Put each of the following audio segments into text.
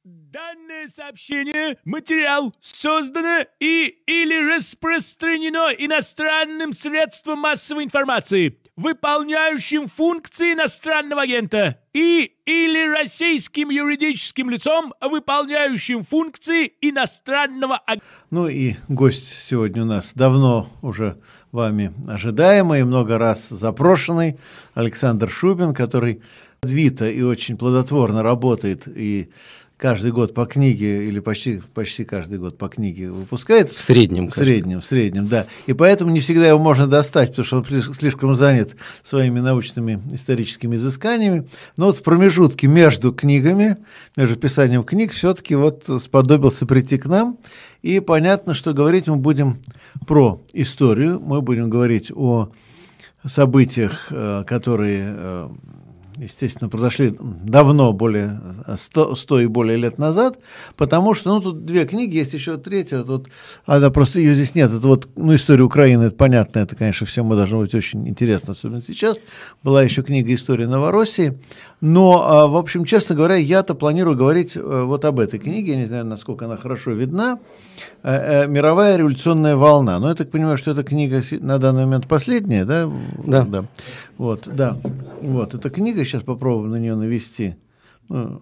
Данное сообщение, материал создано или распространено иностранным средством массовой информации, выполняющим функции иностранного агента, или российским юридическим лицом, выполняющим функции иностранного агента. Ну и гость сегодня у нас давно уже вами ожидаемый, много раз запрошенный Александр Шубин, который вито и очень плодотворно работает и каждый год по книге, или почти каждый год по книге выпускает. В среднем. В среднем, да. И поэтому не всегда его можно достать, потому что он слишком занят своими научными историческими изысканиями. Но вот в промежутке между книгами, между писанием книг, все-таки вот сподобился прийти к нам. И понятно, что говорить мы будем про историю, мы будем говорить о событиях, которые, естественно, произошли давно, более 100 и более лет назад, потому что, ну, тут две книги, есть еще третья, тут, она просто, ее здесь нет, это вот, ну, история Украины, это понятно, это, конечно, всем должно быть очень интересно, особенно сейчас. Была еще книга «История Новороссии», но, в общем, честно говоря, я-то планирую говорить вот об этой книге, я не знаю, насколько она хорошо видна, «Мировая революционная волна». Но я так понимаю, что эта книга на данный момент последняя, да? Да. Вот, эта книга, сейчас попробую на нее навести на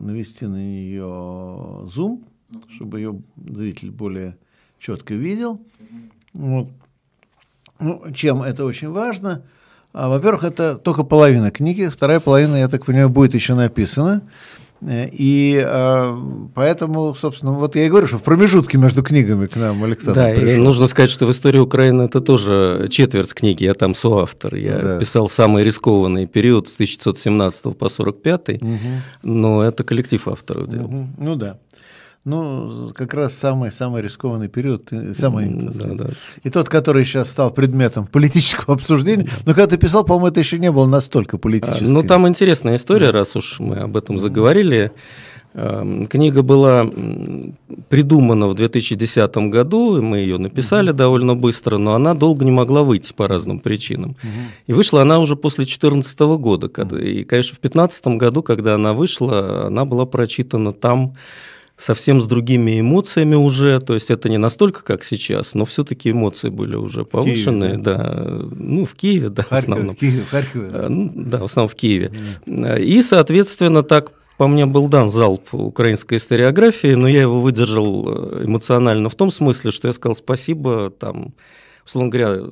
нее зум, чтобы ее зритель более четко видел. Вот. Ну, чем это очень важно? Во-первых, это только половина книги, вторая половина, я так понимаю, будет еще написана. И поэтому, собственно, вот я и говорю, что в промежутке между книгами к нам Александр пришел. Да, и нужно сказать, что в истории Украины это тоже четверть книги, я там соавтор. Я писал самый рискованный период с 1917 по 1945, но это коллектив авторов делал. Ну да. Ну, как раз самый рискованный период, и тот, который сейчас стал предметом политического обсуждения. Но когда ты писал, по-моему, это еще не было настолько политическим. Ну, там интересная история, раз уж мы об этом заговорили. Книга была придумана в 2010 году, и мы ее написали довольно быстро, но она долго не могла выйти по разным причинам. И вышла она уже после 2014 года. И, конечно, в 2015 году, когда она вышла, она была прочитана там совсем с другими эмоциями уже, то есть это не настолько, как сейчас, но все-таки эмоции были уже повышенные, в Киеве, да, в основном. В Харькове, да. Да, в основном в Киеве. И, соответственно, так по мне был дан залп украинской историографии, но я его выдержал эмоционально в том смысле, что я сказал спасибо, там, условно говоря,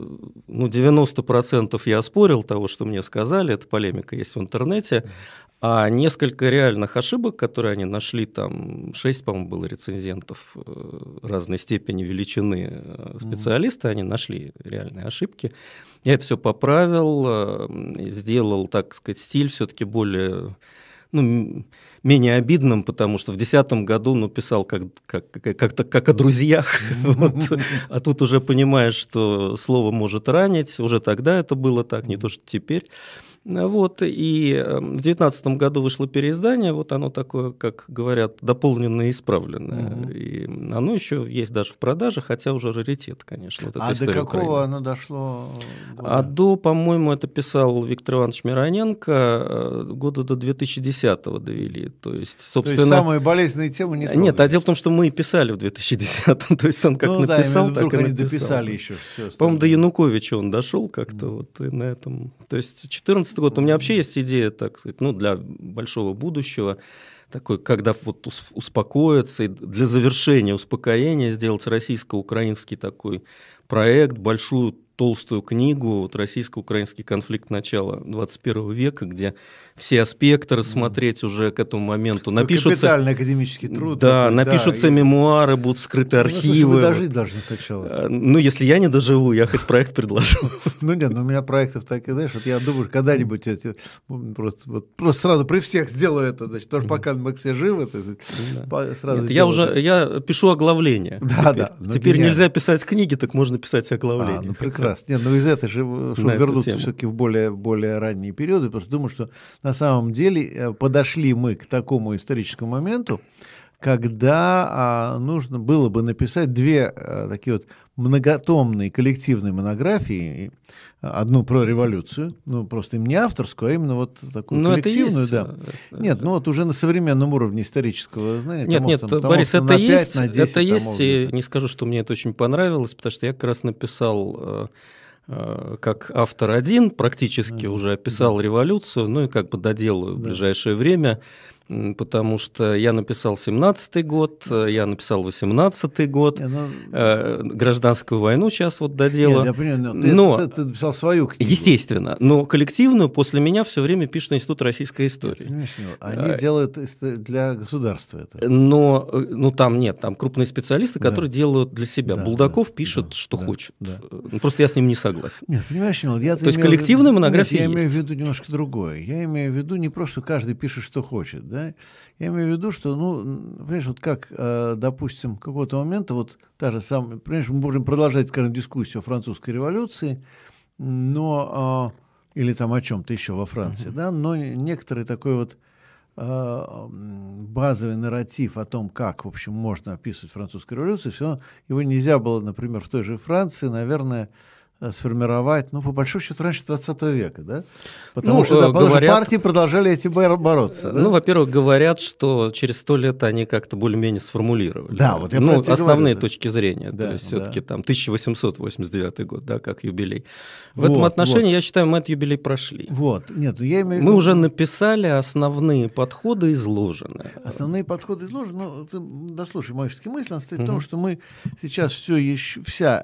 90% я оспорил того, что мне сказали, эта полемика есть в интернете, а несколько реальных ошибок, которые они нашли, там 6, по-моему, было рецензентов разной степени величины специалисты, они нашли реальные ошибки. Я это все поправил, сделал, так сказать, стиль все-таки более, менее обидным, потому что в 2010 году писал как о друзьях, а тут уже понимаешь, что слово может ранить, уже тогда это было так, не то что теперь. Вот, и в 2019 году вышло переиздание, вот оно такое, как говорят, дополненное и исправленное. И оно еще есть даже в продаже, хотя уже раритет, конечно. Вот до какого Украины. Оно дошло? До, по-моему, это писал Виктор Иванович Мироненко, года до 2010-го довели. То есть, собственно... То есть самые болезненные темы не трогали? Нет, дело в том, что мы писали в 2010-м, то есть он как написал, так и написал. Они дописали еще. По-моему, до Януковича он дошел как-то вот и на этом. То есть 2014 год. У меня вообще есть идея, так сказать, для большого будущего, такой, когда вот успокоиться, и для завершения успокоения сделать российско-украинский такой проект, большую толстую книгу, вот российско-украинский конфликт начала 21 века, где все аспекты рассмотреть уже к этому моменту. Напишутся, капитальный академический труд. Да, напишутся мемуары, будут вскрыты архивы. Вы дожить должны сначала. Если я не доживу, я хоть проект предложу. У меня проектов так и, знаешь, вот я думаю, когда-нибудь просто сразу при всех сделаю это, значит, потому что пока мы все живы, сразу я пишу оглавление. Да. Теперь нельзя писать книги, так можно писать оглавление. Прекрасно. Нет, из этой же, чтобы вернуться все-таки в более ранние периоды, потому что думаю, что на самом деле подошли мы к такому историческому моменту, когда нужно было бы написать две такие вот многотомные коллективные монографии, одну про революцию, ну просто им не авторскую, а именно вот такую коллективную, есть, да. Нет, ну вот уже на современном уровне исторического знания. Нет, Борис, это есть, и не скажу, что мне это очень понравилось, потому что я как раз написал как автор один, практически уже описал революцию, ну и как бы доделаю в ближайшее время, потому что я написал 17-й год, я написал 18-й год, гражданскую войну сейчас вот доделаю. Нет, я понимаю, ты написал свою книгу. Естественно, но коллективную после меня все время пишет Институт российской истории. Они делают для государства это. Но там нет, там крупные специалисты, которые делают для себя. Булдаков пишет, что хочет. Просто я с ним не согласен. Нет, понимаешь, то есть коллективная монография есть. Я имею в виду немножко другое. Я имею в виду не просто, что каждый пишет, что хочет, да? Я имею в виду, что, понимаешь, вот как, допустим, какого-то момента, вот та же самая, понимаешь, мы можем продолжать, скажем, дискуссию о французской революции, но, или там о чем-то еще во Франции, да, но некоторый такой вот базовый нарратив о том, как, в общем, можно описывать французскую революцию, все, его нельзя было, например, в той же Франции, наверное, сформировать, по большому счету, раньше 20 века, да? Потому что партии продолжали эти бороться. Да? Во-первых, говорят, что через 100 лет они как-то более-менее сформулировали. Да, вот я основные говорю, точки зрения. Да, то есть все-таки там 1889 год, да, как юбилей. В этом отношении, я считаю, мы этот юбилей прошли. Мы уже написали, основные подходы изложены. Основные подходы изложены, ты дослушай мою все-таки мысль, она стоит в том, что мы сейчас вся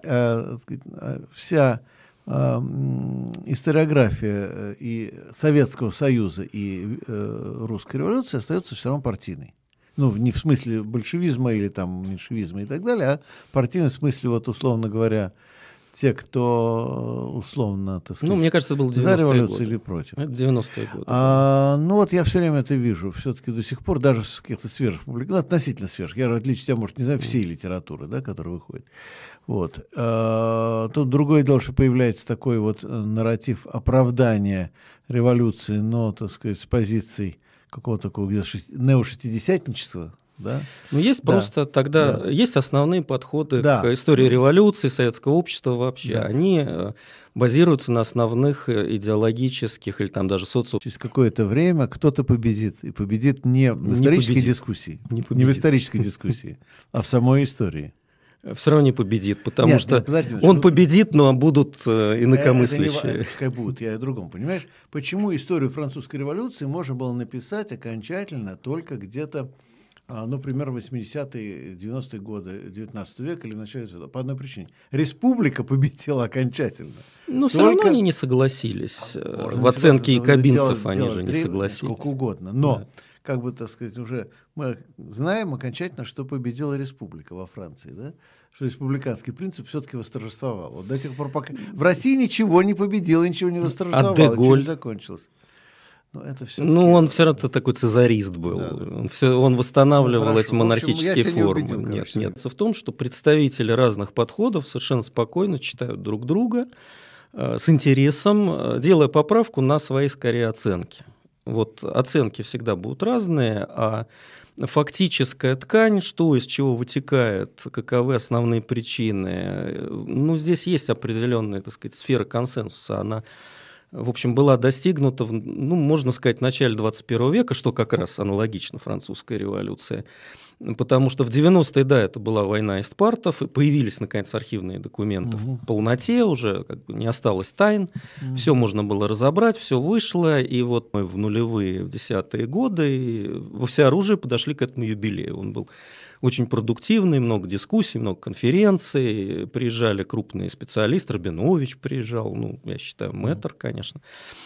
историография и Советского Союза, и русской революции остается все равно партийной. Не в смысле большевизма или там меньшевизма и так далее, а партийной в смысле, вот условно говоря, те, кто условно, так сказать, мне кажется, это был 90-е за революцию годы. или против. Это 90-е годы. Я все время это вижу. Все-таки до сих пор, даже в каких-то свежих публикациях, относительно свежих, я, в отличие от тебя, может, не знаю всей литературы, да, которая выходит. Тут другое дело, что появляется такой вот нарратив оправдания революции, но, так сказать, с позиций какого-то такого неошестидесятничества. Да? Есть просто тогда, есть основные подходы к истории революции, советского общества вообще. Они базируются на основных идеологических или там даже Через какое-то время кто-то победит, и победит не в исторической дискуссии, не в исторической дискуссии, а в самой истории. Все равно не победит, потому что он победит, но будут инакомыслящие. Это пускай будут, я о другом, понимаешь? Почему историю французской революции можно было написать окончательно только где-то, примерно 80-е, 90-е годы 19 века или в начале этого? По одной причине. Республика победила окончательно. Все равно они не согласились. В оценке якобинцев они же не согласились. Сколько угодно. Но, как бы, так сказать, уже мы знаем окончательно, что победила республика во Франции, да? Что республиканский принцип все-таки восторжествовал. Вот до тех пор, пока в России ничего не победило, ничего не восторжествовало, ничего не закончилось. Он все равно такой цезарист был. Он восстанавливал эти монархические формы. Нет. В том, что представители разных подходов совершенно спокойно читают друг друга с интересом, делая поправку на свои, скорее, оценки. Оценки всегда будут разные, а фактическая ткань, что из чего вытекает, каковы основные причины, здесь есть определенная, так сказать, сфера консенсуса, она, в общем, была достигнута, можно сказать, в начале 21 века, что как раз аналогично французской революции, потому что в 90-е, это была война эстпартов, и появились, наконец, архивные документы в полноте, уже не осталось тайн, все можно было разобрать, все вышло, и мы в нулевые, в 10-е годы во всеоружии подошли к этому юбилею. Он был очень продуктивный, много дискуссий, много конференций, приезжали крупные специалисты, Рабинович приезжал, я считаю, мэтр, конечно.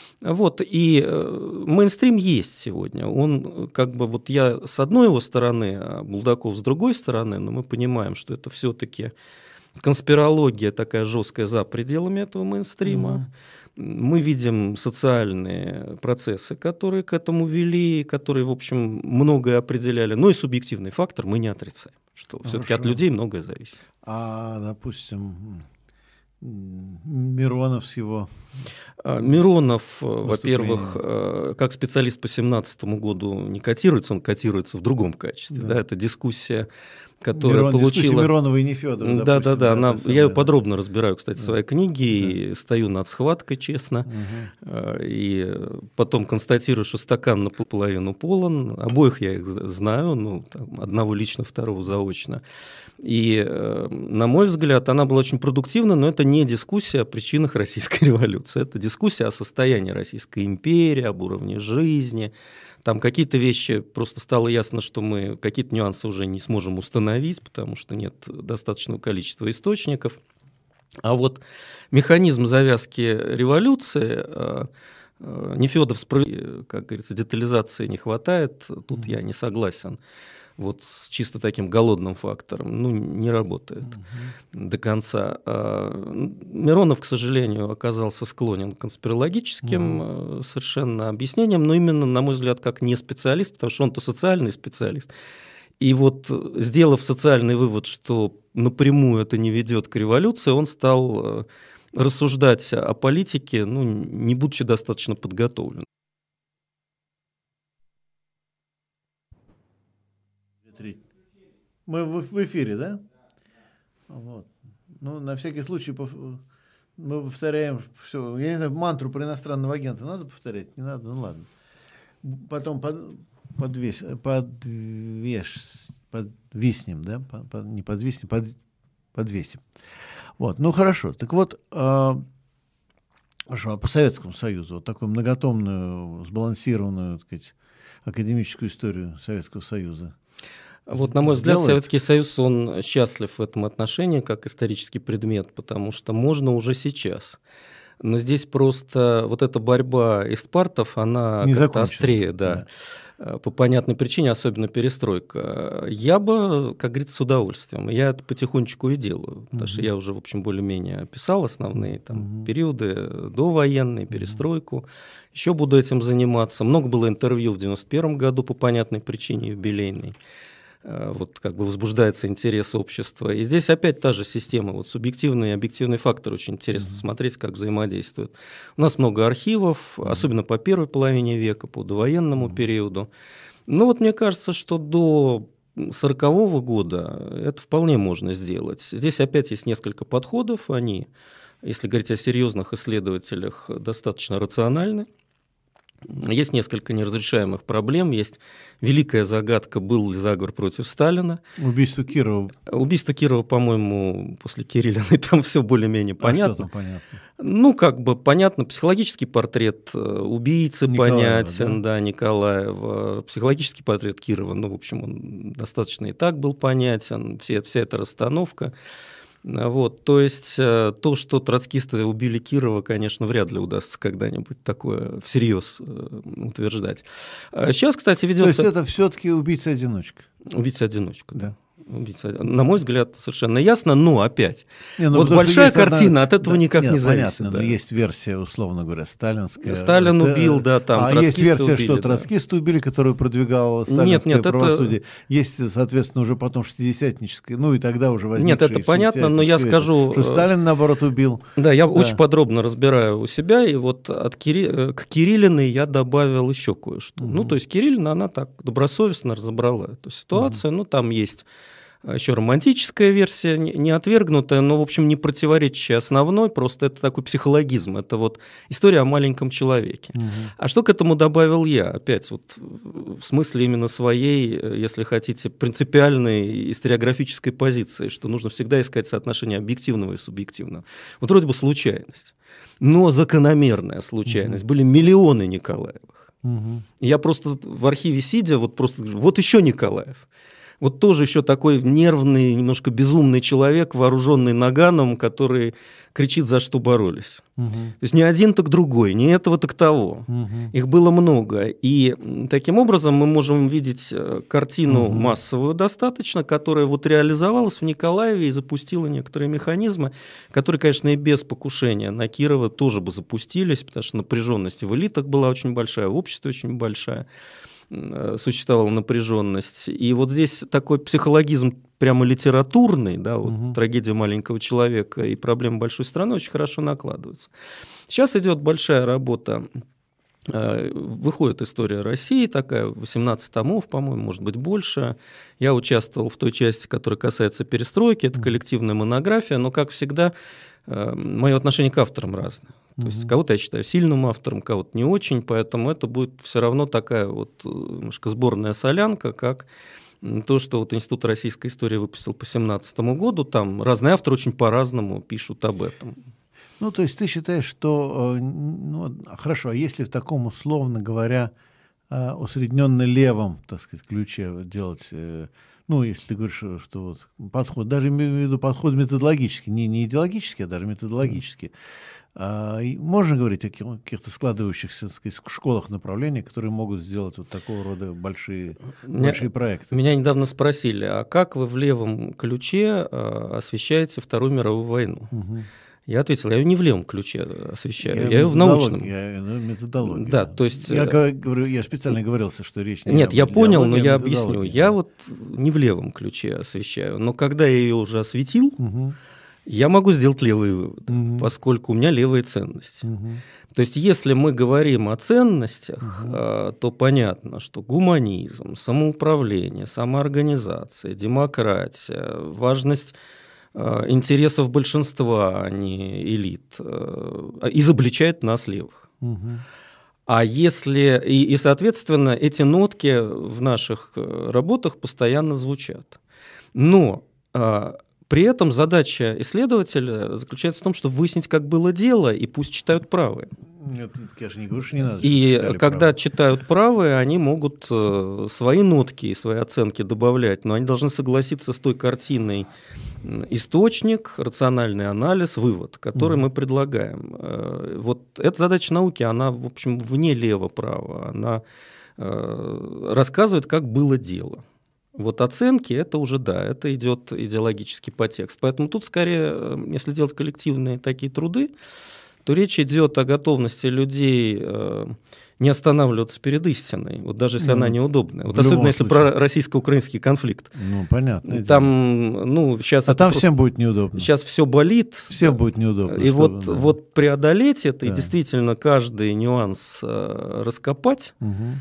И мейнстрим есть сегодня. Он я с одной его стороны, а Булдаков с другой стороны, но мы понимаем, что это все-таки конспирология такая жесткая за пределами этого мейнстрима. Мы видим социальные процессы, которые к этому вели, которые, в общем, многое определяли. Но и субъективный фактор мы не отрицаем, что все-таки от людей многое зависит. Допустим, Миронов с его... Миронов, во-первых, как специалист по 2017 году не котируется, он котируется в другом качестве. Да. Да, это дискуссия, которая получила... Дискуссия Миронова и Нефедова. Да. Я ее подробно разбираю, кстати, в своей книге, и стою над схваткой, честно. И потом констатирую, что стакан наполовину полон. Обоих я их знаю, одного лично, второго заочно. И, на мой взгляд, она была очень продуктивна, но это не дискуссия о причинах российской революции. Это дискуссия о состоянии Российской империи, об уровне жизни. Там какие-то вещи, просто стало ясно, что мы какие-то нюансы уже не сможем установить, потому что нет достаточного количества источников. А вот механизм завязки революции... Нефедов, как говорится, детализации не хватает, тут я не согласен. Вот с чисто таким голодным фактором, не работает до конца. Миронов, к сожалению, оказался склонен к конспирологическим совершенно объяснениям, но именно, на мой взгляд, как не специалист, потому что он-то социальный специалист. И вот, сделав социальный вывод, что напрямую это не ведет к революции, он стал рассуждать о политике, не будучи достаточно подготовлен. Мы в эфире, да? Вот. На всякий случай мы повторяем все. Я не знаю, мантру про иностранного агента надо повторять? Не надо? Ну ладно. Потом подвиснем, да? Не подвиснем, подвесим. Вот. Хорошо. Так вот, хорошо, по Советскому Союзу, вот такую многотомную, сбалансированную, так сказать, академическую историю Советского Союза. Вот, на мой взгляд, Советский Союз, он счастлив в этом отношении, как исторический предмет, потому что можно уже сейчас. Но здесь просто вот эта борьба эстпартов, она как-то острее, да. По понятной причине, особенно перестройка. Я бы, как говорится, с удовольствием. Я это потихонечку и делаю, потому что я уже, в общем, более-менее описал основные периоды, довоенные, перестройку. Еще буду этим заниматься. Много было интервью в 1991 году по понятной причине юбилейной. Вот как бы возбуждается интерес общества. И здесь опять та же система, вот субъективный и объективный фактор, очень интересно смотреть, как взаимодействуют. У нас много архивов, особенно по первой половине века, по довоенному периоду. Мне кажется, что до 1940 года это вполне можно сделать. Здесь опять есть несколько подходов, они, если говорить о серьезных исследователях, достаточно рациональны. Есть несколько неразрешаемых проблем. Есть великая загадка, был ли заговор против Сталина. Убийство Кирова. Убийство Кирова, по-моему, после Кириллиной там все более-менее понятно. Что там понятно? Понятно. Психологический портрет убийцы Николаева, понятен, да, Николаева. Психологический портрет Кирова, в общем, он достаточно и так был понятен. Вся эта расстановка. Вот, то есть то, что троцкисты убили Кирова, конечно, вряд ли удастся когда-нибудь такое всерьез утверждать. Сейчас, кстати, ведется... То есть это все-таки убийца-одиночка? Убийца-одиночка, да. На мой взгляд, совершенно ясно, но опять. Вот большая картина от этого никак не зависит. Понятно, но есть версия, условно говоря, сталинская. Сталин убил, да, там троцкисты есть версия, убили, что троцкисты убили, которую продвигала сталинское правосудие. Есть, соответственно, уже потом шестидесятническое, и тогда уже возникшее. Нет, это понятно, но я скажу... Что Сталин, наоборот, убил. Да, я очень подробно разбираю у себя, и вот к Кириллиной я добавил еще кое-что. То есть Кириллина, она так добросовестно разобрала эту ситуацию, там есть... Еще романтическая версия, не отвергнутая, но, в общем, не противоречащая основной, просто это такой психологизм, это вот история о маленьком человеке. А что к этому добавил я? Опять вот в смысле именно своей, если хотите, принципиальной историографической позиции, что нужно всегда искать соотношение объективного и субъективного. Вот вроде бы случайность, но закономерная случайность. Были миллионы Николаевых. Я просто в архиве сидя, вот еще Николаев. Вот тоже еще такой нервный, немножко безумный человек, вооруженный наганом, который кричит, за что боролись. То есть не один, так другой, не этого, так того. Их было много. И таким образом мы можем видеть картину массовую достаточно, которая вот реализовалась в Николаеве и запустила некоторые механизмы, которые, конечно, и без покушения на Кирова тоже бы запустились, потому что напряженность в элитах была очень большая, в обществе очень большая. существовала напряженность. И вот здесь такой психологизм прямо литературный, да, вот трагедия маленького человека и проблема большой страны очень хорошо накладываются. Сейчас идет большая работа, выходит история России, такая, 18 томов, по-моему, может быть, больше. Я участвовал в той части, которая касается перестройки, это коллективная монография, но, как всегда, мое отношение к авторам разное. То есть кого-то я считаю сильным автором, кого-то не очень, поэтому это будет все равно такая вот немножко сборная солянка, как то, что вот Институт российской истории выпустил по 2017 году, там разные авторы очень по-разному пишут об этом. Ну, то есть ты считаешь, что, ну, хорошо, а если в таком, условно говоря, усредненно левом, так сказать, ключе делать, ну, если ты говоришь, что вот подход, даже имею в виду подход методологический, не идеологический, а даже методологический, можно говорить о каких-то складывающихся, так сказать, школах направления, которые могут сделать вот такого рода большие проекты? Меня недавно спросили, а как вы в левом ключе освещаете Вторую мировую войну? Я ответил, я ее не в левом ключе освещаю, я ее в научном. Методологию. Да, то есть... Я специально говорился, что речь не Нет, я понял, но я объясню. Я вот не в левом ключе освещаю, но когда я ее уже осветил, я могу сделать левый вывод, поскольку у меня левые ценности. То есть если мы говорим о ценностях, то понятно, что гуманизм, самоуправление, самоорганизация, демократия, важность интересов большинства, а не элит, изобличает нас левых. А если и, соответственно, эти нотки в наших работах постоянно звучат. Но при этом задача исследователя заключается в том, чтобы выяснить, как было дело, и пусть читают правые. Нет, конечно, не говорю, что не надо. И когда читают правые, они могут свои нотки и свои оценки добавлять, но они должны согласиться с той картиной источник, рациональный анализ, вывод, который мы предлагаем. Вот эта задача науки, она, в общем, вне лево-право, она рассказывает, как было дело. Вот оценки, это уже, да, это идет идеологический подтекст. Поэтому тут скорее, если делать коллективные такие труды, то речь идет о готовности людей не останавливаться перед истиной, вот даже если она неудобная. Вот особенно если про российско-украинский конфликт. Ну, понятно. Там, ну, сейчас там всем будет неудобно. Сейчас все болит. Всем будет неудобно. И вот преодолеть это, и действительно каждый нюанс раскопать,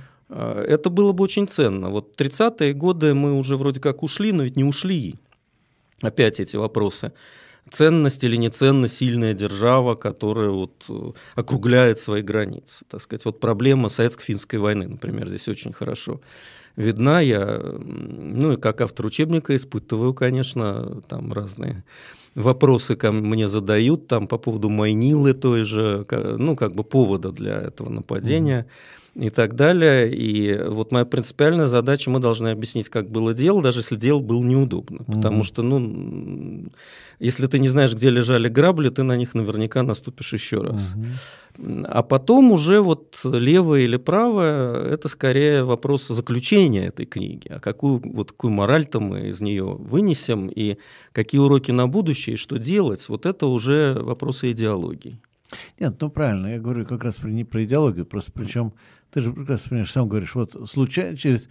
это было бы очень ценно. Вот 30-е годы мы уже вроде как ушли, но ведь не ушли. Опять эти вопросы. Ценность или неценность, сильная держава, которая вот округляет свои границы. Так сказать, вот проблема советско-финской войны, например, здесь очень хорошо видна. Я, ну и как автор учебника испытываю, конечно, там разные вопросы ко мне задают там по поводу Майнилы той же, ну как бы повода для этого нападения. И так далее. И вот моя принципиальная задача, мы должны объяснить, как было дело, даже если дело было неудобно. Потому что, ну, если ты не знаешь, где лежали грабли, ты на них наверняка наступишь еще раз. А потом уже вот левое или правое, это скорее вопрос заключения этой книги. А какую мораль-то мы из нее вынесем, и какие уроки на будущее, и что делать, вот это уже вопросы идеологии. Нет, ну правильно, я говорю как раз не про идеологию, просто причем ты же прекрасно понимаешь, сам говоришь, вот случайность,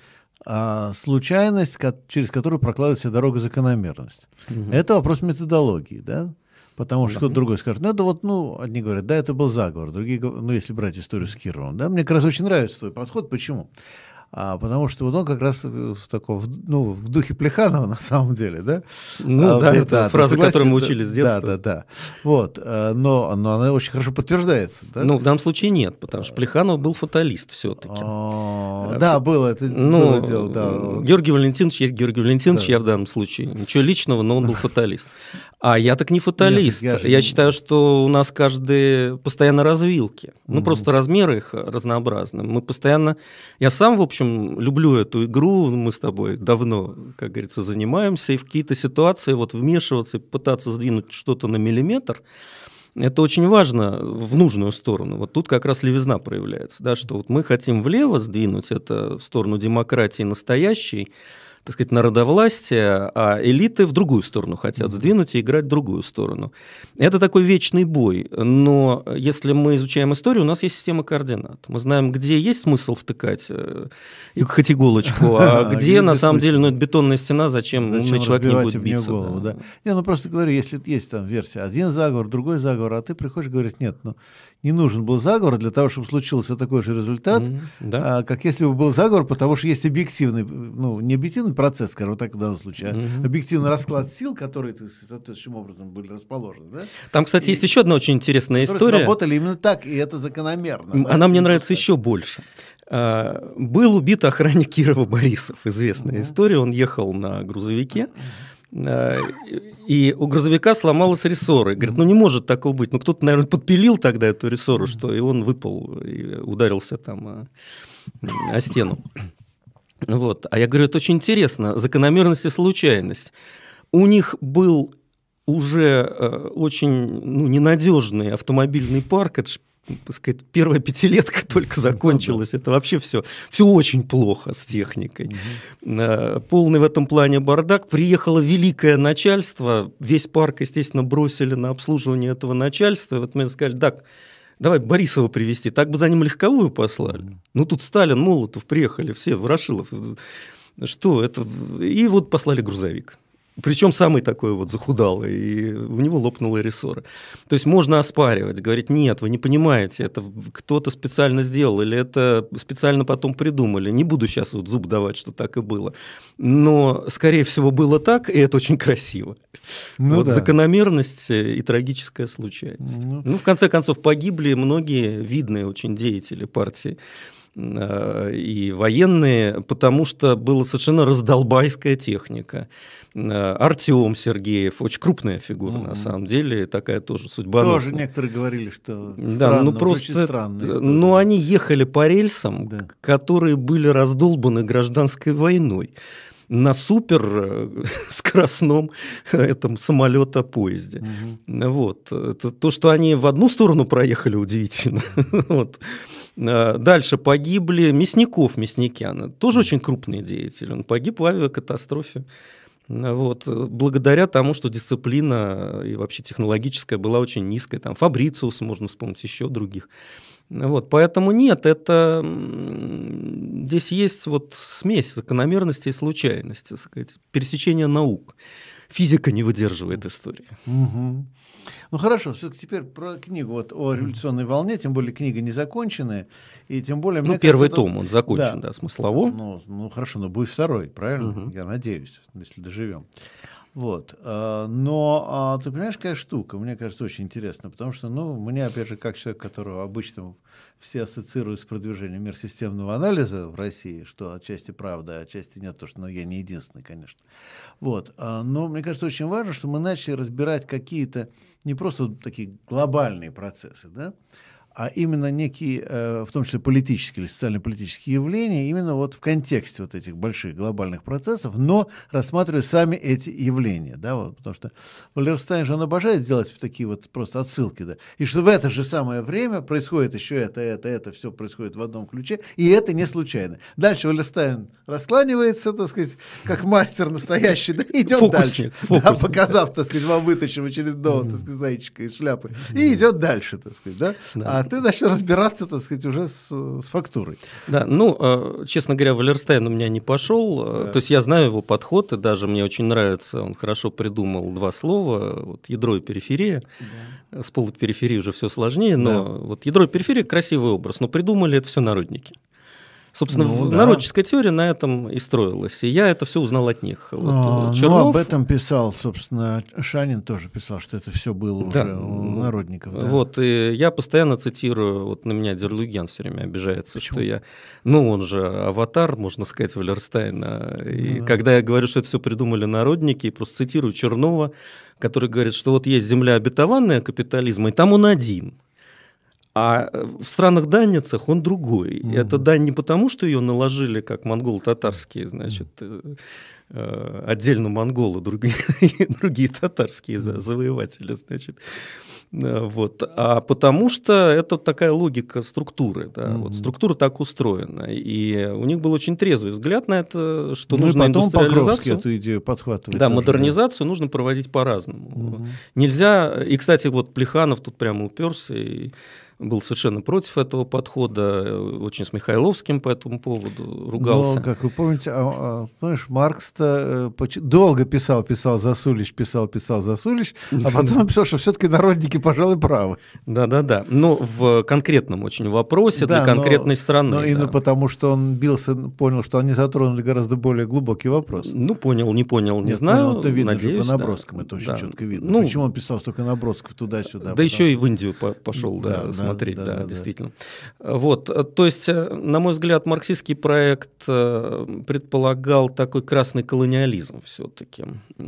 через которую прокладывается дорога закономерность. Это вопрос методологии, да? Потому что кто-то другой скажет, ну это вот, ну, одни говорят, да, это был заговор, другие говорят, ну если брать историю с Кировым, да, мне как раз очень нравится твой подход, почему? Потому что вот он как раз в духе Плеханова на самом деле, да? Ну да, это фраза, которую мы учили с детства. Да. Вот, но она очень хорошо подтверждается. Да? Ну, в данном случае нет, потому что Плеханов был фаталист все-таки. Да, было дело. Да. Георгий Валентинович есть Георгий Валентинович, я в данном случае. Ничего личного, но он был фаталист. А я так не фаталист. Я считаю, что у нас каждый постоянно развилки. Ну, просто размеры их разнообразны. Мы постоянно... Я сам, в общем, люблю эту игру. Мы с тобой давно, как говорится, занимаемся. И в какие-то ситуации вот вмешиваться и пытаться сдвинуть что-то на миллиметр, это очень важно в нужную сторону. Вот тут как раз левизна проявляется, да, что вот мы хотим влево сдвинуть это в сторону демократии настоящей, так сказать, народовластия, а элиты в другую сторону хотят сдвинуть и играть в другую сторону. Это такой вечный бой. Но если мы изучаем историю, у нас есть система координат. Мы знаем, где есть смысл втыкать хоть иголочку, а где на самом деле это бетонная стена, зачем умный человек не будет биться. Голову, да. Я просто говорю, если есть там версия, один заговор, другой заговор, а ты приходишь и говоришь, нет, не нужен был заговор для того, чтобы случился такой же результат, как если бы был заговор, потому что есть объективный, не объективный процесс, скажем так, в данном случае, а объективный расклад сил, которые соответствующим образом были расположены. Да? Там, кстати, есть еще одна очень интересная история. Работали именно так, и это закономерно. Она мне нравится еще больше. Был убит охранник Кирова Борисов. Известная история. Он ехал на грузовике, и у грузовика сломалась рессора. И говорит, не может такого быть. Кто-то, наверное, подпилил тогда эту рессору, что и он выпал и ударился там о стену. Вот. А я говорю, это очень интересно. Закономерность и случайность. У них был уже очень ненадежный автомобильный парк. Это так сказать, первая пятилетка только закончилась. Это вообще все очень плохо с техникой. Полный в этом плане бардак. Приехало великое начальство. Весь парк, естественно, бросили на обслуживание этого начальства. Вот мне сказали, так, давай Борисова привезти. Так бы за ним легковую послали. Тут Сталин, Молотов приехали все, Ворошилов. Что это? И вот послали грузовик. Причем самый такой захудалый, и у него лопнула рессора. То есть можно оспаривать, говорить, нет, вы не понимаете, это кто-то специально сделал, или это специально потом придумали. Не буду сейчас зуб давать, что так и было. Но, скорее всего, было так, и это очень красиво. Закономерность и трагическая случайность. В конце концов, погибли многие видные очень деятели партии и военные, потому что была совершенно раздолбайская техника. Артем Сергеев, очень крупная фигура, на самом деле, такая тоже судьбоносная. Тоже некоторые говорили, что странно, очень странная история. Но они ехали по рельсам, которые были раздолбаны гражданской войной на супер скоростном этом самолето-поезде. Вот. Это то, что они в одну сторону проехали, удивительно. Вот. Дальше погибли Мясников-Мясникян, тоже очень крупный деятель. Он погиб в авиакатастрофе. Вот, благодаря тому, что дисциплина и вообще технологическая была очень низкая. Там Фабрициус, можно вспомнить, еще других. Вот, поэтому нет, это здесь есть смесь закономерности и случайности, так сказать, пересечение наук. Физика не выдерживает истории. Хорошо, все-таки теперь про книгу о революционной волне, тем более книга не законченная, и тем более... Первый том, он закончен, смыслово. Хорошо, но будет второй, правильно? Я надеюсь, если доживем. Вот. Но ты понимаешь, какая штука, мне кажется, очень интересно, потому что, мне, опять же, как человек, которого обычно все ассоциируют с продвижением мир-системного анализа в России, что отчасти правда, а отчасти нет, потому что я не единственный, конечно. Вот. Но мне кажется, очень важно, что мы начали разбирать какие-то не просто такие глобальные процессы, да, а именно некие, в том числе политические или социально-политические явления, именно в контексте этих больших глобальных процессов, но рассматривая сами эти явления, да, потому что Валерстайн же он обожает делать такие просто отсылки, да, и что в это же самое время происходит еще это все происходит в одном ключе, и это не случайно. Дальше Валерстайн раскланивается, так сказать, как мастер настоящий, да, идет дальше, да, показав, так сказать, вам вытащив очередного, так сказать, зайчика из шляпы, и идет дальше, так сказать, да. А ты начал разбираться, так сказать, уже с фактурой. Да, честно говоря, Валерстайн у меня не пошел. Да. То есть я знаю его подход, и даже мне очень нравится, он хорошо придумал два слова, ядро и периферия. Да. С полупериферией уже все сложнее, но ядро и периферия — красивый образ, но придумали это все народники. Собственно, народческая теория на этом и строилась. И я это все узнал от них. Чернов... об этом писал, собственно, Шанин тоже писал, что это все было уже у народников. Да. Вот, и я постоянно цитирую, на меня Дерлюген все время обижается, что я... он же аватар, можно сказать, Валерстайна. И когда я говорю, что это все придумали народники, просто цитирую Чернова, который говорит, что есть земля обетованная капитализма, и там он один. А в странах-данницах он другой. И это дань не потому, что ее наложили, как монголо-татарские, значит, отдельно монголы, другие татарские завоеватели, значит. Вот. А потому что это такая логика структуры. Да? Вот структура так устроена. И у них был очень трезвый взгляд на это, что нужно индустриализацию. Эту идею подхватывает. Да, тоже, модернизацию нужно проводить по-разному. Нельзя... И, кстати, вот Плеханов тут прямо уперся и был совершенно против этого подхода, очень с Михайловским по этому поводу ругался. Но, как вы помните, понимаешь, Маркс-то долго писал Засулич, писал Засулич, а потом написал, что все-таки народники, пожалуй, правы. Да. Но в конкретном очень вопросе, для конкретной страны. Но именно потому, что он бился, понял, что они затронули гораздо более глубокий вопрос. Ну, понял, не понял, не знаю. Это видно, надеюсь, что по наброскам это очень четко видно. Почему он писал столько набросков туда-сюда? Да еще и в Индию пошел, смотреть, действительно. Вот, то есть, на мой взгляд, марксистский проект предполагал такой красный колониализм все-таки.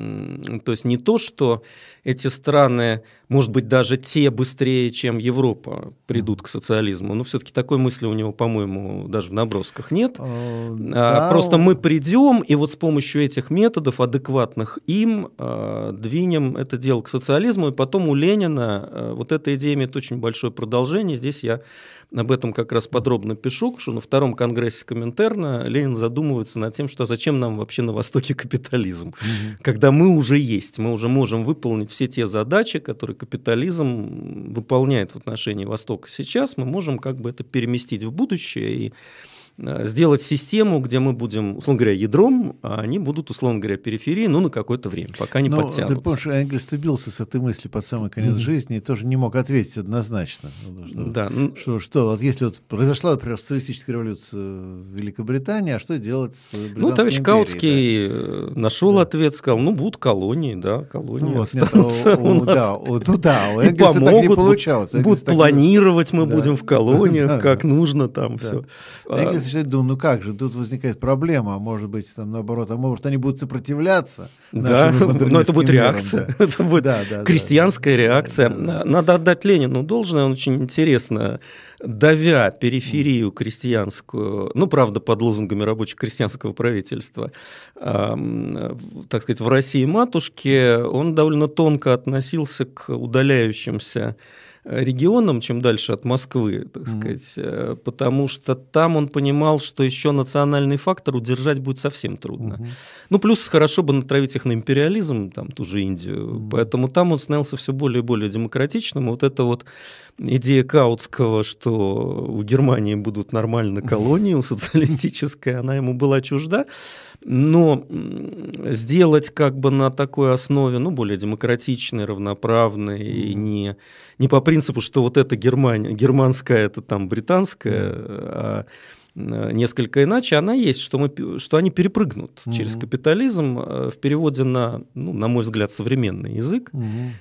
То есть не то, что эти страны, может быть, даже те быстрее, чем Европа, придут к социализму, но все-таки такой мысли у него, по-моему, даже в набросках нет. Просто мы придем, и вот с помощью этих методов, адекватных им, двинем это дело к социализму, и потом у Ленина вот эта идея имеет очень большое продолжение. Здесь я об этом как раз подробно пишу, что на втором конгрессе Коминтерна Ленин задумывается над тем, что зачем нам вообще на Востоке капитализм, когда мы уже есть, мы уже можем выполнить все те задачи, которые капитализм выполняет в отношении Востока сейчас, мы можем как бы это переместить в будущее и сделать систему, где мы будем, условно говоря, ядром, а они будут, условно говоря, периферией, на какое-то время, пока не подтянутся. Ты помнишь, Энгельс бился с этой мыслью под самый конец жизни и тоже не мог ответить однозначно. Что вот если вот произошла, например, социалистическая революция в Великобритании, а что делать с Британской империей? Товарищ Каутский нашел ответ, сказал, будут колонии, колонии останутся у нас. У Энгельса так не получалось. Будут планировать, мы будем в колониях, как нужно там все. Энгельс думаю, как же, тут возникает проблема, а может быть, там наоборот, а может, они будут сопротивляться. Да, но это будет реакция, это будет крестьянская реакция. Надо отдать Ленину должное, он очень интересно, давя периферию крестьянскую, правда, под лозунгами рабоче-крестьянского правительства, так сказать, в России-матушке, он довольно тонко относился к удаляющимся регионам, чем дальше от Москвы, так сказать, потому что там он понимал, что еще национальный фактор удержать будет совсем трудно. Плюс хорошо бы натравить их на империализм, там, ту же Индию, поэтому там он становился все более и более демократичным. Вот эта вот идея Каутского, что у Германии будут нормально колонии, у социалистической, она ему была чужда. Но сделать как бы на такой основе, более демократичной, равноправной, и не по принципу, что вот это германская, это там британская, а несколько иначе, она есть, что они перепрыгнут через капитализм в переводе на мой взгляд, современный язык.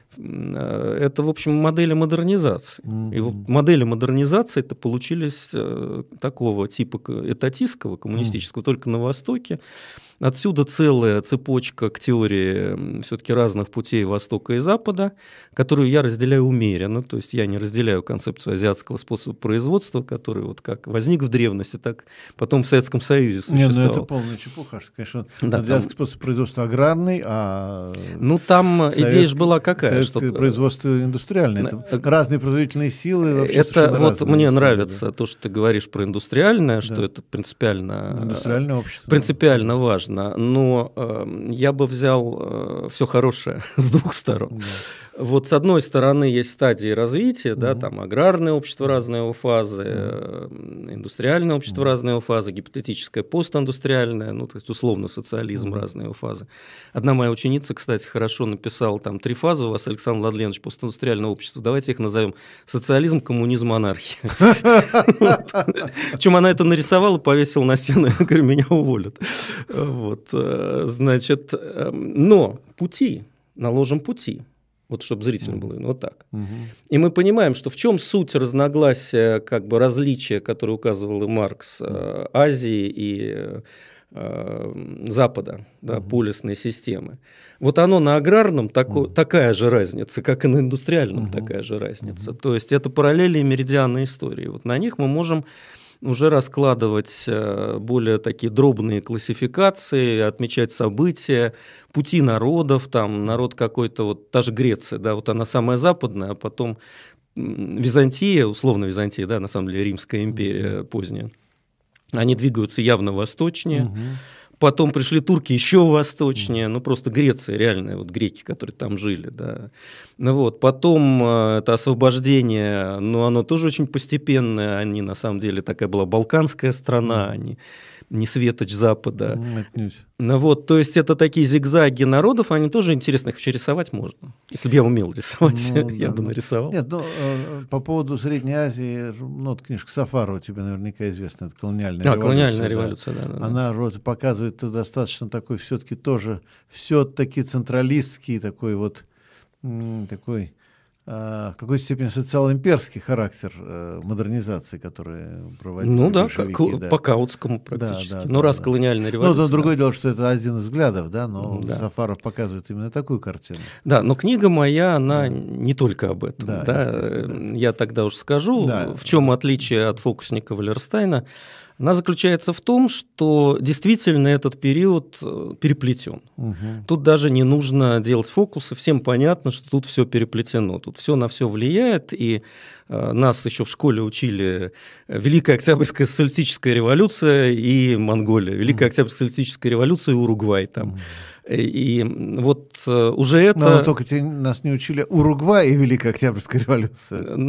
Это, в общем, модели модернизации. И вот модели модернизации-то получились такого типа этатистского, коммунистического, только на Востоке. Отсюда целая цепочка к теории все-таки разных путей Востока и Запада, которую я разделяю умеренно. То есть я не разделяю концепцию азиатского способа производства, который вот как возник в древности, так потом в Советском Союзе существовал. Это полная чепуха, конечно. Азиатский способ производства аграрный, а... там идея же была какая? Что производство индустриальное. Это разные производительные силы. Это вот мне нравится то, что ты говоришь про индустриальное, что это принципиально... Индустриальное общество. Принципиально важно. Но я бы взял все хорошее с двух сторон. Вот с одной стороны есть стадии развития, там аграрное общество, разные его фазы, индустриальное общество, разные его фазы, гипотетическое постиндустриальное, то есть условно социализм, разные его фазы. Одна моя ученица, кстати, хорошо написала там 3 фазы у вас, Александр Владленович, постиндустриальное общество. Давайте их назовем социализм, коммунизм, анархия. Причем она это нарисовала, повесила на стену, я говорю, меня уволят. Значит, но пути, наложим пути. Вот чтобы зрительно было вот так. И мы понимаем, что в чем суть разногласия, как бы различия, которые указывал и Маркс, Азии и Запада, да, полисной системы. Вот оно на аграрном такая же разница, как и на индустриальном такая же разница. То есть это параллели и меридианы истории. Вот на них мы можем уже раскладывать более такие дробные классификации, отмечать события, пути народов, там народ какой-то, вот та же Греция, да, вот она самая западная, а потом Византия, условно Византия, да, на самом деле Римская империя поздняя, они двигаются явно восточнее. Потом пришли турки еще восточнее, ну просто Греция, реальные вот греки, которые там жили, да. Ну вот, потом это освобождение, но оно тоже очень постепенное, они на самом деле такая была балканская страна, они не светоч Запада. Ну вот, то есть это такие зигзаги народов, они тоже интересны, их вообще рисовать можно. Если бы я умел рисовать, я бы нарисовал. Нет, ну, по поводу Средней Азии, ну, вот книжка Сафарова тебе наверняка известна, это «Колониальная революция». «Колониальная революция», да. Она вот показывает достаточно такой все-таки тоже, все-таки централистский такой вот, такой, в какой-то степени социал-имперский характер модернизации, которые проводили большевики. Ну да, по Каутскому практически. Но раз колониальная революция. Ну, другое дело, что это один из взглядов, да, но Сафаров показывает именно такую картину. Да, но книга моя, она не только об этом. Да. Я тогда уж скажу, в чем отличие от фокусника Валерстайна. Она заключается в том, что действительно этот период переплетен. Тут даже не нужно делать фокусы, всем понятно, что тут все переплетено, тут все на все влияет, и нас еще в школе учили Великая Октябрьская социалистическая революция и Монголия, Великая Октябрьская социалистическая революция и Уругвай там. И вот уже это... Но только нас не учили Уругвай и Великая Октябрьская революция.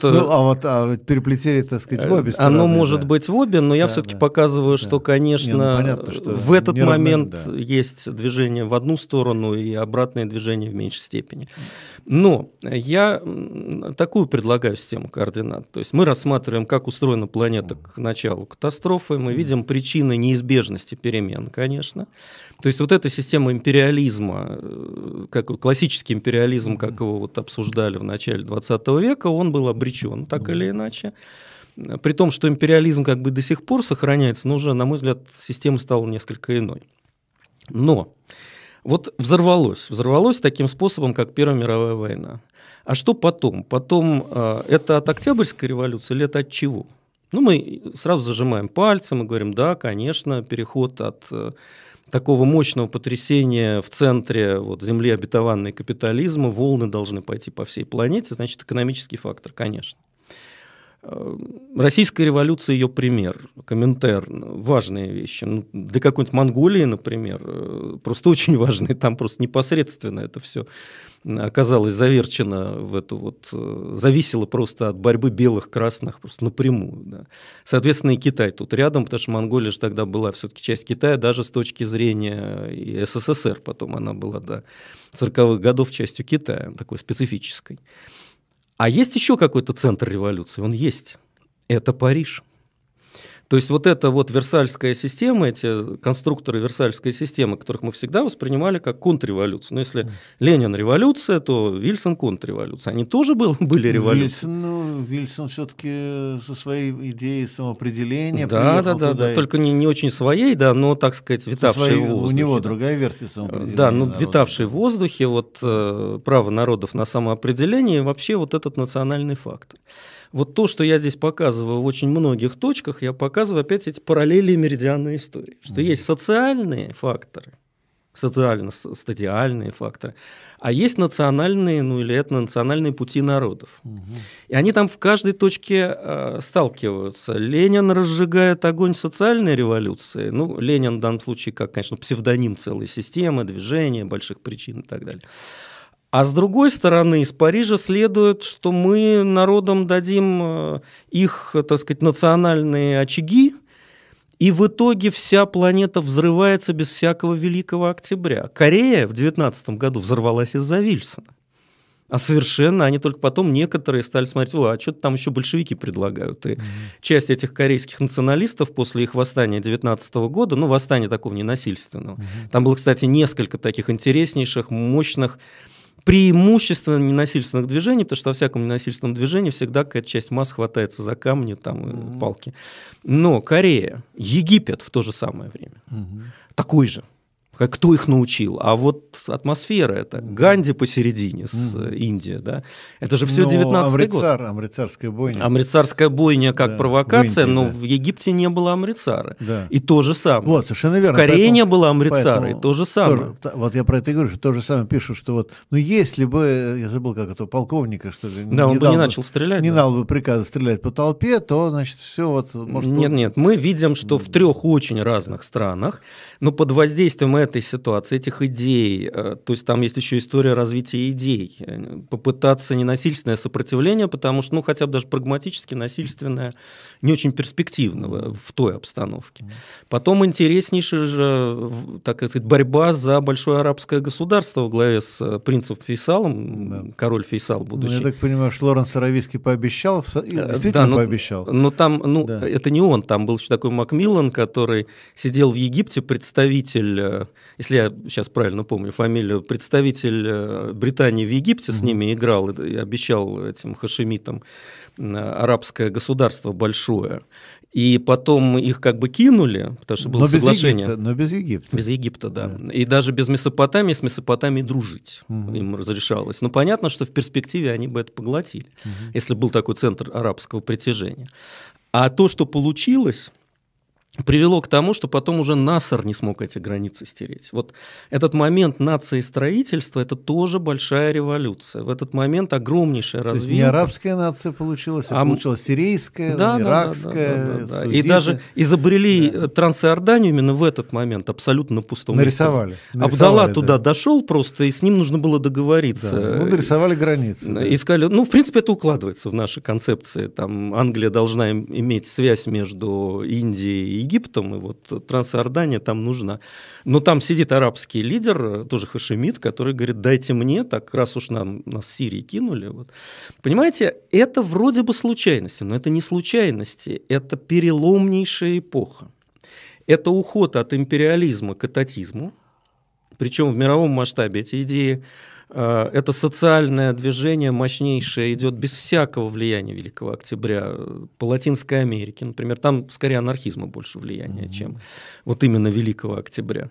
А переплетели, так сказать, в обе стороны. Оно может быть в обе, но я все-таки показываю, что, конечно, понятно, что в этот момент есть движение в одну сторону и обратное движение в меньшей степени. Но я такую предлагаю систему координат. То есть мы рассматриваем, как устроена планета к началу катастрофы, мы видим причины неизбежности перемен, конечно. То есть вот эта система империализма, как классический империализм, как его вот обсуждали в начале 20 века, он был обречен так или иначе. При том, что империализм как бы до сих пор сохраняется, но уже, на мой взгляд, система стала несколько иной. Но вот взорвалось таким способом, как Первая мировая война. А что потом? Потом это от Октябрьской революции или это от чего? Ну, мы сразу зажимаем пальцы, мы говорим, да, конечно, переход от такого мощного потрясения в центре вот, земли обетованной капитализма, волны должны пойти по всей планете, значит, экономический фактор, конечно. Российская революция, ее пример, Коминтерн, важные вещи. Ну, для какой-нибудь Монголии, например, просто очень важные, там просто непосредственно это все оказалось заверчено в эту вот, зависело просто от борьбы белых-красных просто напрямую. Да. Соответственно, и Китай тут рядом, потому что Монголия же тогда была все-таки часть Китая, даже с точки зрения и СССР, потом она была до 40-х годов частью Китая, такой специфической. А есть еще какой-то центр революции? Он есть. Это Париж. То есть вот эта вот Версальская система, эти конструкторы Версальской системы, которых мы всегда воспринимали как контрреволюцию. Но если Ленин революция, то Вильсон контрреволюция. Они тоже были революцией. Вильсон все-таки со своей идеей самоопределения. Да. Только не очень своей, да, но, так сказать, витавшей в воздухе. У него другая версия самоопределения. Да, но витавшей в воздухе, вот право народов на самоопределение, вообще вот этот национальный фактор. Вот то, что я здесь показываю в очень многих точках, я показываю опять эти параллели меридианной истории. Что есть социальные факторы, социально-стадиальные факторы, а есть национальные, ну или этнонациональные пути народов. И они там в каждой точке сталкиваются. Ленин разжигает огонь социальной революции. Ну, Ленин в данном случае как, конечно, псевдоним целой системы, движения, больших причин и так далее. А с другой стороны, из Парижа следует, что мы народам дадим их, так сказать, национальные очаги, и в итоге вся планета взрывается без всякого Великого Октября. Корея в 19 году взорвалась из-за Вильсона. А совершенно, они только потом некоторые стали смотреть, а что-то там еще большевики предлагают. И часть этих корейских националистов после их восстания 19 года, ну, восстания такого ненасильственного, там было, кстати, несколько таких интереснейших, мощных, преимущественно ненасильственных движений, потому что во всяком ненасильственном движении всегда какая-то часть масс хватается за камни, там, палки. Но Корея, Египет в то же самое время такой же. Кто их научил? А вот атмосфера это. Ганди посередине с Индией, да? Это же все 19-й год. Амритсарская бойня. Амритсарская бойня как провокация, в Индии, но в Египте не было Амритсара. Да. И то же самое. Вот, совершенно верно. В Корее поэтому, не было Амритсара, и то же самое. Вот я про это и говорю, что то же самое пишут, что вот, ну если бы, я забыл, как этого полковника, что ли, да, он бы не начал стрелять. Не дал бы приказа стрелять по толпе, то, значит, все вот... Может, нет, мы видим, что в 3 очень разных странах, но под воздействием этой ситуации, этих идей, то есть там есть еще история развития идей, попытаться ненасильственное сопротивление, потому что, ну, хотя бы даже прагматически насильственное не очень перспективно в той обстановке. Потом интереснейшая же, так сказать, борьба за большое арабское государство во главе с принцем Фейсалом, король Фейсал будущий. Ну, я так понимаю, что Лоренс Аравийский пообещал, действительно пообещал. Но там, это не он, там был еще такой Макмиллан, который сидел в Египте, представитель, если я сейчас правильно помню фамилию, представитель Британии в Египте с ними играл и обещал этим хашемитам арабское государство большое. И потом их как бы кинули, потому что было соглашение. Но без Египта. Без Египта, да. И даже без Месопотамии, с Месопотамией дружить им разрешалось. Но понятно, что в перспективе они бы это поглотили, если был такой центр арабского притяжения. А то, что получилось, привело к тому, что потом уже Насер не смог эти границы стереть. Вот этот момент нациестроительства – это тоже большая революция. В этот момент огромнейшая развилка. То есть не арабская нация получилась, а получилась сирийская, иракская, да. И даже изобрели Трансиорданию именно в этот момент, абсолютно на пустом месте. Нарисовали. Абдалла туда дошел просто, и с ним нужно было договориться. Да. Нарисовали границы. И сказали, ну, в принципе, это укладывается в наши концепции. Там Англия должна иметь связь между Индией и Египтом, и вот Трансиордания там нужна. Но там сидит арабский лидер, тоже хашемит, который говорит, дайте мне, так раз уж нас с Сирии кинули. Вот. Понимаете, это вроде бы случайности, но это не случайности, это переломнейшая эпоха. Это уход от империализма к этатизму, причем в мировом масштабе эти идеи, это социальное движение мощнейшее идет без всякого влияния Великого Октября по Латинской Америке, например, там скорее анархизма больше влияния, чем вот именно Великого Октября.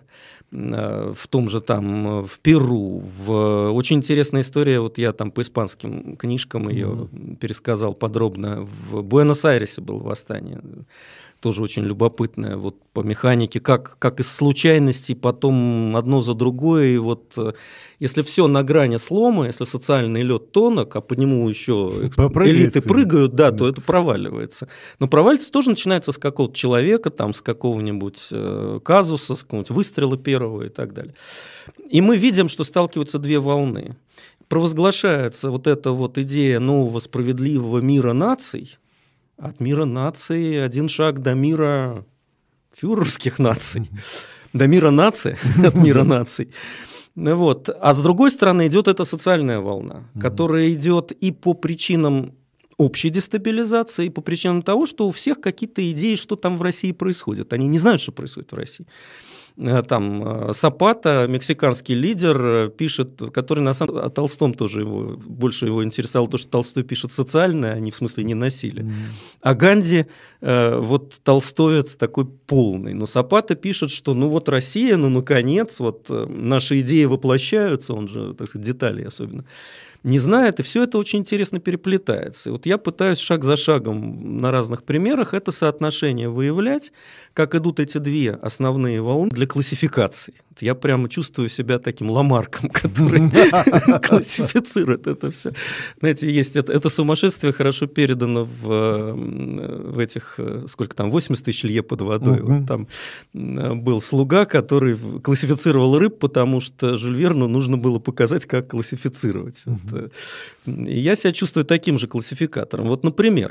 В том же там, в Перу, очень интересная история, вот я там по испанским книжкам ее пересказал подробно, в Буэнос-Айресе было восстание, тоже очень любопытное, вот по механике, как из случайностей потом одно за другое, и вот если все на грани слома, если социальный лед тонок, а по нему еще элиты прыгают, да, то это проваливается. Но проваливается тоже начинается с какого-то человека, там, с какого-нибудь казуса, с какого-нибудь выстрела первого и так далее. И мы видим, что сталкиваются 2 волны. Провозглашается вот эта вот идея нового справедливого мира наций. От мира наций 1 шаг до мира фюрерских наций, до мира наций, от мира наций. Вот. А с другой стороны идет эта социальная волна, которая идет и по причинам общей дестабилизации, и по причинам того, что у всех какие-то идеи, что там в России происходит. Они не знают, что происходит в России. Там Сапата, мексиканский лидер, пишет, который на самом деле, Толстом тоже больше его интересовало то, что Толстой пишет социальное, а не в смысле не насилие. А Ганди, вот толстоец такой полный. Но Сапата пишет, что ну вот Россия, ну наконец, вот наши идеи воплощаются, он же, так сказать, детали особенно не знает, и все это очень интересно переплетается. И вот я пытаюсь шаг за шагом на разных примерах это соотношение выявлять, как идут эти 2 основные волны для классификации. Я прямо чувствую себя таким Ламарком, который классифицирует это все. Знаете, есть это сумасшествие хорошо передано в этих, сколько там, 80 тысяч лье под водой. Вот там был слуга, который классифицировал рыб, потому что Жюль Верну нужно было показать, как классифицировать. Я себя чувствую таким же классификатором. Вот, например,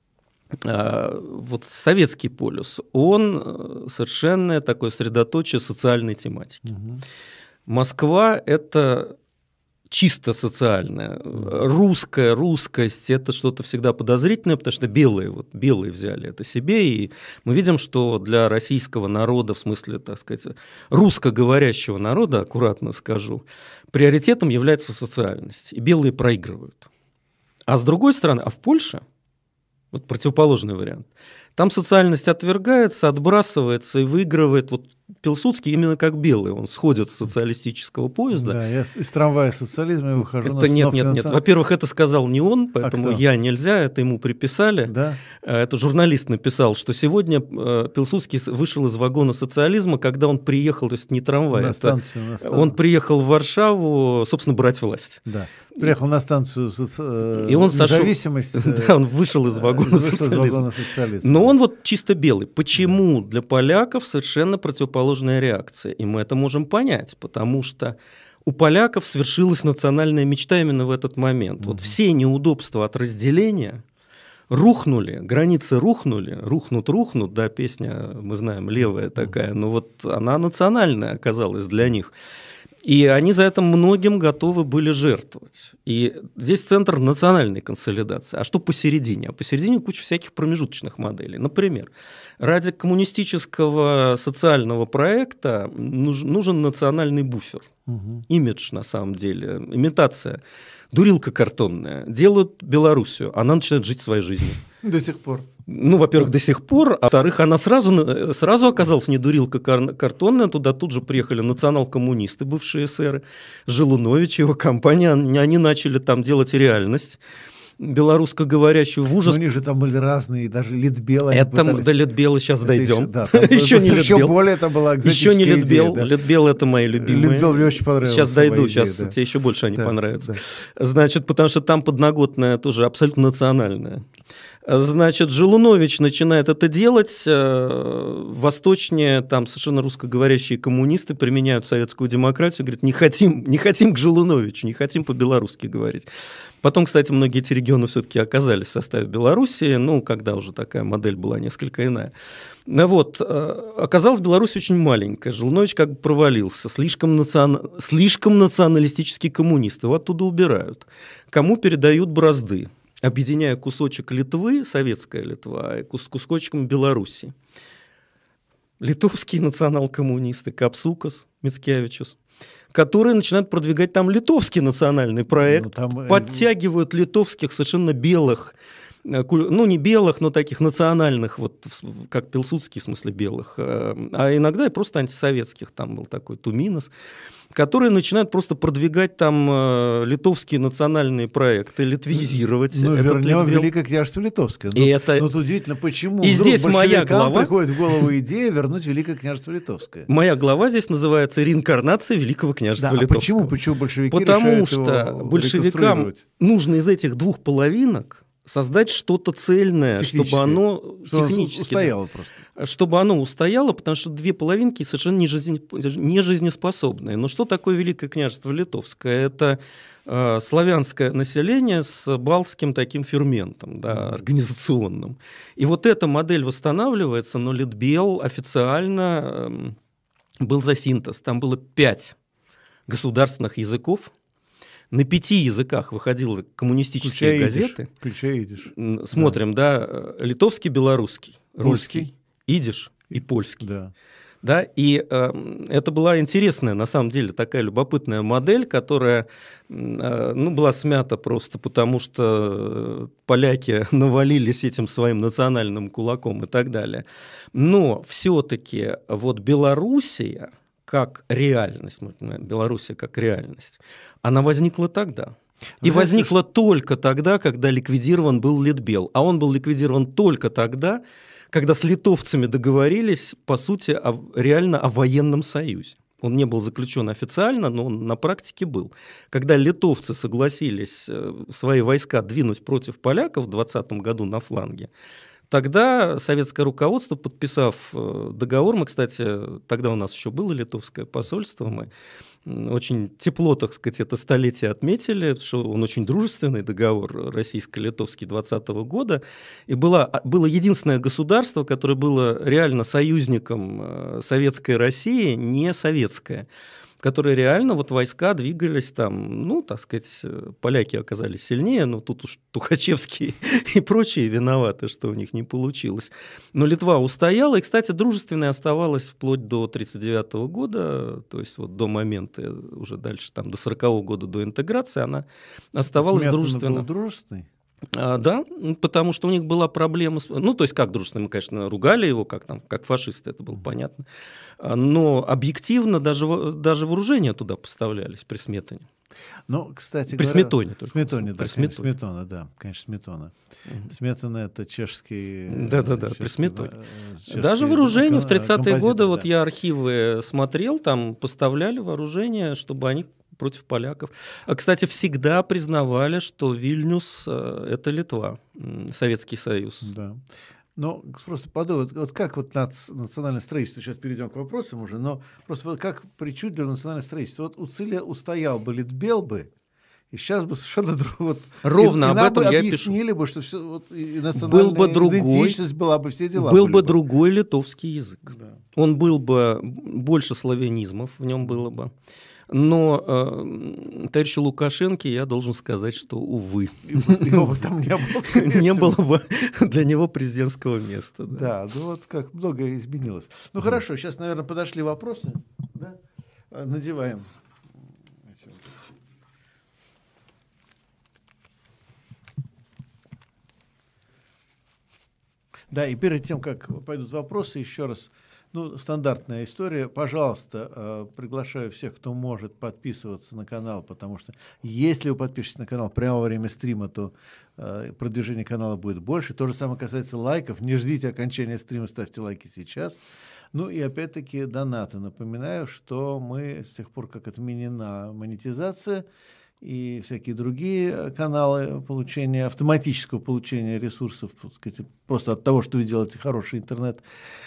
вот советский полюс, он совершенно такое средоточие социальной тематики. Москва – это чисто социальная. Русскость – это что-то всегда подозрительное, потому что белые взяли это себе, и мы видим, что для российского народа, в смысле, так сказать, русскоговорящего народа, аккуратно скажу, приоритетом является социальность, и белые проигрывают. А с другой стороны, в Польше, вот противоположный вариант, там социальность отвергается, отбрасывается и выигрывает вот Пилсудский именно как белый. Он сходит с социалистического поезда. Да, я из трамвая социализма и выхожу на остановке. Нет. Во-первых, это сказал не он, поэтому нельзя, это ему приписали. Да? Это журналист написал, что сегодня Пилсудский вышел из вагона социализма, когда он приехал, то есть не трамвай. На станцию. Он приехал в Варшаву, собственно, брать власть. Да. Приехал на станцию и он независимости. Да, он вышел из вагона социализма. Но он вот чисто белый. Почему для поляков совершенно противоположная реакция? И мы это можем понять, потому что у поляков свершилась национальная мечта именно в этот момент. Вот все неудобства от разделения рухнули, границы рухнут, да, песня, мы знаем, левая такая, но вот она национальная оказалась для них. И они за это многим готовы были жертвовать. И здесь центр национальной консолидации. А что посередине? А посередине куча всяких промежуточных моделей. Например, ради коммунистического социального проекта нужен национальный буфер. Имидж, на самом деле, имитация. Дурилка картонная. Делают Белоруссию, она начинает жить своей жизнью. До сих пор. Ну, во-первых, до сих пор, а во-вторых, она сразу оказалась не дурилка картонная, туда тут же приехали национал-коммунисты, бывшие эсеры, Желунович и его компания, они начали там делать реальность белорусско-говорящую в ужас. Но они же там были разные, даже Литбел. До Литбела сейчас дойдем. Еще не Литбел. Еще более это была экзотическая идея. Еще не Литбел. Да? Литбел – это мои любимые. Литбел мне очень понравился. Сейчас дойду, сейчас тебе еще больше они понравятся. Значит, потому что там подноготная тоже абсолютно национальная. Значит, Желунович начинает это делать, восточнее, там совершенно русскоговорящие коммунисты применяют советскую демократию, говорят, не хотим к Желуновичу, не хотим по-белорусски говорить. Потом, кстати, многие эти регионы все-таки оказались в составе Белоруссии, ну, когда уже такая модель была несколько иная. Вот. Оказалось, Беларусь очень маленькая, Желунович как бы провалился, слишком националистический коммунист, его оттуда убирают. Кому передают бразды? Объединяя кусочек Литвы, советская Литва, с кусочком Беларуси. Литовские национал-коммунисты, Капсукас, Мицкевичус, которые начинают продвигать там литовский национальный проект, подтягивают литовских совершенно белых, ну не белых, но таких национальных, вот как Пилсудский в смысле белых, а иногда и просто антисоветских, там был такой Туминас, которые начинают просто продвигать там литовские национальные проекты, литвизировать. Ну, вернем Великое княжество Литовское. Но вот удивительно, почему и здесь моя глава приходит в голову идея вернуть Великое княжество Литовское. Моя глава здесь называется «Реинкарнация Великого княжества Литовского». Почему большевики Потому решают что большевикам нужно из этих двух половинок создать что-то цельное, чтобы оно технически устояло просто. Чтобы оно устояло, потому что две половинки совершенно не жизнеспособные. Но что такое Великое княжество Литовское? Это славянское население с балтским таким ферментом, да, организационным. И вот эта модель восстанавливается, но Литбел официально был за синтез. Там было 5 государственных языков. На 5 языках выходили коммунистические газеты. Включая идиш. Смотрим, да, литовский, белорусский, русский, идиш и польский. Да, и это была интересная, на самом деле, такая любопытная модель, которая была смята просто потому, что поляки навалились этим своим национальным кулаком и так далее. Но все-таки вот Белоруссия как реальность, Белоруссия как реальность, она возникла тогда. И возникла только тогда, когда ликвидирован был Литбел. А он был ликвидирован только тогда, когда с литовцами договорились, по сути, реально о военном союзе. Он не был заключен официально, но он на практике был. Когда литовцы согласились свои войска двинуть против поляков в 2020 году на фланге, тогда советское руководство, подписав договор, мы, кстати, тогда у нас еще было литовское посольство, мы очень тепло, так сказать, это столетие отметили, что он очень дружественный договор российско-литовский 2020 года, и было единственное государство, которое было реально союзником советской России, не советское. которые реально вот войска двигались там, ну, так сказать, поляки оказались сильнее, но тут уж Тухачевские и прочие виноваты, что у них не получилось. Но Литва устояла, и, кстати, дружественной оставалась вплоть до 1939 года, то есть вот до момента, уже дальше, там, до 1940 года, до интеграции, она оставалась дружественной. Да, потому что у них была проблема с... Ну, то есть, как дружественно, мы, конечно, ругали его, как фашисты, это было понятно. Но объективно даже вооружения туда поставлялись при Сметане. Ну, кстати при говоря, Сметоне только. Сметоне, да, при Сметоне. Сметона, да, конечно, Сметона. Сметана — это чешский... Да-да-да, при Сметоне. Даже вооружение в 30-е годы, да. вот я архивы смотрел, там поставляли вооружение, чтобы они против поляков. Кстати, всегда признавали, что Вильнюс — это Литва, Советский Союз. Да. Но просто подумай, вот как вот национальное строительство, сейчас перейдем к вопросам уже, но просто вот как причудливо национальное строительство. Вот устоял бы Литбел бы, и сейчас бы совершенно вот, ровно об этом я объяснили пишу. бы, что все, вот, и национальная идентичность была бы, все дела был бы другой литовский язык. Да. Он был бы больше славянизмов, в нем было бы. Но товарищу Лукашенко я должен сказать, что, увы, его бы там не было. Не было бы для него президентского места. Да, ну вот как многое изменилось. Ну хорошо, сейчас, наверное, подошли вопросы. Да? Надеваем. Да, и перед тем, как пойдут вопросы, еще раз, ну, стандартная история. Пожалуйста, приглашаю всех, кто может, подписываться на канал, потому что если вы подпишетесь на канал прямо во время стрима, то продвижение канала будет больше. То же самое касается лайков. Не ждите окончания стрима, ставьте лайки сейчас. Ну и опять-таки донаты. Напоминаю, что мы с тех пор, как отменена монетизация и всякие другие каналы получения, автоматического получения ресурсов, так сказать, просто от того, что вы делаете хороший интернет,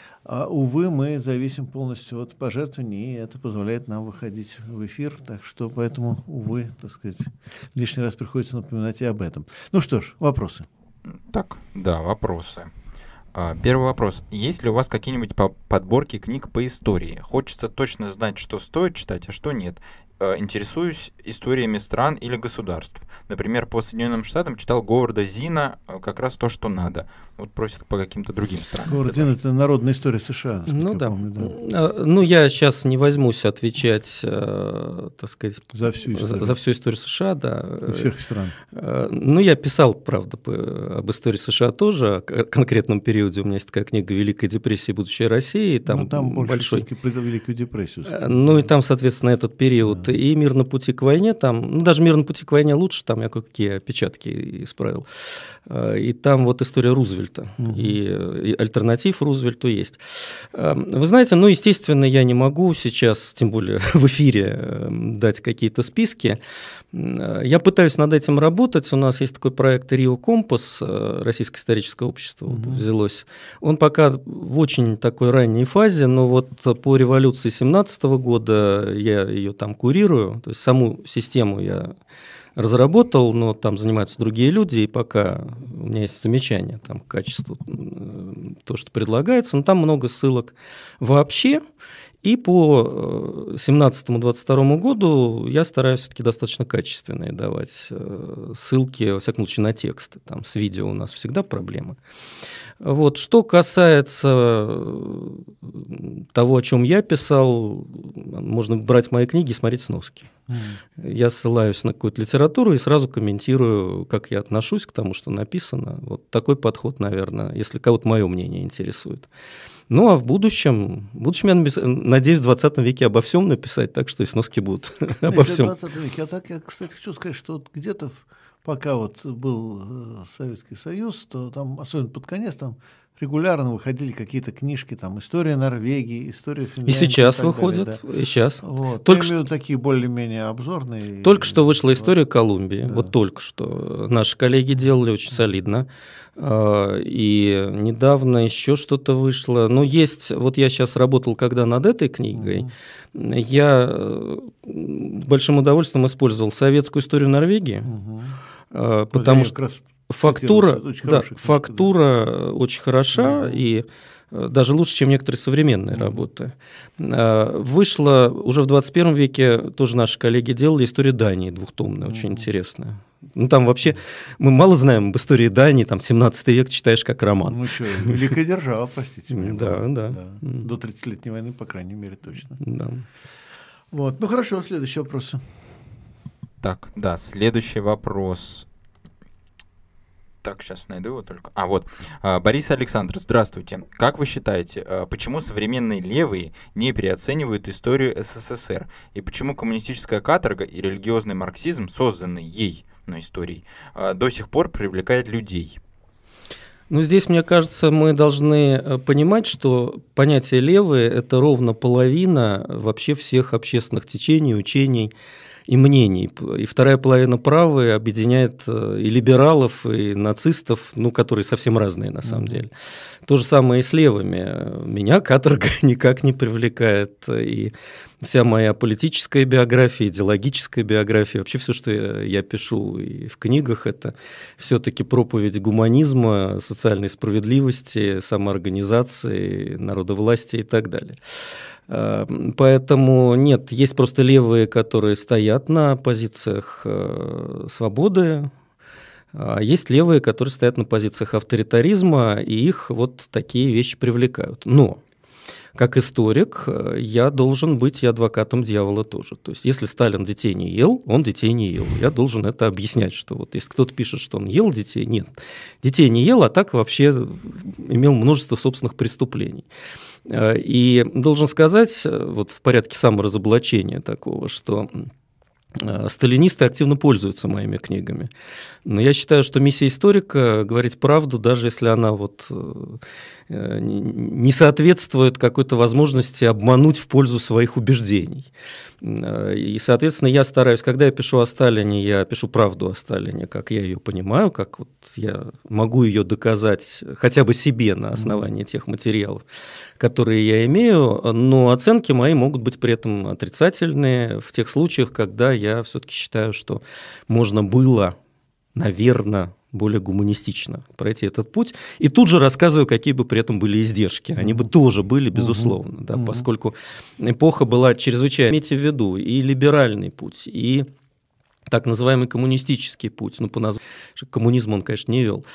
увы, мы зависим полностью от пожертвований, и это позволяет нам выходить в эфир, так что поэтому, увы, так сказать, лишний раз приходится напоминать и об этом. Ну что ж, вопросы. Так, да, вопросы. Первый вопрос. Есть ли у вас какие-нибудь подборки книг по истории? Хочется точно знать, что стоит читать, а что нет. Интересуюсь историями стран или государств. Например, по Соединенным Штатам читал Говарда Зина как раз то, что надо. Вот просят по каким-то другим странам. Говард Зин — это народная история США. Ну да. Помню, да. Ну я сейчас не возьмусь отвечать, так сказать, за всю историю США, да. Всех стран. Ну я писал, правда, об истории США тоже, о конкретном периоде. У меня есть такая книга «Великая депрессия. Будущее России». Там больше большой... про Великую депрессию. Ну и там, соответственно, этот период. Да. И «Мир на пути к войне», там, ну даже «Мир на пути к войне» лучше, там я кое-какие опечатки исправил. И там вот история Рузвельта, и альтернатив Рузвельту есть. Вы знаете, ну, естественно, я не могу сейчас, тем более в эфире, дать какие-то списки. Я пытаюсь над этим работать. У нас есть такой проект «Рио Компас», Российское историческое общество взялось. Он пока в очень такой ранней фазе, но вот по революции 17 года я ее там курирую, то есть саму систему я разработал, но там занимаются другие люди, и пока у меня есть замечания там, к качеству то, что предлагается, но там много ссылок вообще. И по 17-22 году я стараюсь все-таки достаточно качественные давать ссылки, во всяком случае, на тексты. Там с видео у нас всегда проблема. Вот. Что касается того, о чем я писал, можно брать мои книги и смотреть сноски. Я ссылаюсь на какую-то литературу и сразу комментирую, как я отношусь к тому, что написано. Вот такой подход, наверное, если кого-то мое мнение интересует. Ну, а в будущем я надеюсь, в 20 веке обо всем написать, так что и сноски будут обо всем. Я, кстати, хочу сказать, что вот где-то пока вот был Советский Союз, то там, особенно под конец, там регулярно выходили какие-то книжки, там «История Норвегии», «История Финляндии». И сейчас выходят, далее, да. и сейчас. Вот. Только что такие более-менее обзорные. Только что вышла «История Колумбии», да. Вот только что. Наши коллеги делали очень солидно. И недавно еще что-то вышло. Но есть, вот я сейчас работал когда над этой книгой, я с большим удовольствием использовал советскую историю Норвегии, потому что фактура очень хороша, и даже лучше, чем некоторые современные работы. Вышла уже в 21 веке, тоже наши коллеги делали, история Дании двухтомная, очень интересная. Ну, там вообще, мы мало знаем об истории Дании, там 17 век читаешь как роман. Ну что, великая держава, простите меня. Да. До 30-летней войны, по крайней мере, точно. Да. Вот, ну хорошо, следующий вопрос. Так, да, следующий вопрос. Так, сейчас найду его только. Вот. Борис Александр, здравствуйте. Как вы считаете, почему современные левые не переоценивают историю СССР? И почему коммунистическая каторга и религиозный марксизм, созданный ей, историей, до сих пор привлекает людей? Ну, здесь, мне кажется, мы должны понимать, что понятие «левые» — это ровно половина вообще всех общественных течений, учений и мнений. И вторая половина правые объединяет и либералов, и нацистов, ну, которые совсем разные на самом деле. То же самое и с левыми. Меня каторга никак не привлекает. И вся моя политическая биография, идеологическая биография, вообще все, что я пишу и в книгах, это все-таки проповедь гуманизма, социальной справедливости, самоорганизации, народовластия и так далее. Поэтому нет, есть просто левые, которые стоят на позициях свободы, а есть левые, которые стоят на позициях авторитаризма, и их вот такие вещи привлекают. Но как историк я должен быть и адвокатом дьявола тоже. То есть если Сталин детей не ел, он детей не ел. Я должен это объяснять, что вот если кто-то пишет, что он ел детей, нет. Детей не ел, а так вообще имел множество собственных преступлений. И должен сказать, вот в порядке саморазоблачения такого, что сталинисты активно пользуются моими книгами. Но я считаю, что миссия историка — говорить правду, даже если она вот не соответствует какой-то возможности обмануть в пользу своих убеждений. И, соответственно, я стараюсь, когда я пишу о Сталине, я пишу правду о Сталине, как я ее понимаю, как вот я могу ее доказать хотя бы себе на основании тех материалов, которые я имею, но оценки мои могут быть при этом отрицательные в тех случаях, когда я все-таки считаю, что можно было, наверное, более гуманистично пройти этот путь. И тут же рассказываю, какие бы при этом были издержки. Они бы тоже были, безусловно, да, поскольку эпоха была чрезвычайно. Имейте в виду и либеральный путь, и так называемый коммунистический путь. Ну, по названию коммунизм он, конечно, не вел.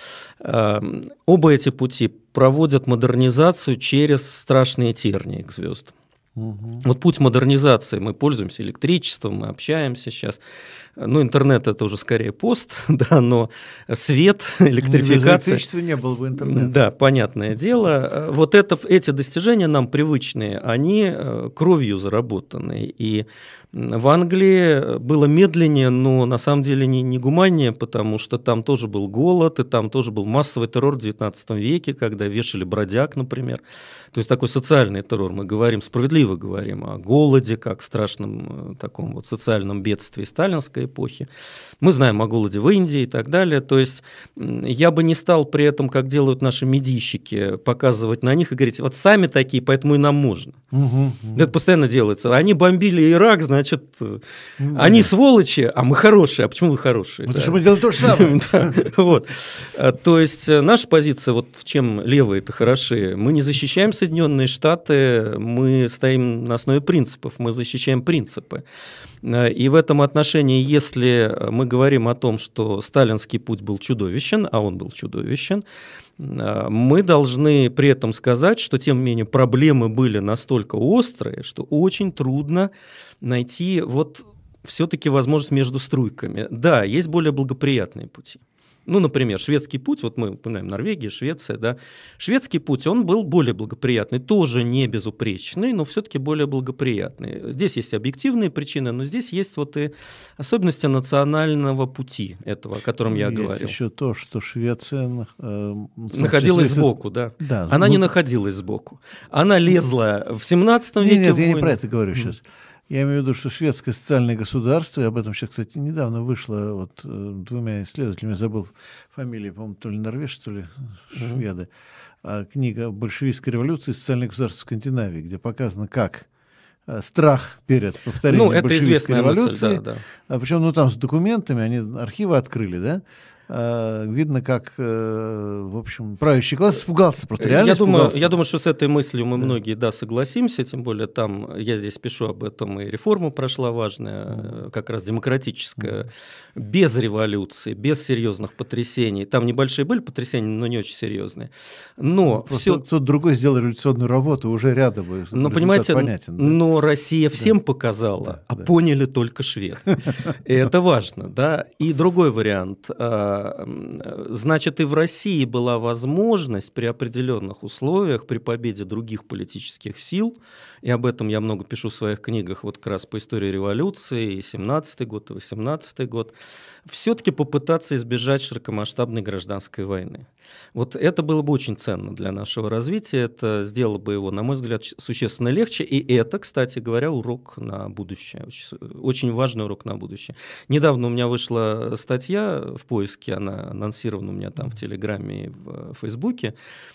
Оба эти пути проводят модернизацию через страшные тернии к звездам. Вот путь модернизации, мы пользуемся электричеством, мы общаемся сейчас. Ну, интернет — это уже скорее пост, да, но свет, электрификация... Без электричества не было бы интернета. Да, понятное дело. Вот эти достижения нам привычные, они кровью заработаны. И в Англии было медленнее, но на самом деле не гуманнее, потому что там тоже был голод, и там тоже был массовый террор в XIX веке, когда вешали бродяг, например. То есть такой социальный террор. Мы говорим, справедливо говорим о голоде, как страшном таком вот социальном бедствии сталинской эпохи. Мы знаем о голоде в Индии и так далее. То есть я бы не стал при этом, как делают наши медийщики, показывать на них и говорить, вот сами такие, поэтому и нам можно. Это постоянно делается. Они бомбили Ирак, значит, они сволочи, а мы хорошие. А почему вы хорошие? Потому что мы делаем то же самое. Вот. То есть наша позиция, вот в чем левые-то хороши, мы не защищаем Соединенные Штаты, мы стоим на основе принципов, мы защищаем принципы. И в этом отношении, если мы говорим о том, что сталинский путь был чудовищен, а он был чудовищен, мы должны при этом сказать, что, тем не менее, проблемы были настолько острые, что очень трудно найти вот все-таки возможность между струйками. Да, есть более благоприятные пути. Ну, например, шведский путь, вот мы упоминаем Норвегия, Швеция, да. Шведский путь, он был более благоприятный, тоже не безупречный, но все-таки более благоприятный. Здесь есть объективные причины, но здесь есть вот и особенности национального пути этого, о котором я говорил. Есть еще то, что Швеция находилась сбоку, да. Она не находилась сбоку. Она лезла в 17 веке. Нет, я не про это говорю сейчас. Я имею в виду, что шведское социальное государство, и об этом сейчас, кстати, недавно вышло вот двумя исследователями, я забыл фамилии, по-моему, то ли норвежцы, то ли шведы, книга «Большевистская революция и социальное государство Скандинавии», где показано, как страх перед повторением большевистской революции, мысль, да. Причем там с документами, они архивы открыли, да, видно, как, в общем, правящий класс испугался, просто реально испугался. Я думаю, что с этой мыслью мы многие, согласимся, тем более там, я здесь пишу об этом, и реформа прошла важная, как раз демократическая, без революции, без серьезных потрясений. Там небольшие были потрясения, но не очень серьезные. Но кто-то другой сделал революционную работу, уже рядом. Но, понимаете, понятен, но Россия всем показала, поняли только швед. И это важно, да. И другой вариант. Значит, и в России была возможность при определенных условиях, при победе других политических сил, и об этом я много пишу в своих книгах, вот как раз по истории революции, и 17-й год, и 18-й год, все-таки попытаться избежать широкомасштабной гражданской войны. Вот это было бы очень ценно для нашего развития, это сделало бы его, на мой взгляд, существенно легче, и это, кстати говоря, урок на будущее, очень важный урок на будущее. Недавно у меня вышла статья в «Поиске», она анонсирована у меня там в Телеграме и в Фейсбуке,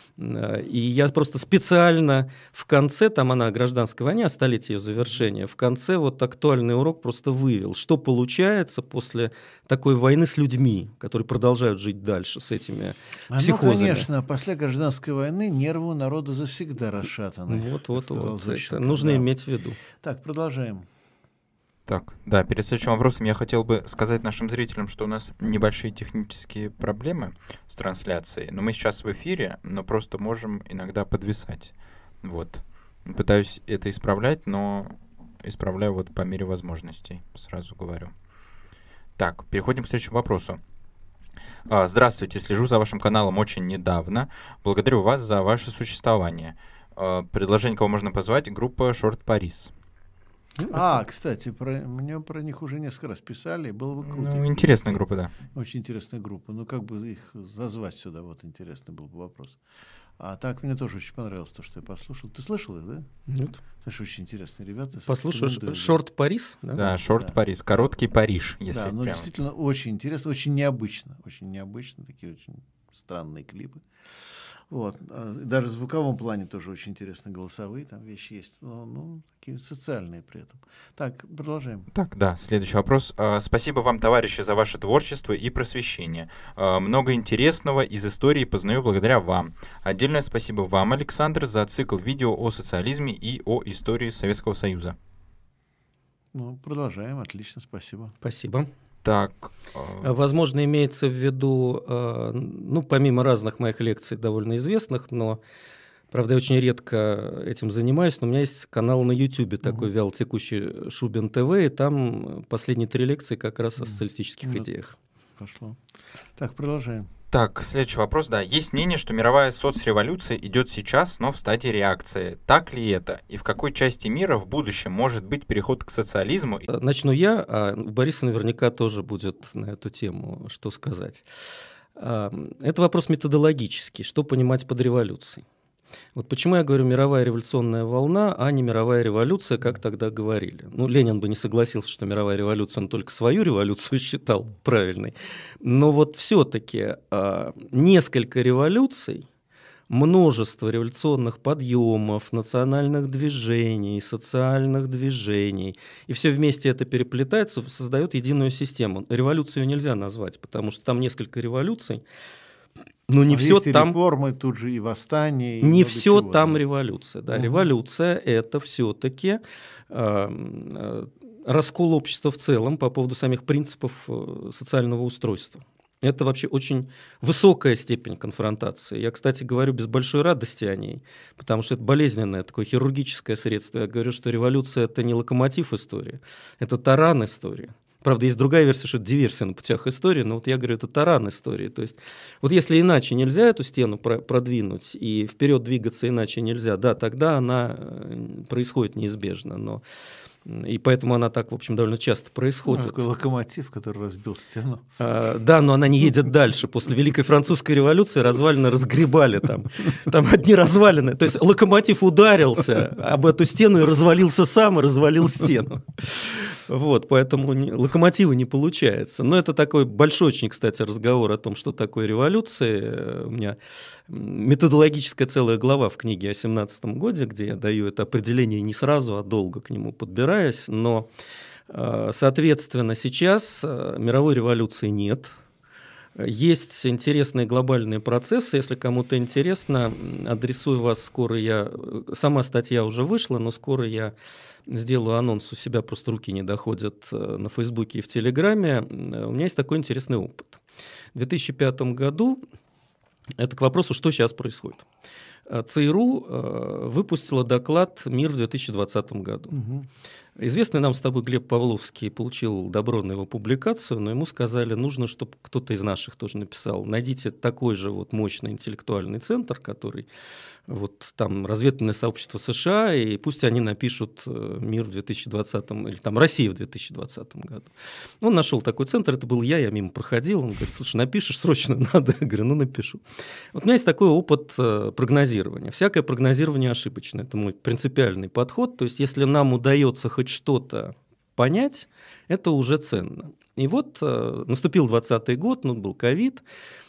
и я просто специально в конце, там она о гражданской войне, о столетии ее завершения, в конце вот актуальный урок просто вывел, что получается после такой войны с людьми, которые продолжают жить дальше с этими психозами. Ну, конечно, после гражданской войны нервы у народа завсегда расшатаны. Вот, это нужно иметь в виду. Так, продолжаем. Так, да, перед следующим вопросом я хотел бы сказать нашим зрителям, что у нас небольшие технические проблемы с трансляцией, но мы сейчас в эфире, но просто можем иногда подвисать. Вот. Пытаюсь это исправлять, но исправляю вот по мере возможностей, сразу говорю. Так, переходим к следующему вопросу. Здравствуйте, слежу за вашим каналом очень недавно. Благодарю вас за ваше существование. Предложение, кого можно позвать, группа Short Paris. Кстати, мне про них уже несколько раз писали, было бы круто. Ну, интересная группа, да. Очень интересная группа. Ну, как бы их зазвать сюда, вот интересный был бы вопрос. А так, мне тоже очень понравилось то, что я послушал. Ты слышал их, да? Нет. Это очень интересные ребята. Послушаешь, Short Paris? Да, Short Paris, короткий Париж, если да, ну, прямо. Действительно очень интересно, очень необычно. Очень необычно, такие очень странные клипы. Вот. Даже в звуковом плане тоже очень интересно, голосовые там вещи есть, но такие социальные при этом. Так, продолжаем. Так, да, следующий вопрос. Спасибо вам, товарищи, за ваше творчество и просвещение. Много интересного из истории познаю благодаря вам. Отдельное спасибо вам, Александр, за цикл видео о социализме и о истории Советского Союза. Ну, продолжаем, отлично, спасибо. Спасибо. Так. Возможно, имеется в виду, ну, помимо разных моих лекций, довольно известных, но, правда, я очень редко этим занимаюсь, но у меня есть канал на YouTube такой вялотекущий Шубин ТВ, и там последние 3 лекции как раз о социалистических идеях. Пошло. Так, продолжаем. Так, следующий вопрос, да. Есть мнение, что мировая соцреволюция идет сейчас, но в стадии реакции. Так ли это? И в какой части мира в будущем может быть переход к социализму? Начну я, а у Бориса наверняка тоже будет на эту тему что сказать. Это вопрос методологический. Что понимать под революцией? Вот почему я говорю мировая революционная волна, а не мировая революция, как тогда говорили. Ну, Ленин бы не согласился, что мировая революция, он только свою революцию считал правильной. Но вот все-таки несколько революций, множество революционных подъемов, национальных движений, социальных движений, и все вместе это переплетается, создает единую систему. Революцию нельзя назвать, потому что там несколько революций. Но не все там реформы, тут же и восстания. Не все там революция. Да. Революция — это все-таки раскол общества в целом по поводу самих принципов социального устройства. Это вообще очень высокая степень конфронтации. Я, кстати, говорю без большой радости о ней, потому что это болезненное такое хирургическое средство. Я говорю, что революция — это не локомотив истории, это таран истории. Правда, есть другая версия, что это диверсия на путях истории, но вот я говорю, это таран истории. То есть вот если иначе нельзя эту стену продвинуть и вперед двигаться иначе нельзя, да, тогда она происходит неизбежно. Но и поэтому она так, в общем, довольно часто происходит. Такой локомотив, который разбил стену. Да, но она не едет дальше. После Великой Французской революции развалины разгребали там. Там одни развалины. То есть локомотив ударился об эту стену и развалился сам, и развалил стену. Вот, поэтому локомотива не получается. Но это такой большой очень, кстати, разговор о том, что такое революция. У меня методологическая целая глава в книге о 17-м годе, где я даю это определение не сразу, а долго к нему подбираюсь. Но, соответственно, сейчас мировой революции нет. Есть интересные глобальные процессы. Если кому-то интересно, адресую вас скоро. Сама статья уже вышла, но скоро я сделаю анонс у себя, просто руки не доходят, на Фейсбуке и в Телеграме. У меня есть такой интересный опыт. В 2005 году, это к вопросу, что сейчас происходит. ЦРУ выпустила доклад «Мир в 2020 году». Угу. Известный нам с тобой Глеб Павловский получил добро на его публикацию, но ему сказали, нужно, чтобы кто-то из наших тоже написал. Найдите такой же вот мощный интеллектуальный центр, который вот там разведывательное сообщество США, и пусть они напишут «Мир в 2020» или там «Россия в 2020 году». Он нашел такой центр, это был я мимо проходил, он говорит, слушай, напишешь, срочно надо. Я говорю, ну напишу. Вот у меня есть такой опыт прогнозирования. Всякое прогнозирование ошибочное, это мой принципиальный подход, то есть если нам удается хоть что-то понять, это уже ценно. И вот наступил 2020 год, был ковид,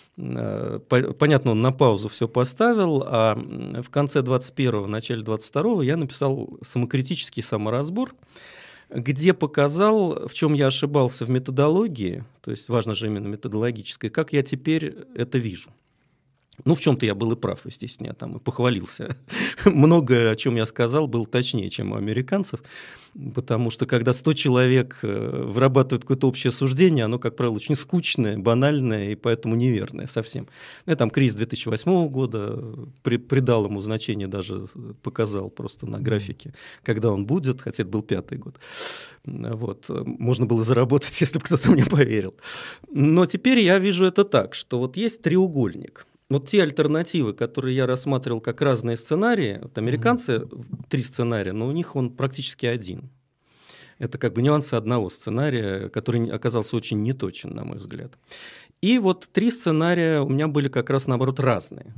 понятно, он на паузу все поставил, а в конце 21-го, начале 22-го я написал самокритический саморазбор, где показал, в чем я ошибался в методологии, то есть важно же именно методологическое, как я теперь это вижу. Ну, в чем-то я был и прав, естественно, я там и похвалился. Многое, о чем я сказал, было точнее, чем у американцев, потому что когда 100 человек вырабатывают какое-то общее суждение, оно, как правило, очень скучное, банальное и поэтому неверное совсем. Я там кризис 2008 года придал ему значение, даже показал просто на графике, когда он будет, хотя это был 5-й год. Вот. Можно было заработать, если бы кто-то мне поверил. Но теперь я вижу это так, что вот есть треугольник. Вот те альтернативы, которые я рассматривал как разные сценарии, вот американцы 3 сценария, но у них он практически один. Это как бы нюансы одного сценария, который оказался очень неточен, на мой взгляд. И вот 3 сценария у меня были как раз, наоборот, разные.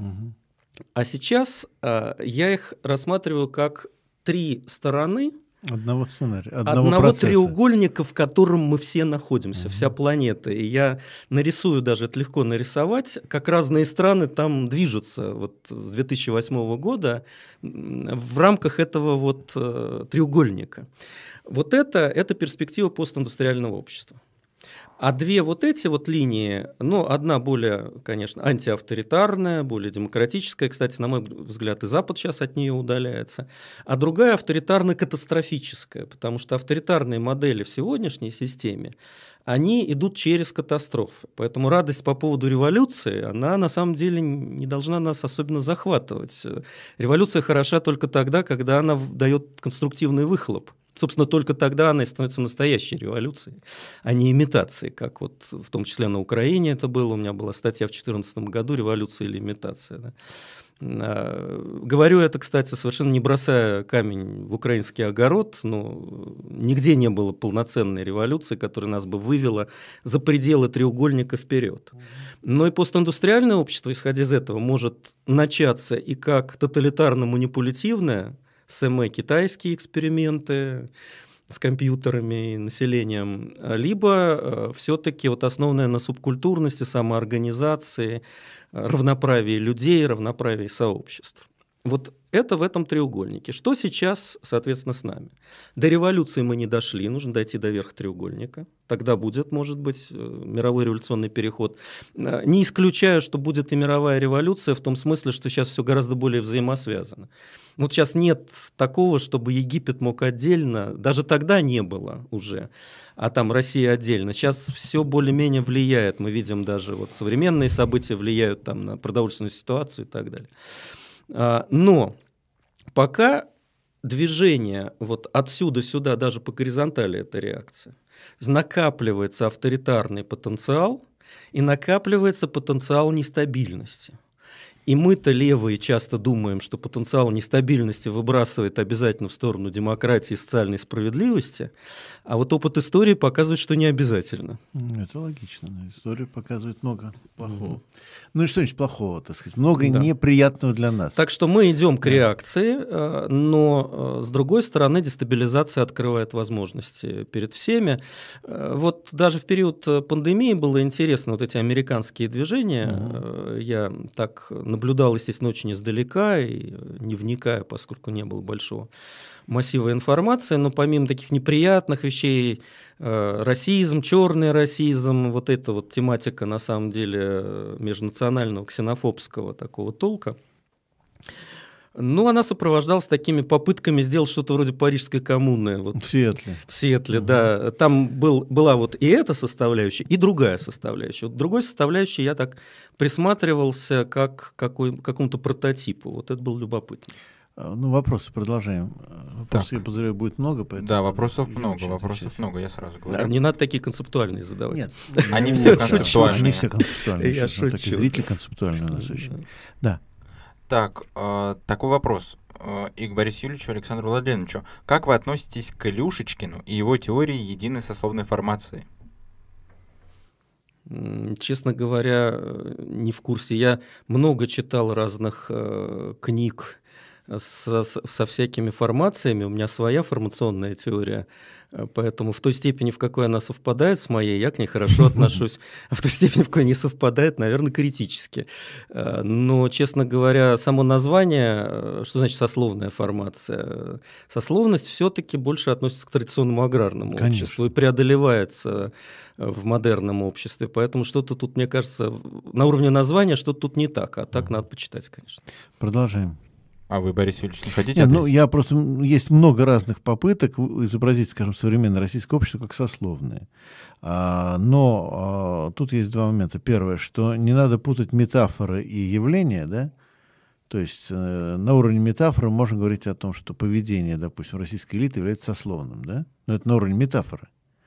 А сейчас я их рассматриваю как 3 стороны одного сценария, одного треугольника, в котором мы все находимся, вся планета. И я нарисую, даже это легко нарисовать, как разные страны там движутся вот с 2008 года в рамках этого вот треугольника. Вот это перспектива постиндустриального общества. А 2 вот эти вот линии, одна более, конечно, антиавторитарная, более демократическая, кстати, на мой взгляд, и Запад сейчас от нее удаляется, а другая авторитарно-катастрофическая, потому что авторитарные модели в сегодняшней системе, они идут через катастрофы. Поэтому радость по поводу революции, она на самом деле не должна нас особенно захватывать. Революция хороша только тогда, когда она дает конструктивный выхлоп. Собственно, только тогда она и становится настоящей революцией, а не имитацией, как вот в том числе на Украине это было. У меня была статья в 2014 году «Революция или имитация». Да? Говорю это, кстати, совершенно не бросая камень в украинский огород, но нигде не было полноценной революции, которая нас бы вывела за пределы треугольника вперед. Но и постиндустриальное общество, исходя из этого, может начаться и как тоталитарно-манипулятивное, СМЭ китайские эксперименты с компьютерами и населением, либо все-таки вот основанное на субкультурности, самоорганизации, равноправии людей, равноправии сообществ. Вот это в этом треугольнике. Что сейчас, соответственно, с нами? До революции мы не дошли, нужно дойти до верха треугольника. Тогда будет, может быть, мировой революционный переход. Не исключаю, что будет и мировая революция в том смысле, что сейчас все гораздо более взаимосвязано. Вот сейчас нет такого, чтобы Египет мог отдельно, даже тогда не было уже, а там Россия отдельно. Сейчас все более-менее влияет. Мы видим даже вот современные события влияют там на продовольственную ситуацию и так далее. Но пока движение вот отсюда сюда, даже по горизонтали эта реакция, накапливается авторитарный потенциал и накапливается потенциал нестабильности. И мы-то левые часто думаем, что потенциал нестабильности выбрасывает обязательно в сторону демократии и социальной справедливости, а вот опыт истории показывает, что не обязательно. Это логично. История показывает много плохого. Ну и что значит плохого, так сказать? Много неприятного для нас. Так что мы идем к реакции, но с другой стороны дестабилизация открывает возможности перед всеми. Вот даже в период пандемии было интересно, вот эти американские движения, я так наблюдал, естественно, очень издалека и не вникая, поскольку не было большого массива информации, но помимо таких неприятных вещей, расизм, черный расизм, вот эта вот тематика, на самом деле, межнационального ксенофобского такого толка, ну, она сопровождалась такими попытками сделать что-то вроде Парижской коммуны. Вот, в Сиэтле. В Сиэтле, да. Там была вот и эта составляющая, и другая составляющая. Вот другой составляющей я так присматривался как к какому-то прототипу. Вот это было любопытно. Ну, вопросы продолжаем. Вопросов, я подозреваю, будет много. Поэтому да, вопросов много, я сразу говорю. Да, не надо такие концептуальные задавать. Нет. Они все концептуальные. Они все концептуальные. Я шучу. Такие зрители концептуальные у нас очень. Да. Так, такой вопрос и к Борису Юрьевичу, Александру Владимировичу. Как вы относитесь к Илюшечкину и его теории единой сословной формации? Честно говоря, не в курсе. Я много читал разных книг со всякими формациями. У меня своя формационная теория. Поэтому в той степени, в какой она совпадает с моей, я к ней хорошо отношусь. А в той степени, в какой не совпадает, наверное, критически. Но, честно говоря, само название, что значит сословная формация? Сословность все-таки больше относится к традиционному аграрному обществу и преодолевается в модерном обществе. Поэтому что-то тут, мне кажется, на уровне названия что-то тут не так. А так надо почитать, конечно. Продолжаем. А вы, Борис Юрьевич, не хотите? Нет, ну, я просто... Есть много разных попыток изобразить, скажем, современное российское общество как сословное. Но тут есть два момента. Первое, что не надо путать метафоры и явления, да? То есть на уровне метафоры можно говорить о том, что поведение, допустим, российской элиты является сословным, да? Но это на уровне метафоры.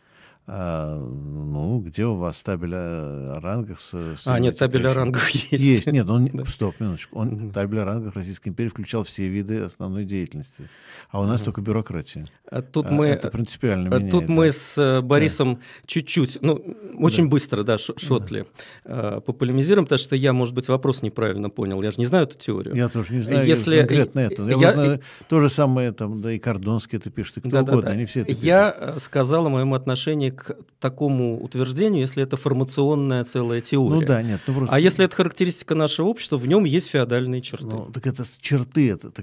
Ну, где у вас табель о рангах? Нет, табель о рангах есть. Есть, нет, стоп, минуточку. Табель о рангах Российской империи включал все виды основной деятельности. А у нас только бюрократия. Это принципиально меняет. Тут мы с Борисом чуть-чуть, очень быстро, шотли, пополемизируем, потому что я, может быть, вопрос неправильно понял. Я же не знаю эту теорию. Я тоже не знаю конкретно это. То же самое, да и Кордонский это пишет, и кто угодно, они все это пишут. Я сказал о моем отношении к такому утверждению, если это формационная целая теория. Ну да, нет. Просто... А если это характеристика нашего общества, в нем есть феодальные черты. Так это черты, так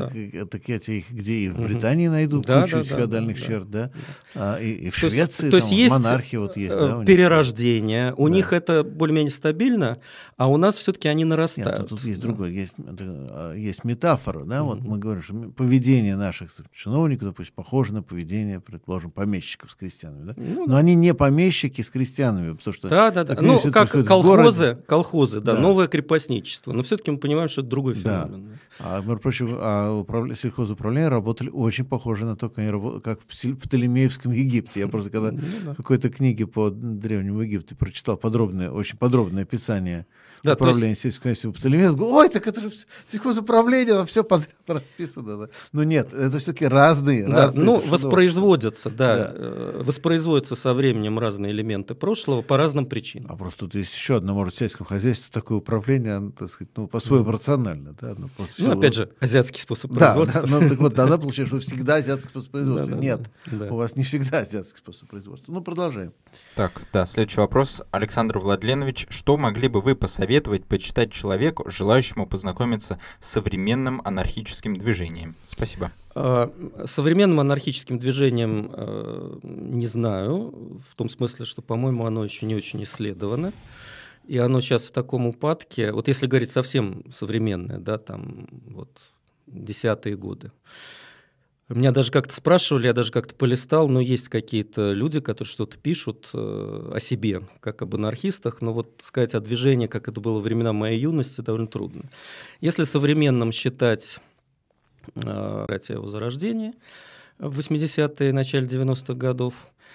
я тебе их где и в Британии найду кучу феодальных черт, да? И в Швеции, то есть есть монархия вот есть. Перерождение, у них это более-менее стабильно, а у нас все-таки они нарастают. Нет, тут есть другое, есть метафора, да, вот мы говорим, что поведение наших чиновников, допустим, похоже на поведение, предположим, помещиков с крестьянами, да? Но они не помещики с крестьянами, потому что... Да. Ну, как колхозы, да, новое крепостничество. Но все-таки мы понимаем, что это другой феномен. Да. Между прочим, сельхозуправление работали очень похоже на то, как в Птолемеевском Египте. Я просто когда в какой-то книге по Древнему Египту прочитал очень подробное описание управления сельским хозяйством Птолемея, ой, так это же сельхозуправление, там все подряд расписано. Да. Но нет, это все-таки разные. Воспроизводятся, воспроизводятся со временем разные элементы прошлого по разным причинам. А просто тут есть еще одно, может, в сельском хозяйстве такое управление, оно, так сказать, по-своему рационально. Да? Опять же, азиатский способ производства. Так вот, тогда получается, что всегда азиатский способ производства. Нет, у вас не всегда азиатский способ производства. Ну, продолжаем. Так, следующий вопрос. Александр Владленович, что могли бы вы посоветовать почитать человеку, желающему познакомиться с современным анархическим движением? Спасибо. Современным анархическим движением не знаю, в том смысле, что, по-моему, оно еще не очень исследовано, и оно сейчас в таком упадке, вот если говорить совсем современное, да, там вот 10-е годы. Меня даже как-то спрашивали, я даже как-то полистал, но есть какие-то люди, которые что-то пишут о себе, как об анархистах, но вот сказать о движении, как это было во времена моей юности, довольно трудно. Если современным считать «Братья Возрождения» в 80-е, начале 90-х годов.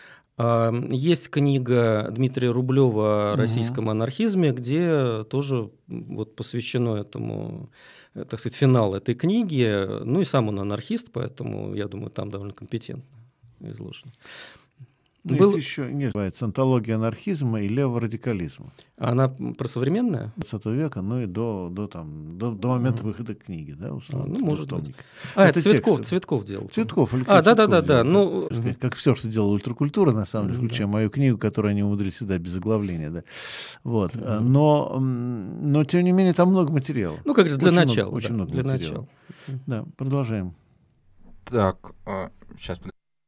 Есть книга Дмитрия Рублева о российском анархизме, где тоже вот посвящено этому, так сказать, финал этой книги. Ну и сам он анархист, поэтому, я думаю, там довольно компетентно изложено. Есть еще называется «Антология анархизма и левого радикализма». Она про современное? 20 века, ну и до момента выхода книги, да, условно. Может быть. Это Цветков делал. Цветков, Алексей Цветков. Да. Ну, как все, что делала ультракультура, на самом деле, включая мою книгу, которую они умудрились всегда без заглавления, да. Вот. Но, тем не менее, там много материала. Ну, как же для начала. Очень много для материала. Да, продолжаем. Так, сейчас.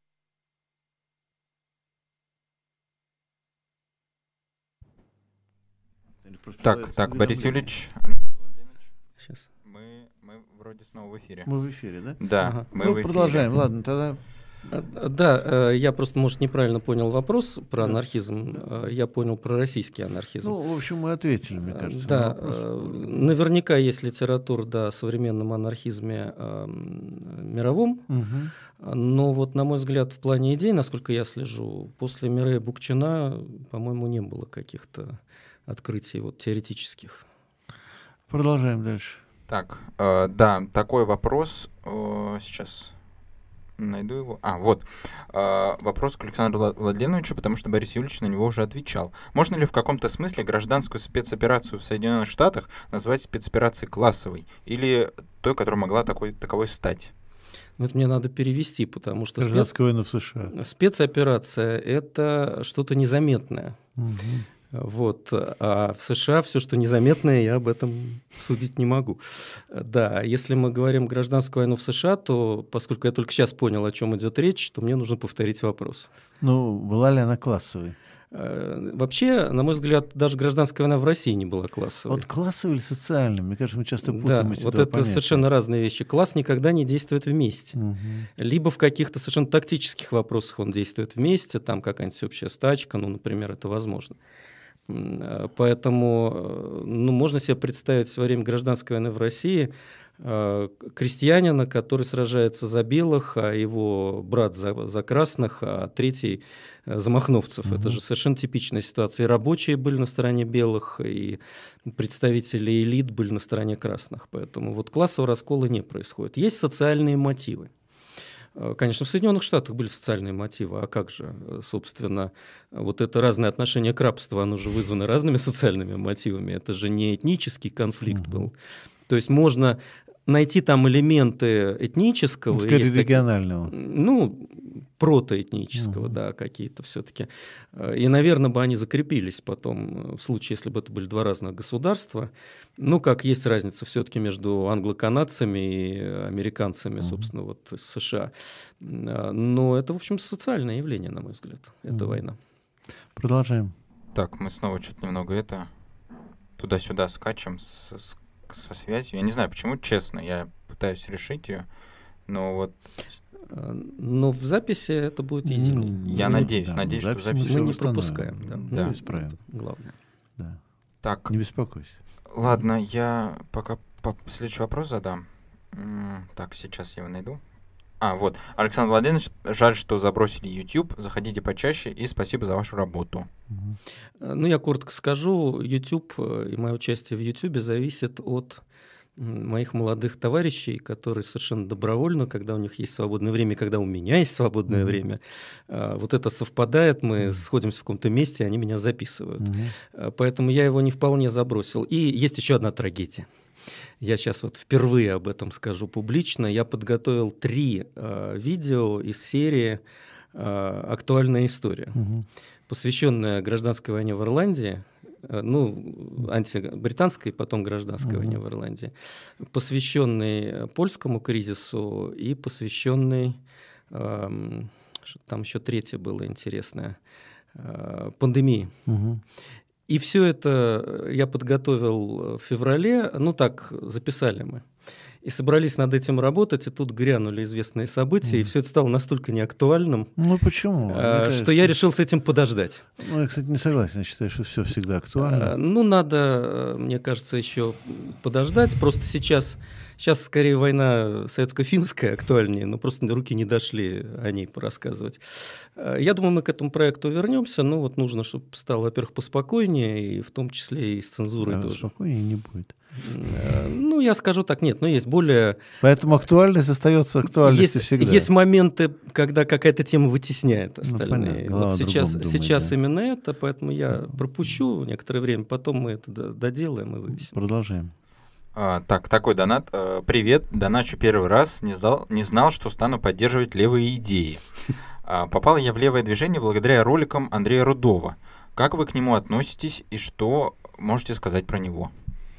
Так, Борис Юрьевич, Александр Владимирович. Сейчас. Мы вроде снова в эфире. Мы в эфире, да? Да, мы в эфире. Продолжаем. Ладно, тогда... Да, я просто, может, неправильно понял вопрос про анархизм. Я понял про российский анархизм. Ну, в общем, мы ответили, мне кажется. Да, наверняка есть литература о современном анархизме мировом. Но вот, на мой взгляд, в плане идей, насколько я слежу, после Мирея Букчина, по-моему, не было каких-то открытий теоретических. Продолжаем дальше. Так, да, такой вопрос. Сейчас найду его. Вот. Вопрос к Александру Владленовичу, потому что Борис Юрьевич на него уже отвечал. Можно ли в каком-то смысле гражданскую спецоперацию в Соединенных Штатах назвать спецоперацией классовой? Или той, которая могла таковой стать? Вот мне надо перевести, потому что гражданская война в США. Спецоперация — это что-то незаметное. Вот. А в США все, что незаметное, я об этом судить не могу. Да, если мы говорим гражданскую войну в США, то, поскольку я только сейчас понял, о чем идет речь, то мне нужно повторить вопрос. Ну, была ли она классовой? Вообще, на мой взгляд, даже гражданская война в России не была классовой. Вот классовой или социальной? Мне кажется, мы часто путаем эти вот два это понятия. совершенно разные вещи. Класс никогда не действует вместе. Либо в каких-то совершенно тактических вопросах он действует вместе, там какая-нибудь общая стачка, например, это возможно. Поэтому можно себе представить во время гражданской войны в России крестьянина, который сражается за белых, а его брат за красных, а третий за махновцев. Это же совершенно типичная ситуация. И рабочие были на стороне белых, и представители элит были на стороне красных. Поэтому классового раскола не происходит. Есть социальные мотивы. Конечно, в Соединенных Штатах были социальные мотивы, а как же, собственно, это разное отношение к рабству, оно же вызвано разными социальными мотивами, это же не этнический конфликт был. То есть можно найти там элементы этнического. Скорее регионального. Протоэтнического, да, какие-то все-таки. И, наверное, бы они закрепились потом, в случае, если бы это были два разных государства. Как есть разница все-таки между англо-канадцами и американцами, собственно, из США. Но это, в общем, социальное явление, на мой взгляд, эта война. Продолжаем. Так, мы снова что-то немного туда-сюда скачем со связью. Я не знаю, почему, честно, я пытаюсь решить ее, но Но в записи это будет единый. Я надеюсь, что в записи мы не пропускаем. Да, исправим. Главное. Да. Так. Не беспокойся. Ладно, я пока следующий вопрос задам. Так, сейчас я его найду. Александр Владимирович, жаль, что забросили YouTube. Заходите почаще и спасибо за вашу работу. Я коротко скажу. YouTube и мое участие в YouTube зависит от моих молодых товарищей, которые совершенно добровольно, когда у них есть свободное время, когда у меня есть свободное время, это совпадает, мы сходимся в каком-то месте, они меня записывают. Поэтому я его не вполне забросил. И есть еще одна трагедия. Я сейчас впервые об этом скажу публично. Я подготовил 3 видео из серии «Актуальная история», посвященная гражданской войне в Ирландии, антибританской, потом гражданской войне в Ирландии, посвященный польскому кризису и посвященный, там еще 3 было интересное, пандемии. И все это я подготовил в феврале, записали мы. И собрались над этим работать, и тут грянули известные события, и все это стало настолько неактуальным, почему? Что я решил с этим подождать. Я, кстати, не согласен, я считаю, что все всегда актуально. Надо, мне кажется, еще подождать. Просто сейчас Сейчас скорее война советско-финская актуальнее, но просто руки не дошли о ней порассказывать. Я думаю, мы к этому проекту вернемся, но вот нужно, чтобы стало, во-первых, поспокойнее, и в том числе и с цензурой тоже. Спокойнее не будет. Ну, я скажу так, нет, но есть более... Поэтому актуальность остается актуальностью всегда. Есть моменты, когда какая-то тема вытесняет остальные. Ну, вот сейчас думает, да. Именно это, поэтому я пропущу некоторое время, потом мы это доделаем и вывесим. Продолжаем. Так, такой донат. Привет, доначу первый раз, не знал, что стану поддерживать левые идеи. Попал я в левое движение благодаря роликам Андрея Рудова. Как вы к нему относитесь и что можете сказать про него?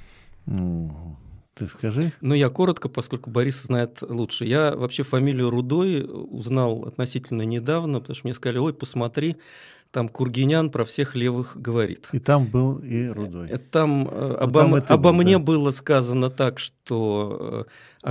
Ты скажи. Ну, я коротко, поскольку Борис знает лучше. Я вообще фамилию Рудой узнал относительно недавно, потому что мне сказали, ой, посмотри, там Кургинян про всех левых говорит. И там был и Рудой. Там обо мне было сказано так, что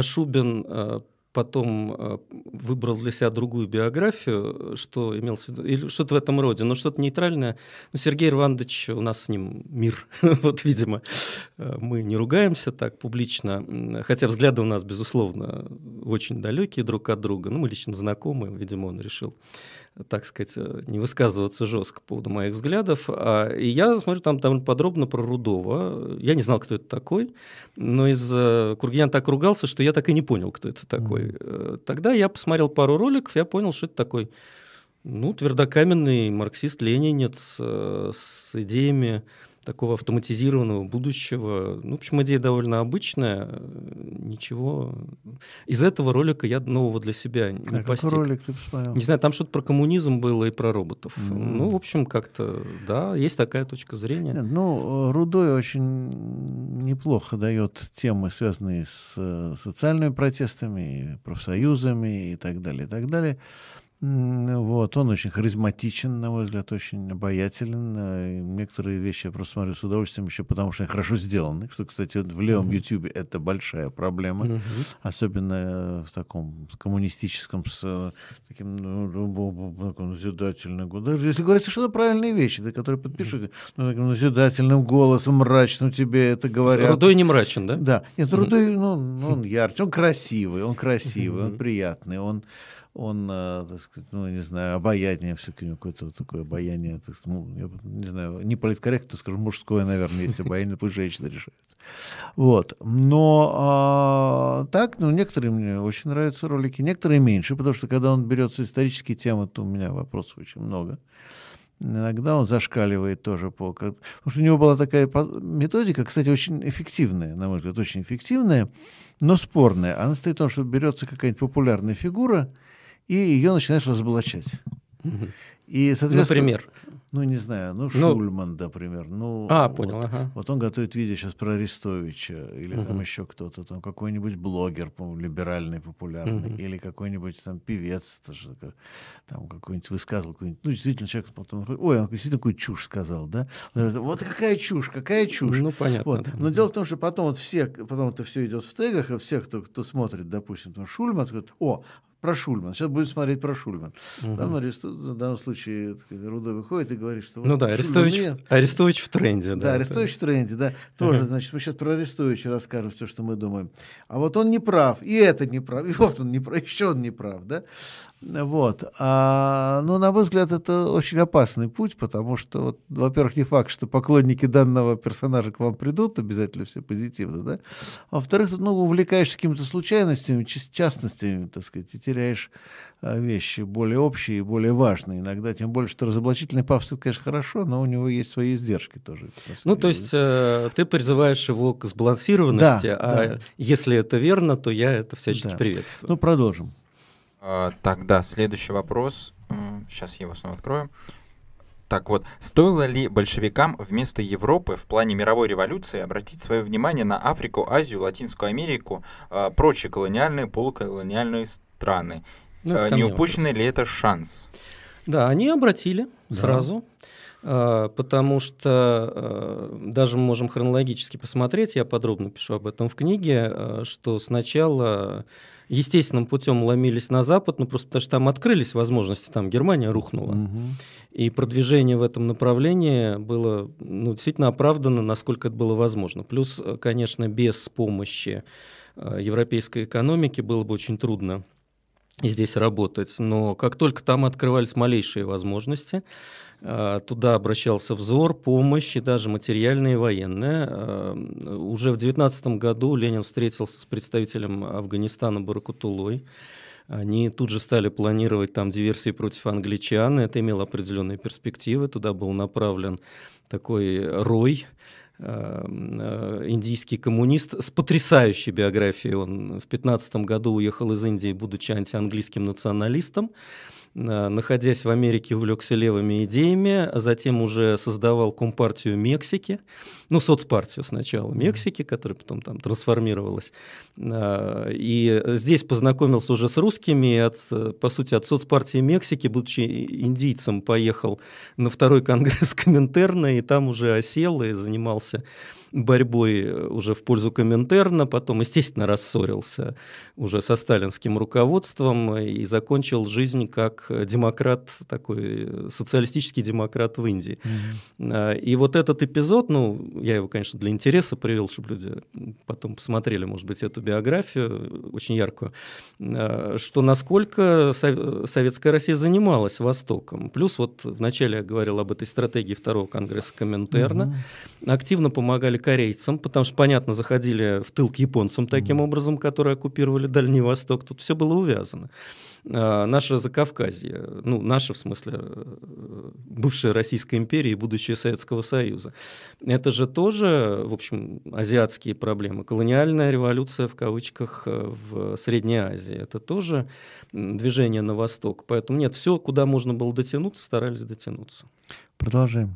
Ашубин потом выбрал для себя другую биографию, что имел в виду, или что-то в этом роде, но что-то нейтральное. Ну, Сергей Иванович, у нас с ним мир, вот, видимо, мы не ругаемся так публично, хотя взгляды у нас, безусловно, очень далекие друг от друга, ну, мы лично знакомы, видимо, он решил, так сказать, не высказываться жестко по поводу моих взглядов. И я смотрю там довольно подробно про Рудова. Я не знал, кто это такой, но Кургинян так ругался, что я так и не понял, кто это такой. Тогда я посмотрел пару роликов, я понял, что это такой, ну, твердокаменный марксист-ленинец с идеями такого автоматизированного будущего. Ну, в общем, идея довольно обычная, ничего. Из этого ролика я нового для себя не постиг. Какой ролик ты посмотрел? Не знаю, там что-то про коммунизм было и про роботов. Ну, в общем, как-то, да, есть такая точка зрения. Нет, ну, Рудой очень неплохо дает темы, связанные с социальными протестами, профсоюзами и так далее, и так далее. Вот, он очень харизматичен, на мой взгляд, очень обаятелен. Некоторые вещи я просто смотрю с удовольствием еще потому, что они хорошо сделаны. Что, кстати, в левом Ютьюбе это большая проблема. Особенно в таком коммунистическом, с таким назидательным голосом. Даже если говорить совершенно правильные вещи, да, которые подпишут, таким назидательным голосом, мрачным тебе это говорят. Рудой не мрачен, да? Да. Нет, Рудой, он яркий, он красивый, он приятный, он, так сказать, ну, не знаю, обаяние, все-таки какое-то такое обаяние, так сказать, ну, я не знаю, не политкорректно скажу, мужское, наверное, есть обаяние, пусть женщины решают. Вот. Но так, ну, некоторые мне очень нравятся ролики, некоторые меньше, потому что когда он берется исторические темы, то у меня вопросов очень много. Иногда он зашкаливает тоже потому что у него была такая методика, кстати, очень эффективная, на мой взгляд, очень эффективная, но спорная. Она стоит в том, что берется какая-нибудь популярная фигура, и ее начинаешь разоблачать. И, соответственно, например? Ну, не знаю, Шульман, например. Понял, ага. Вот он готовит видео сейчас про Арестовича, или там еще кто-то, там какой-нибудь блогер, по-моему, либеральный, популярный, или какой-нибудь там певец, тоже, там какой-нибудь высказывал, какой-нибудь, ну, действительно, человек потом, ой, он действительно какую чушь сказал, да? Вот какая чушь. Ну, понятно. Вот. Да. Но дело в том, что потом это все идет в тегах, и все, кто смотрит, допустим, там, Шульман, говорит, про Шульман. Сейчас будем смотреть про Шульман. Там, в данном случае Рудой выходит и говорит, что... Ну да, Арестович в тренде. Да, Арестович в тренде, да. Тоже, значит, мы сейчас про Арестовича расскажем все, что мы думаем. А вот он не прав, и это не прав, и вот он не прав, еще он не прав, да. Вот. Но, на мой взгляд, это очень опасный путь, потому что, вот, во-первых, не факт, что поклонники данного персонажа к вам придут, обязательно все позитивно, да. А во-вторых, тут, увлекаешься какими-то случайностями, частностями, так сказать, и теряешь вещи более общие и более важные иногда, тем более, что разоблачительный пафос, это, конечно, хорошо, но у него есть свои издержки тоже. Ну, то есть ты призываешь его к сбалансированности, да. Если это верно, то я это всячески приветствую. Ну, продолжим. Тогда следующий вопрос. Сейчас я его снова открою. Так вот, стоило ли большевикам вместо Европы в плане мировой революции обратить свое внимание на Африку, Азию, Латинскую Америку, прочие колониальные, полуколониальные страны? Не упущенный ли это шанс? Да, они обратили сразу. Потому что даже мы можем хронологически посмотреть, я подробно пишу об этом в книге, что сначала естественным путем ломились на Запад, ну просто потому что там открылись возможности, там Германия рухнула. И продвижение в этом направлении было действительно оправдано, насколько это было возможно. Плюс, конечно, без помощи европейской экономики было бы очень трудно здесь работать. Но как только там открывались малейшие возможности, туда обращался взор, помощь, и даже материальная и военная. Уже в 19 году Ленин встретился с представителем Афганистана Баракатуллой. Они тут же стали планировать там диверсии против англичан. Это имело определенные перспективы. Туда был направлен такой Рой, индийский коммунист с потрясающей биографией. Он в 15 году уехал из Индии, будучи антианглийским националистом. Находясь в Америке, увлекся левыми идеями, а затем уже создавал Компартию Мексики, соцпартию сначала Мексики, которая потом там трансформировалась. И здесь познакомился уже с русскими, по сути, от соцпартии Мексики, будучи индийцем, поехал на второй конгресс Коминтерна, и там уже осел и занимался борьбой уже в пользу Коминтерна, потом, естественно, рассорился уже со сталинским руководством и закончил жизнь как демократ, такой социалистический демократ в Индии. И вот этот эпизод, я его, конечно, для интереса привел, чтобы люди потом посмотрели, может быть, эту биографию очень яркую, что насколько Советская Россия занималась Востоком. Плюс вот вначале я говорил об этой стратегии второго конгресса Коминтерна, активно помогали корейцам, потому что, понятно, заходили в тыл к японцам таким образом, которые оккупировали Дальний Восток. Тут все было увязано. Наше Закавказье, наше, в смысле, бывшая Российская империя и будущее Советского Союза. Это же тоже, в общем, азиатские проблемы. Колониальная революция, в кавычках, в Средней Азии. Это тоже движение на восток. Поэтому нет, все, куда можно было дотянуться, старались дотянуться. Продолжаем.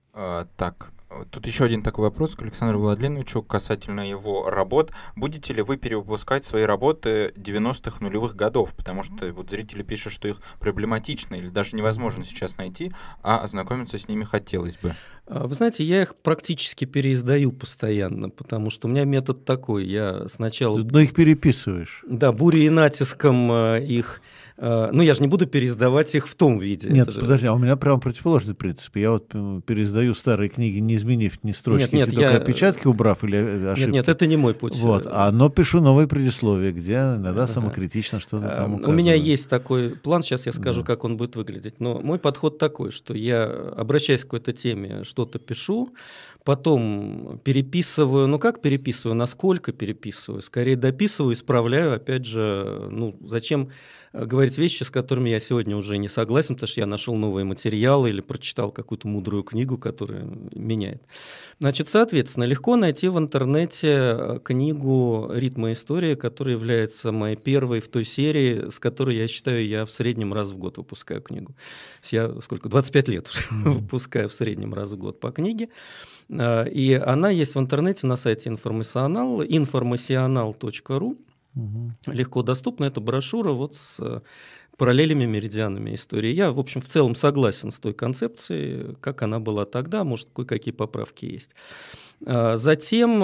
Так, тут еще один такой вопрос к Александру Владимировичу касательно его работ. Будете ли вы перевыпускать свои работы 90-х нулевых годов? Потому что вот зрители пишут, что их проблематично или даже невозможно сейчас найти, а ознакомиться с ними хотелось бы. Вы знаете, я их практически переиздаю постоянно, потому что у меня метод такой. Я сначала... Но их переписываешь. Да, бурей и натиском их... я же не буду переиздавать их в том виде. Нет, подожди, а у меня прямо противоположный принцип. Я вот переиздаю старые книги, не изменив ни строчки, если только опечатки убрав или ошибки. Нет, это не мой путь. Но пишу новые предисловия, где иногда самокритично что-то там указываю. У меня есть такой план, сейчас я скажу, как он будет выглядеть. Но мой подход такой, что я, обращаясь к какой-то теме, что-то пишу, потом переписываю. Как переписываю? Насколько переписываю? Скорее дописываю, исправляю. Опять же, зачем говорить вещи, с которыми я сегодня уже не согласен, потому что я нашел новые материалы или прочитал какую-то мудрую книгу, которая меняет. Значит, соответственно, легко найти в интернете книгу «Ритм и история», которая является моей первой в той серии, с которой, я считаю, я в среднем раз в год выпускаю книгу. Я 25 лет уже выпускаю в среднем раз в год по книге. И она есть в интернете на сайте Informational, informational.ru. Легко доступна. Это брошюра с параллелями, меридианами истории. Я, в общем, в целом согласен с той концепцией, как она была тогда, может, кое-какие поправки есть. Затем,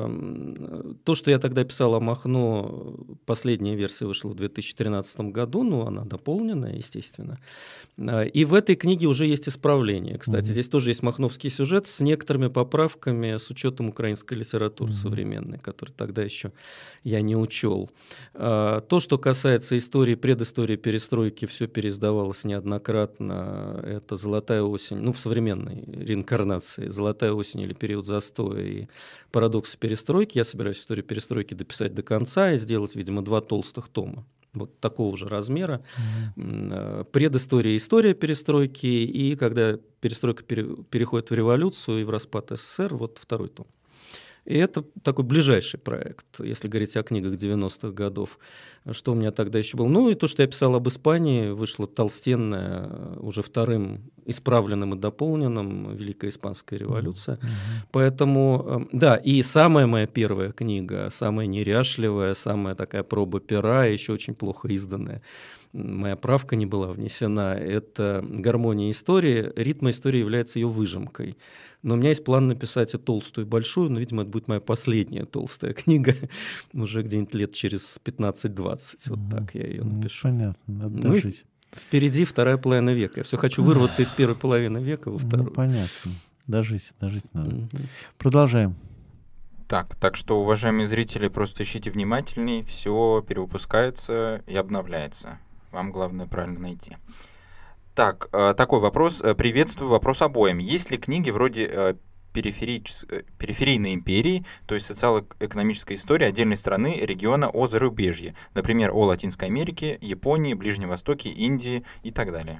то, что я тогда писал о Махно, последняя версия вышла в 2013 году, она дополненная, естественно. И в этой книге уже есть исправление. Кстати, здесь тоже есть махновский сюжет с некоторыми поправками, с учетом украинской литературы современной, которую тогда еще я не учел. То, что касается истории, предыстории, перестройки, все переиздавалось неоднократно. Это «Золотая осень», в современной реинкарнации «Золотая осень» или «Период застоя» и «Парадоксы перестройки». Я собираюсь историю перестройки дописать до конца и сделать, видимо, 2 толстых тома. Вот такого же размера. Предыстория и история перестройки. И когда перестройка переходит в революцию и в распад СССР, второй том. И это такой ближайший проект, если говорить о книгах 90-х годов. Что у меня тогда еще было? И то, что я писал об Испании, вышло толстенное, уже вторым исправленным и дополненным «Великая Испанская революция». Поэтому, да, и самая моя первая книга, самая неряшливая, самая такая проба пера, еще очень плохо изданная, моя правка не была внесена, это гармония истории. Ритм истории является ее выжимкой. Но у меня есть план написать и толстую, и большую, но, видимо, это будет моя последняя толстая книга, уже где-нибудь лет через 15-20. Вот так я ее напишу. Понятно, надо дожить. Впереди вторая половина века. Я все хочу вырваться из первой половины века во вторую. Понятно. Дожить надо. Продолжаем. Так что, уважаемые зрители, просто ищите внимательней, все перевыпускается и обновляется. Вам главное правильно найти. Так, такой вопрос. Приветствую, вопрос обоим. Есть ли книги вроде периферийной империи, то есть социально-экономическая история отдельной страны, региона о зарубежье, например, о Латинской Америке, Японии, Ближнем Востоке, Индии и так далее?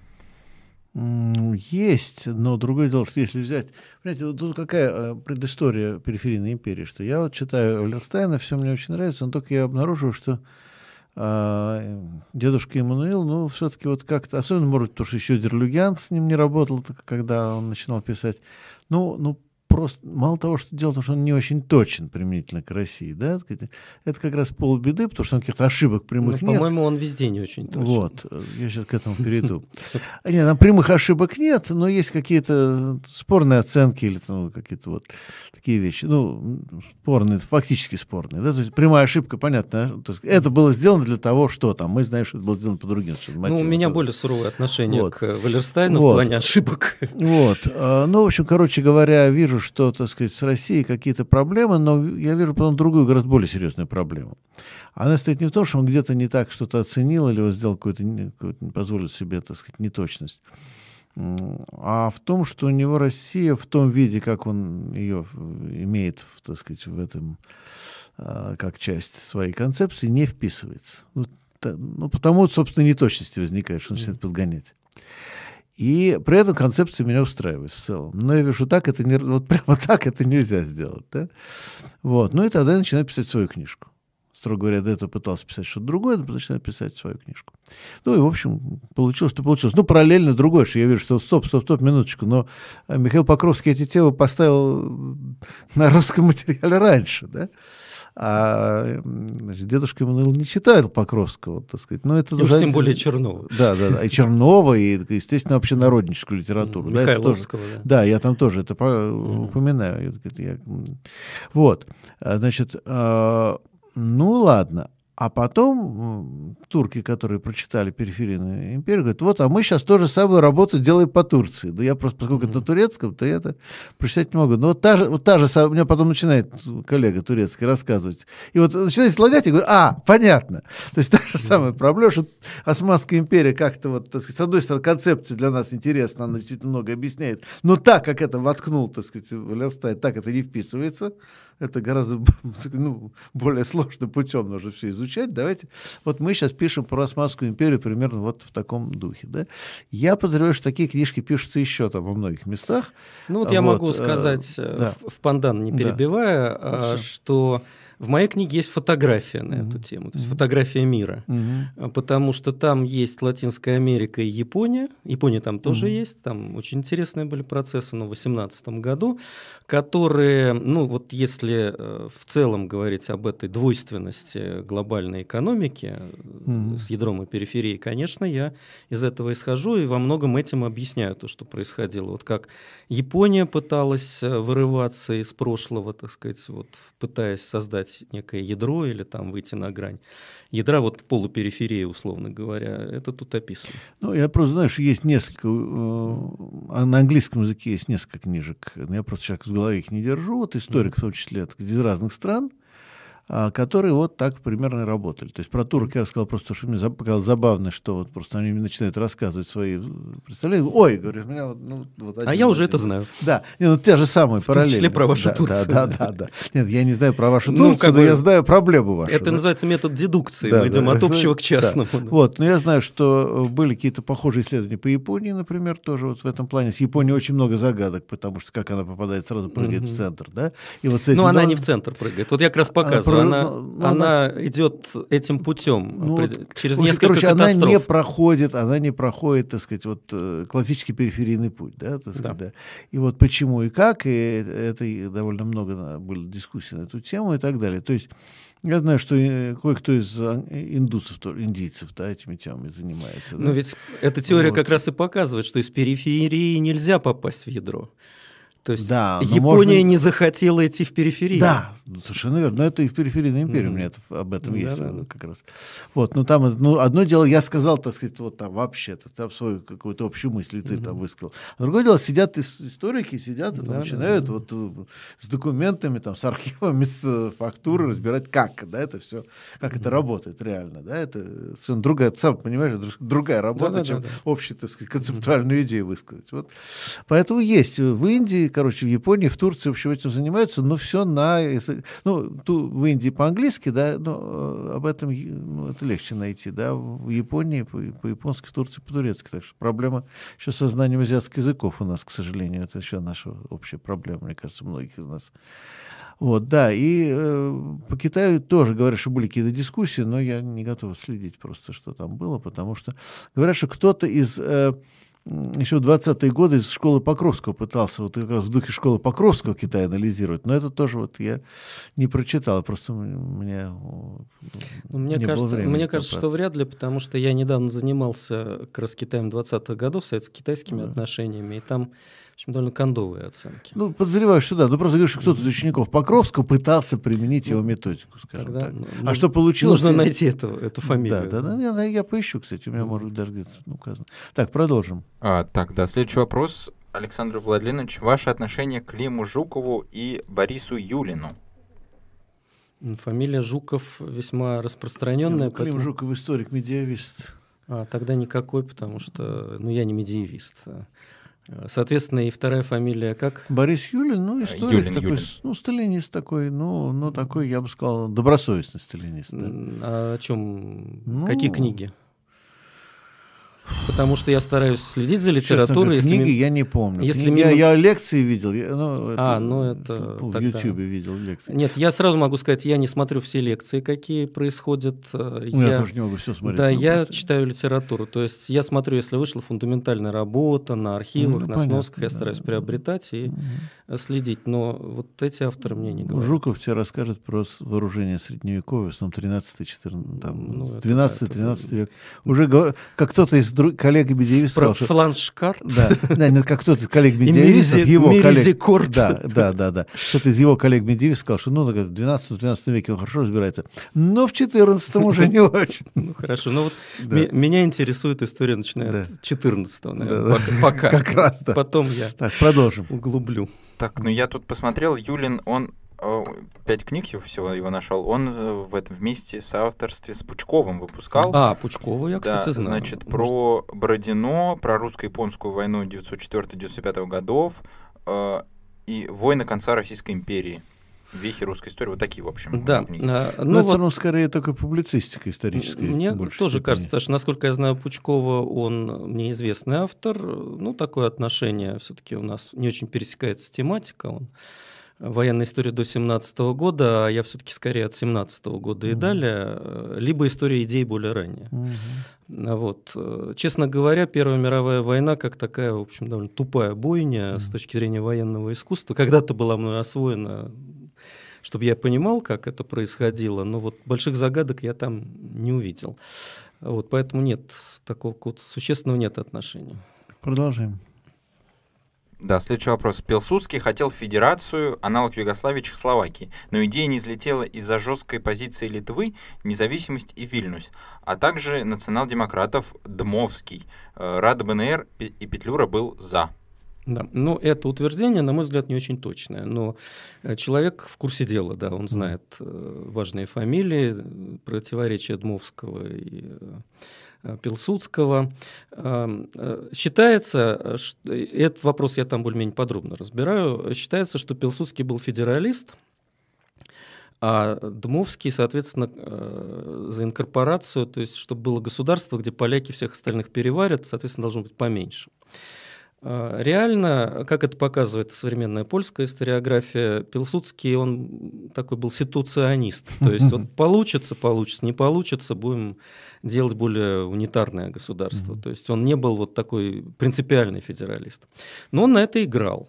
Есть, но другое дело, что если взять... Понимаете, вот тут какая предыстория периферийной империи, что я вот читаю Валерстайна, все мне очень нравится, но только я обнаружил, что дедушка Эммануил, ну, все-таки вот как-то, особенно, может, потому что еще Дерлюгян с ним не работал, когда он начинал писать, ну, просто мало того, что дело в том, что он не очень точен применительно к России, да, это как раз полбеды, потому что он каких-то ошибок прямых нет. По-моему, он везде не очень точен. Вот, я сейчас к этому перейду. Нет, там прямых ошибок нет, но есть какие-то спорные оценки или там какие-то вот такие вещи, ну, спорные, фактически спорные, да, то есть прямая ошибка, понятно, это было сделано для того, что там, мы знаем, что это было сделано по другим мотивам. Ну, у меня более суровое отношение к Валерстайну в плане ошибок. Вот, ну, в общем, короче говоря, вижу, что, так сказать, с Россией какие-то проблемы, но я вижу потом другую, гораздо более серьезную проблему. Она стоит не в том, что он где-то не так что-то оценил или сделал какую-то позволил себе, так сказать, неточность, а в том, что у него Россия в том виде, как он ее имеет, так сказать, в этом, как часть своей концепции, не вписывается. Ну, потому, собственно, неточности возникает, что он начинает подгонять. И при этом концепция меня устраивает в целом. Но я вижу, так это не, вот прямо так это нельзя сделать. Да? Вот. Ну и тогда я начинаю писать свою книжку. Строго говоря, до этого пытался писать что-то другое, но начинаю писать свою книжку. Ну и, в общем, получилось, что получилось. Ну, параллельно другое, что я вижу, что стоп, минуточку, но Михаил Покровский эти темы поставил на русском материале раньше, да? А значит, дедушка Эммануил не читает Покровского, так сказать. Но это уже тем более Чернова. Да, и Чернова, и, естественно, общенародническую литературу. Михайловского, да. Я там тоже это упоминаю. Вот, значит, ну ладно. А потом турки, которые прочитали «Периферийную империю», говорят, вот, а мы сейчас то же самую работу делаем по Турции. Да я просто, поскольку это на турецком, то я это прочитать не могу. Но вот та же самая, у меня потом начинает коллега турецкий рассказывать. И вот начинает слагать, и говорю, понятно. То есть та же самая проблема, что Османская империя как-то, вот, так сказать, с одной стороны, концепция для нас интересна, она действительно много объясняет, но так, как это воткнул, так сказать, Валерстайн, так это не вписывается. Это гораздо более сложным путем нужно все изучать. Давайте, вот мы сейчас пишем про Османскую империю примерно вот в таком духе. Да? Я подозреваю, что такие книжки пишутся еще там во многих местах. Ну вот я могу сказать, в пандан не перебивая, что... В моей книге есть фотография на эту тему, то есть фотография мира, потому что там есть Латинская Америка и Япония. Япония там тоже есть, там очень интересные были процессы, но в 2018 году, которые, ну вот если в целом говорить об этой двойственности глобальной экономики с ядром и периферией, конечно, я из этого исхожу и во многом этим объясняю то, что происходило. Вот как Япония пыталась вырываться из прошлого, так сказать, вот пытаясь создать некое ядро или там выйти на грань ядра, вот полупериферия, условно говоря, это тут описано. Ну, я просто знаю, что есть несколько, на английском языке есть несколько книжек, я просто сейчас в голове их не держу, вот историк в том числе из разных стран, которые вот так примерно и работали. То есть про турок я рассказал просто, что мне показалось забавно, что вот просто они начинают рассказывать свои представления. Ой, говорю, у меня вот один, я уже это знаю. Да, те же самые параллели. В том числе про вашу Турцию. Да. Нет, я не знаю про вашу Турцию, но я знаю проблему вашу. Это называется метод дедукции. Мы идем от общего к частному. Вот, но я знаю, что были какие-то похожие исследования по Японии, например, тоже вот в этом плане. С Японией очень много загадок, потому что как она попадает, сразу прыгает в центр, да? Но она не в центр прыгает. Вот я как раз показываю. она идет этим путем, через несколько короче, катастроф. Она не проходит, так сказать, вот классический периферийный путь, да, так сказать, да. И вот почему и как, и это довольно много было дискуссий на эту тему и так далее. То есть я знаю, что кое-кто из индийцев, да, этими темами занимается. Но ведь эта теория как раз и показывает, что из периферии нельзя попасть в ядро. То есть Япония не захотела идти в периферию. Да, совершенно верно. Но это и в периферийной империи у меня об этом есть как раз. Вот, там одно дело, я сказал, так сказать, вот там вообще-то, там свою какую-то общую мысль, ты там высказал. А другое дело, сидят историки, сидят и там начинают вот с документами, там, с архивами, с фактурой разбирать, как, да, это все, как это работает реально, да, это совершенно другая, сам понимаешь, другая работа, чем общую, так сказать, концептуальную идею высказать. Вот. Поэтому есть в Индии, короче, в Японии, в Турции, в общем, этим занимаются, но все на... в Индии по-английски, да, но об этом это легче найти, да, в Японии по-японски, в Турции по-турецки. Так что проблема еще со знанием азиатских языков у нас, к сожалению, это еще наша общая проблема, мне кажется, многих из нас. Вот, да, и по Китаю тоже говорят, что были какие-то дискуссии, но я не готов следить просто, что там было, потому что говорят, что кто-то из... еще в 20-е годы из школы Покровского пытался вот как раз в духе школы Покровского Китай анализировать, но это тоже вот я не прочитал, просто мне кажется, что вряд ли, потому что я недавно занимался как раз Китаем 20-х годов, советско-китайскими отношениями, и там в общем, довольно кондовые оценки. Подозреваю, что да. Просто говорю, что кто-то из учеников Покровского пытался применить его методику, скажем так. Что получилось? Нужно найти эту фамилию. Да, я поищу, кстати. У меня, может быть, даже где-то указано. Так, продолжим. Следующий вопрос. Александр Владимирович, ваше отношение к Климу Жукову и Борису Юлину? Фамилия Жуков весьма распространенная. Клим Жуков историк-медиевист. Тогда никакой, потому что я не медиевист. Соответственно, и вторая фамилия как? Борис Юлин, историк такой, Юлин. Сталинист такой, такой, я бы сказал, добросовестный сталинист. Да. А о чем? Какие книги? Потому что я стараюсь следить за литературой. Книги я не помню. Я лекции видел. Это в Ютьюбе видел лекции. Нет, я сразу могу сказать, я не смотрю все лекции, какие происходят. Я тоже не могу все смотреть. Да, я читаю литературу. То есть я смотрю, если вышла фундаментальная работа на архивах, на сносках, я стараюсь приобретать и следить. Но вот эти авторы мне не говорят. Жуков тебе расскажет про вооружение средневековья, в основном 13-14, 12-13 век. Уже как кто-то из коллег-медиевистов сказал, что... Фланшкарт? Да, как кто-то из коллег-медиевистов, его коллег... Да. Кто-то из его коллег-медиевистов сказал, что в 12-13 веке он хорошо разбирается, но в 14 уже не очень. Хорошо, меня интересует история, начиная от 14-го, наверное, пока. Как раз, да. Потом я продолжим. Углублю. Так, я тут посмотрел, Юлин, он 5 книг всего его нашел. Он вместе в соавторстве с Пучковым выпускал. Пучкова я, кстати, знаю. Значит, про Бородино, про русско-японскую войну 1904-1995 годов и войны конца Российской империи. Вехи русской истории. Вот такие, в общем, книги. Это, скорее, только публицистика историческая. Мне тоже кажется, что, насколько я знаю Пучкова, он мне известный автор. Такое отношение все-таки у нас не очень пересекается тематика. Он военная история до 17 года, а я все-таки скорее от 17 года и далее, либо история идей более ранее. Честно говоря, Первая мировая война как такая, в общем, довольно тупая бойня с точки зрения военного искусства. Когда-то была мной освоена, чтобы я понимал, как это происходило, но больших загадок я там не увидел. Поэтому нет, такого существенного нет отношения. Продолжаем. Да, следующий вопрос. Пилсудский хотел федерацию, аналог Югославии, Чехословакии, но идея не взлетела из-за жесткой позиции Литвы, независимость и Вильнюс, а также национал-демократов Дмовский. Рада БНР и Петлюра был за. Да, это утверждение, на мой взгляд, не очень точное, но человек в курсе дела, да, он знает важные фамилии, противоречия Дмовского и Пилсудского. Считается, что, этот вопрос я там более-менее подробно разбираю, считается, что Пилсудский был федералист, а Дмовский, соответственно, за инкорпорацию, то есть чтобы было государство, где поляки всех остальных переварят, соответственно, должно быть поменьше. Реально, как это показывает современная польская историография, Пилсудский, он такой был ситуационист. То есть вот получится, не получится, будем делать более унитарное государство. То есть он не был вот такой принципиальный федералист. Но он на это играл.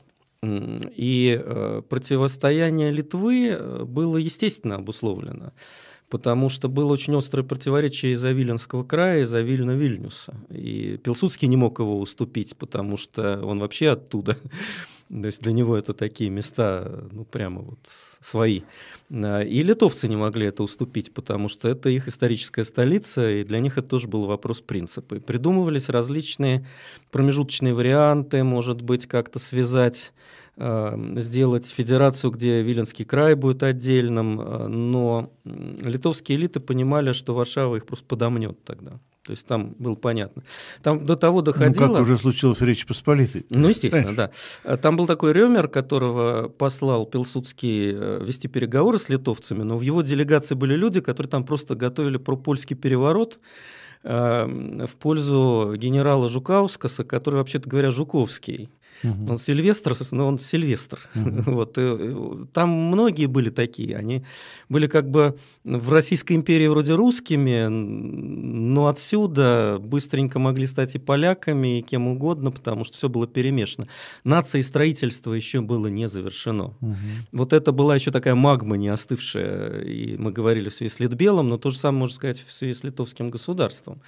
И противостояние Литвы было естественно обусловлено, потому что было очень острое противоречие из-за Виленского края, из-за Вильна-Вильнюса. И Пилсудский не мог его уступить, потому что он вообще оттуда. То есть для него это такие места, ну, прямо вот свои. И литовцы не могли это уступить, потому что это их историческая столица, и для них это тоже был вопрос принципа. И придумывались различные промежуточные варианты, может быть, как-то связать, сделать федерацию, где Виленский край будет отдельным, но литовские элиты понимали, что Варшава их просто подомнет тогда. То есть там было понятно. Там до того доходило... Ну, как уже случилось в Речи Посполитой. Ну, естественно, да. Там был такой Рёмер, которого послал Пилсудский вести переговоры с литовцами, но в его делегации были люди, которые там просто готовили пропольский переворот в пользу генерала Жукаускаса, который, вообще-то говоря, Жуковский. Он Сильвестр, но он Сильвестр. Вот. Там многие были такие. Они были как бы в Российской империи вроде русскими, но отсюда быстренько могли стать и поляками, и кем угодно, потому что все было перемешано. Нация и строительство еще было не завершено. Вот это была еще такая магма не остывшая, и мы говорили в связи с Литбелом, но то же самое можно сказать в связи с литовским государством.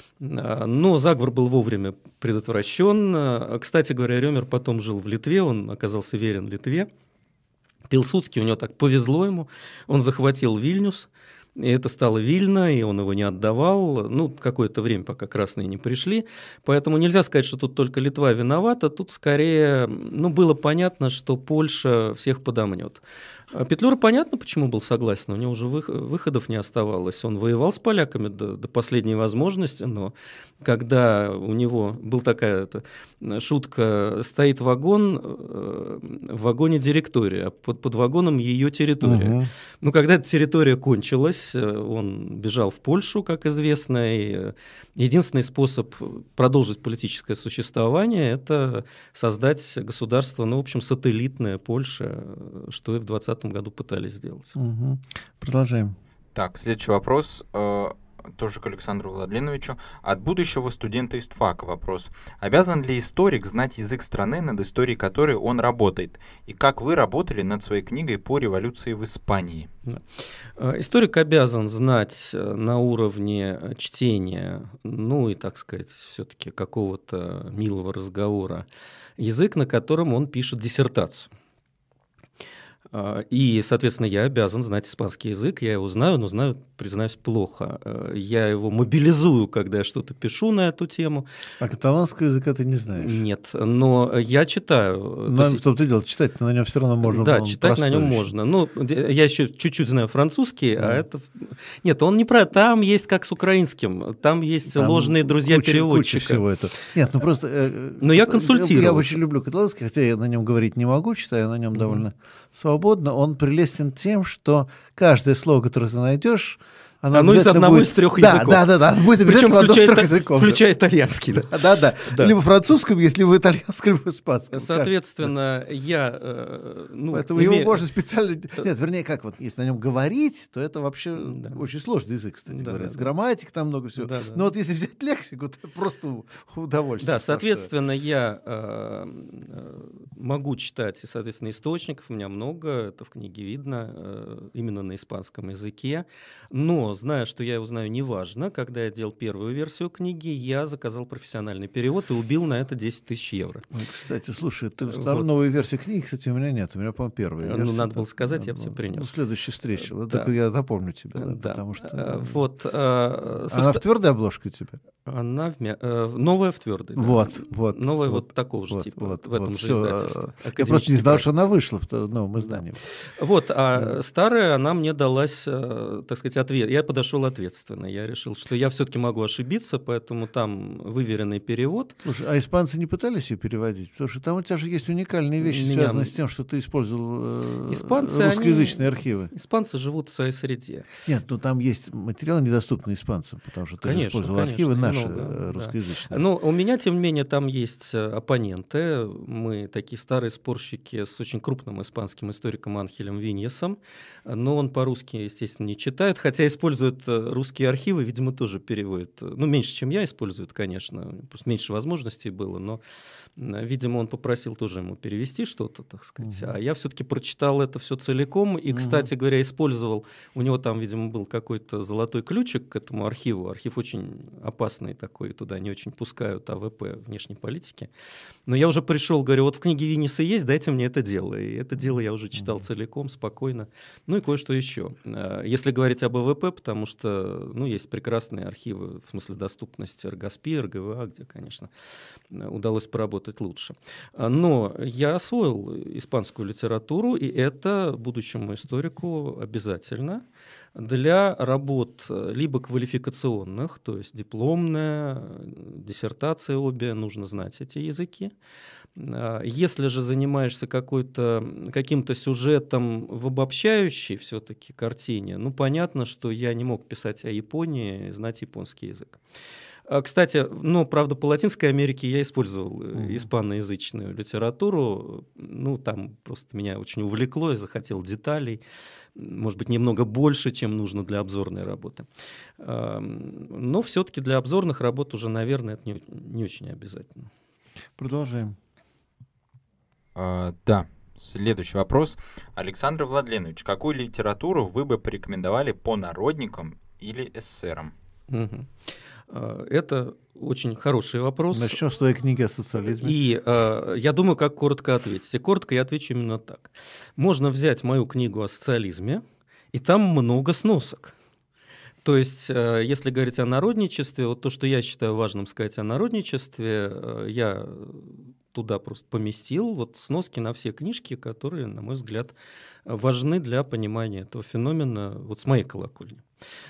Но заговор был вовремя предотвращен. Кстати говоря, Рёмер потом жил в Литве, он оказался верен Литве. Пилсудский, у него так повезло ему, он захватил Вильнюс, и это стало Вильно, и он его не отдавал, ну, какое-то время, пока красные не пришли. Поэтому нельзя сказать, что тут только Литва виновата, тут скорее, ну, было понятно, что Польша всех подомнет. Петлюра, понятно, почему был согласен, у него уже выходов не оставалось. Он воевал с поляками до последней возможности, но когда у него была такая шутка, стоит вагон, в вагоне директория, а под вагоном ее территория. Ну, когда эта территория кончилась, он бежал в Польшу, как известно, и единственный способ продолжить политическое существование – это создать государство, ну, в общем, сателлитное Польша, что и в 2020 году пытались сделать. Продолжаем. Так, следующий вопрос, тоже к Александру Владленовичу. От будущего студента ИСТФАКа вопрос. Обязан ли историк знать язык страны, над историей которой он работает? И как вы работали над своей книгой по революции в Испании? Историк обязан знать на уровне чтения, ну и, так сказать, все-таки какого-то милого разговора, язык, на котором он пишет диссертацию. И, соответственно, я обязан знать испанский язык, я его знаю, но знаю, признаюсь, плохо. Я его мобилизую, когда я что-то пишу на эту тему. А каталанского языка ты не знаешь? Нет, но я читаю. Но в том-то и дело, читать на нем все равно можно. Да, читать на нем можно. Ну, я еще чуть-чуть знаю французский, а это... Нет, он не про... Там есть как с украинским, там есть там ложные друзья-переводчика. Куча всего этого. Нет, ну просто... Но я консультирую. Я очень люблю каталанский, хотя я на нем говорить не могу, читаю на нем довольно свободно. Он прелестен тем, что каждое слово, которое ты найдешь, оно из одного из трех языков. Да. Будет обязательно одно из трех языков. Включая итальянский. Да. Либо в французском есть, либо в итальянском, либо в испанском. Соответственно, я... Поэтому его можно специально... Нет, вернее, как вот, если на нем говорить, то это вообще очень сложный язык, кстати говоря. С грамматикой там много всего. Но вот если взять лексику, то это просто удовольствие. Да, соответственно, я могу читать, и, соответственно, источников у меня много, это в книге видно, именно на испанском языке. Но, зная, что я его знаю, неважно, когда я делал первую версию книги, я заказал профессиональный перевод и убил на это 10 тысяч евро. Кстати, слушай, новой версии книги, кстати, у меня нет, у меня, по-моему, первая версия. Ну, надо было сказать, я бы тебе принес. В следующей встрече, только я напомню тебе, потому что... Вот. Она в твердой обложке у тебя? Она новая в твердой. Вот. Новая вот такого же типа, в этом же издательстве. Я просто не знал, что она вышла в новом издании. Вот, а старая, она мне далась, так сказать, ответ. я подошел ответственно. Я решил, что я все-таки могу ошибиться, поэтому там выверенный перевод. Слушай, а испанцы не пытались ее переводить? Потому что там у тебя же есть уникальные вещи, связанные с тем, что ты использовал русскоязычные архивы. Испанцы живут в своей среде. Нет, ну там есть материалы, недоступные испанцам, потому что ты использовал архивы наши русскоязычные. Ну, у меня, тем не менее, там есть оппоненты. Мы такие старые спорщики с очень крупным испанским историком Анхелем Виньесом. Но он по-русски, естественно, не читает, хотя использует русские архивы, видимо, тоже переводит. Ну, меньше, чем я использует, конечно. Просто меньше возможностей было, но, видимо, он попросил тоже ему перевести что-то, так сказать. А я все-таки прочитал это все целиком и, кстати говоря, использовал. У него там, видимо, был какой-то золотой ключик к этому архиву. Архив очень опасный такой, туда не очень пускают АВП внешней политики. Но я уже пришел, говорю, вот в книге Винниса есть, дайте мне это дело. И это дело я уже читал целиком, спокойно. Ну и кое-что еще. Если говорить об АВП, потому что, ну, есть прекрасные архивы, в смысле доступности РГАСПИ, РГВА, где, конечно, удалось поработать лучше. Но я освоил испанскую литературу, и это будущему историку обязательно для работ либо квалификационных, то есть дипломная, диссертация обе, нужно знать эти языки. Если же занимаешься каким-то сюжетом в обобщающей все-таки картине, ну, понятно, что я не мог писать о Японии и знать японский язык. Кстати, ну, правда, по Латинской Америке я использовал испаноязычную литературу. Ну, там просто меня очень увлекло, я захотел деталей, может быть, немного больше, чем нужно для обзорной работы. Но все-таки для обзорных работ уже, наверное, это не очень обязательно. Продолжаем. Да. Следующий вопрос. Александр Владленович, какую литературу вы бы порекомендовали по народникам или эсерам? Это очень хороший вопрос. Начнем с твоей книги о социализме. И я думаю, как коротко ответить. И коротко я отвечу именно так. Можно взять мою книгу о социализме, и там много сносок. То есть, если говорить о народничестве, вот то, что я считаю важным сказать о народничестве, я туда просто поместил вот сноски на все книжки, которые, на мой взгляд, важны для понимания этого феномена вот с моей колокольни.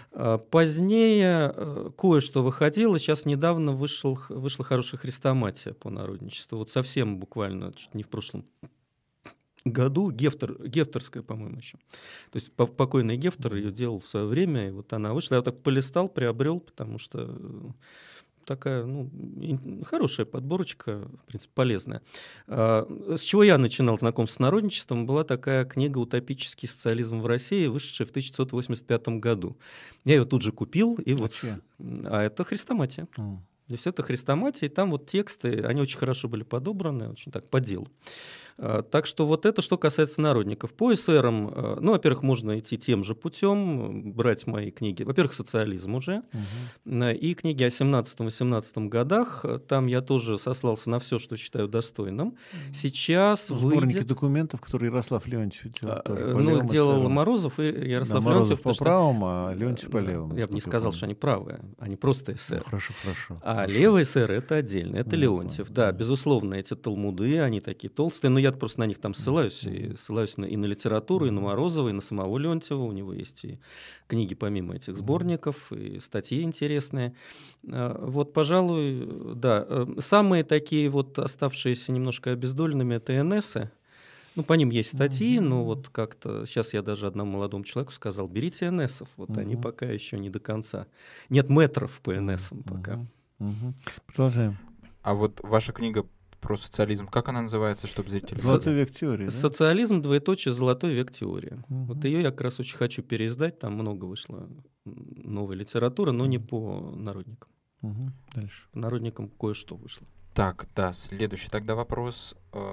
Позднее кое-что выходило. Сейчас недавно вышла хорошая хрестоматия по народничеству. Вот совсем буквально, чуть не в прошлом году, Гефтерская, по-моему, еще. То есть покойный Гефтер ее делал в свое время, и вот она вышла. Я вот так полистал, приобрел, потому что такая, ну, хорошая подборочка, в принципе, полезная. С чего я начинал знакомство с народничеством? Была такая книга «Утопический социализм в России», вышедшая в 1985 году. Я ее тут же купил, и это хрестоматия. То есть это хрестоматия, и там вот тексты, они очень хорошо были подобраны, очень так по делу. Так что вот это что касается народников. По эсерам, ну, во-первых, можно идти тем же путем, брать мои книги. Во-первых, социализм уже, и книги о 17-18 годах. Там я тоже сослался на все, что считаю достойным. Сейчас сборники документов, которые Ярослав Леонтьев делал. Ну, делал Морозов и Ярослав Леонтьев. Морозов по правым, а Леонтьев по левым. Я бы не сказал, что они правые, они просто эсеры. Хорошо. А левые эсеры — это отдельно, это Леонтьев. Да, безусловно, эти талмуды, они такие толстые, но я просто на них там ссылаюсь, и на литературу, и на Морозова, и на самого Леонтьева. У него есть и книги помимо этих сборников, и статьи интересные. Вот, пожалуй, да. Самые такие вот оставшиеся немножко обездоленными — это НСы. Ну, по ним есть статьи, но вот как-то сейчас я даже одному молодому человеку сказал: берите НСов, вот они пока еще не до конца. Нет метров по НСам пока. Продолжаем. А вот ваша книга про социализм, как она называется, чтобы зрители... «Золотой век теории», да? «Социализм, «Золотой век теории». Вот ее я как раз очень хочу переиздать, там много вышло новой литературы, но не по народникам. Дальше. По народникам кое-что вышло. Так, да, следующий тогда вопрос...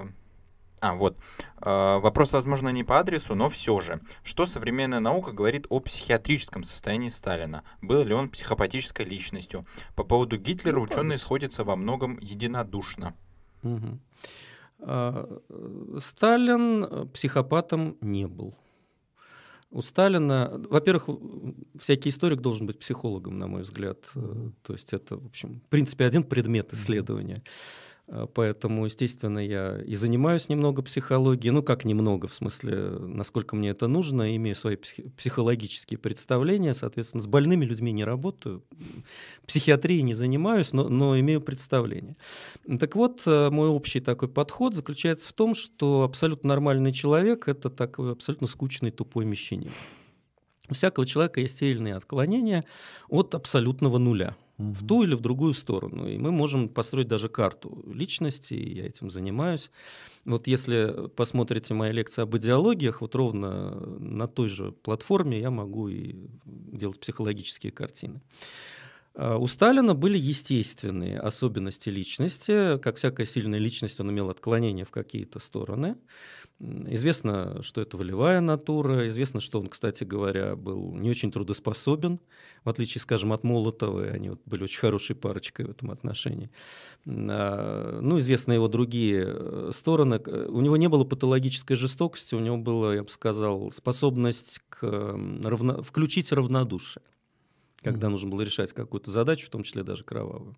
Вопрос, возможно, не по адресу, но все же. Что современная наука говорит о психиатрическом состоянии Сталина? Был ли он психопатической личностью? По поводу Гитлера ученые сходятся во многом единодушно. Сталин психопатом не был. У Сталина, во-первых, всякий историк должен быть психологом, на мой взгляд. То есть это, в общем, в принципе, один предмет исследования. Поэтому, естественно, я и занимаюсь немного психологией, ну как немного, в смысле, насколько мне это нужно, имею свои психологические представления, соответственно, с больными людьми не работаю, психиатрией не занимаюсь, но имею представление. Так вот, мой общий такой подход заключается в том, что абсолютно нормальный человек – это такой абсолютно скучный, тупой мещанин. У всякого человека есть те или иные отклонения от абсолютного нуля. В ту или в другую сторону. И мы можем построить даже карту личности, и я этим занимаюсь. Вот если посмотрите мои лекции об идеологиях, вот ровно на той же платформе я могу и делать психологические картины. У Сталина были естественные особенности личности. Как всякая сильная личность, он имел отклонения в какие-то стороны. Известно, что это волевая натура. Известно, что он, кстати говоря, был не очень трудоспособен, в отличие, скажем, от Молотова. Они вот были очень хорошей парочкой в этом отношении. Ну, известны его другие стороны. У него не было патологической жестокости, у него была, я бы сказал, способность включить равнодушие, когда нужно было решать какую-то задачу, в том числе даже кровавую.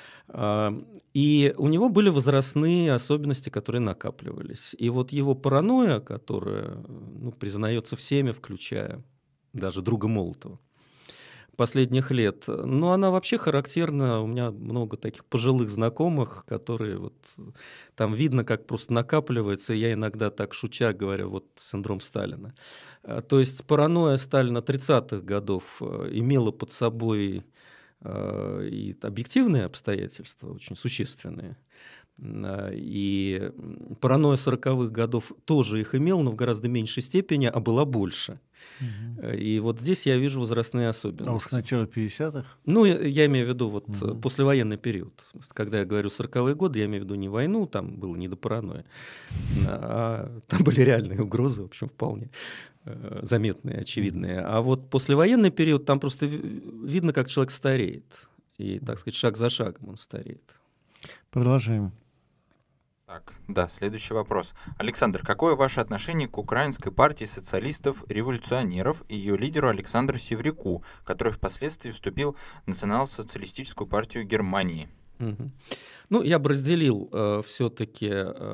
И у него были возрастные особенности, которые накапливались. И вот его паранойя, которая признается всеми, включая даже друга Молотова, последних лет, она вообще характерна. У меня много таких пожилых знакомых, которые вот там видно, как просто накапливается. Я иногда так шутя говорю, вот синдром Сталина. То есть паранойя Сталина 30-х годов имела под собой и объективные обстоятельства, очень существенные. И паранойя 40-х годов тоже их имела, но в гораздо меньшей степени, а была больше. И вот здесь я вижу возрастные особенности. А уж с начала 50-х? Ну, я имею в виду вот послевоенный период. Когда я говорю 40-е годы, я имею в виду не войну, там было не до паранойи, а там были реальные угрозы, в общем, вполне заметные, очевидные. А вот послевоенный период, там просто видно, как человек стареет. И, так сказать, шаг за шагом он стареет. Продолжаем. Так, да, следующий вопрос. Александр, какое ваше отношение к Украинской партии социалистов-революционеров и ее лидеру Александру Севрюку, который впоследствии вступил в Национал-социалистическую партию Германии? Ну, я бы разделил все-таки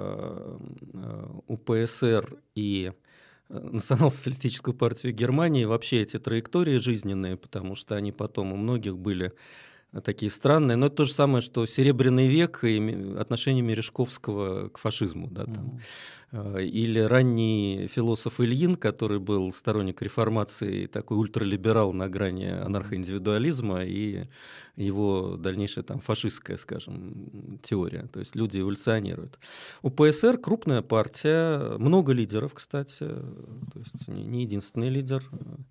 УПСР и Национал-социалистическую партию Германии, вообще эти траектории жизненные, потому что они потом у многих были такие странные, но это то же самое, что Серебряный век и отношение Мережковского к фашизму, да, там. Или ранний философ Ильин, который был сторонник реформации, такой ультралиберал на грани анархоиндивидуализма, и его дальнейшая там фашистская, скажем, теория, то есть люди эволюционируют. УПСР крупная партия, много лидеров, кстати, то есть не единственный лидер.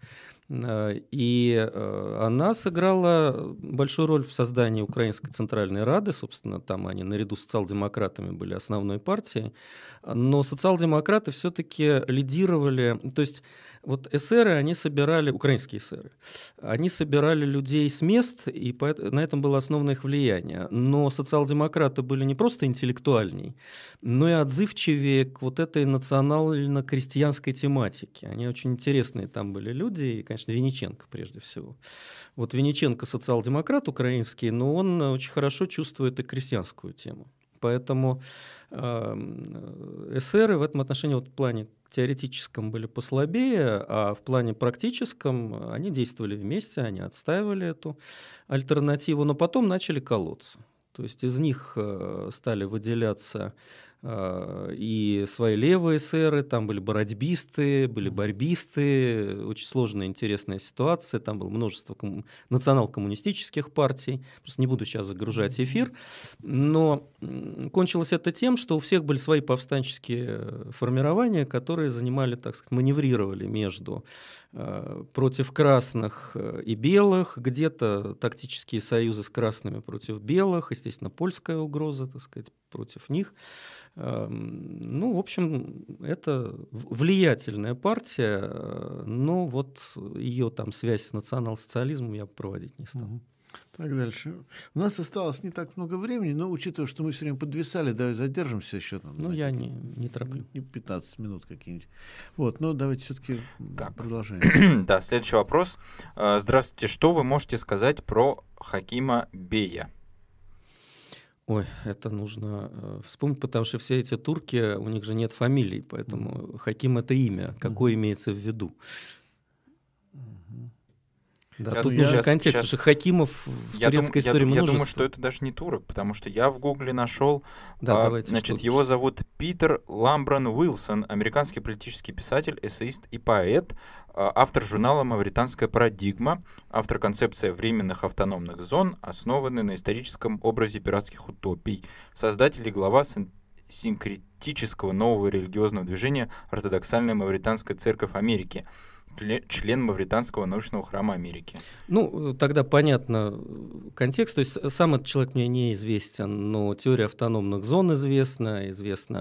И она сыграла большую роль в создании Украинской Центральной Рады. Собственно, там они наряду с социал-демократами были основной партией. Но социал-демократы все-таки лидировали. То есть вот эсеры, они собирали, украинские эсеры, они собирали людей с мест, и на этом было основано их влияние. Но социал-демократы были не просто интеллектуальней, но и отзывчивее к вот этой национально-крестьянской тематике. Они очень интересные там были люди, и, конечно, Винниченко прежде всего. Вот Винниченко социал-демократ украинский, но он очень хорошо чувствует и крестьянскую тему. Поэтому эсеры в этом отношении вот в плане теоретическом были послабее, а в плане практическом они действовали вместе, они отстаивали эту альтернативу, но потом начали колоться. То есть из них стали выделяться и свои левые эсеры, там были боротьбисты, были борьбисты, очень сложная, интересная ситуация, там было множество национал-коммунистических партий, просто не буду сейчас загружать эфир, но кончилось это тем, что у всех были свои повстанческие формирования, которые занимали, так сказать, маневрировали между против красных и белых, где-то тактические союзы с красными против белых, естественно, польская угроза, так сказать, против них. Ну, в общем, это влиятельная партия, но вот ее там связь с национал-социализмом я проводить не стал. Так, дальше. У нас осталось не так много времени, но учитывая, что мы все время подвисали, давай задержимся еще. Ну, я не тороплю. 15 минут какие-нибудь. Вот, но давайте все-таки продолжаем. Да, следующий вопрос. Здравствуйте, что вы можете сказать про Хакима Бея? Ой, это нужно вспомнить, потому что все эти турки, у них же нет фамилий, поэтому Хаким — это имя. Какое имеется в виду? Да, тут нужен контекст, потому что Хакимов в турецкой истории множество. Я думаю, что это даже не турок, потому что я в Гугле нашел, давайте, его зовут Питер Ламбран Уилсон, американский политический писатель, эссеист и поэт, автор журнала «Мавританская парадигма», автор концепции временных автономных зон, основанной на историческом образе пиратских утопий, создатель и глава синкретического нового религиозного движения «Ортодоксальная Мавританская церковь Америки», член Мавританского научного храма Америки. Ну, тогда понятно контекст. То есть сам этот человек мне неизвестен, но теория автономных зон известна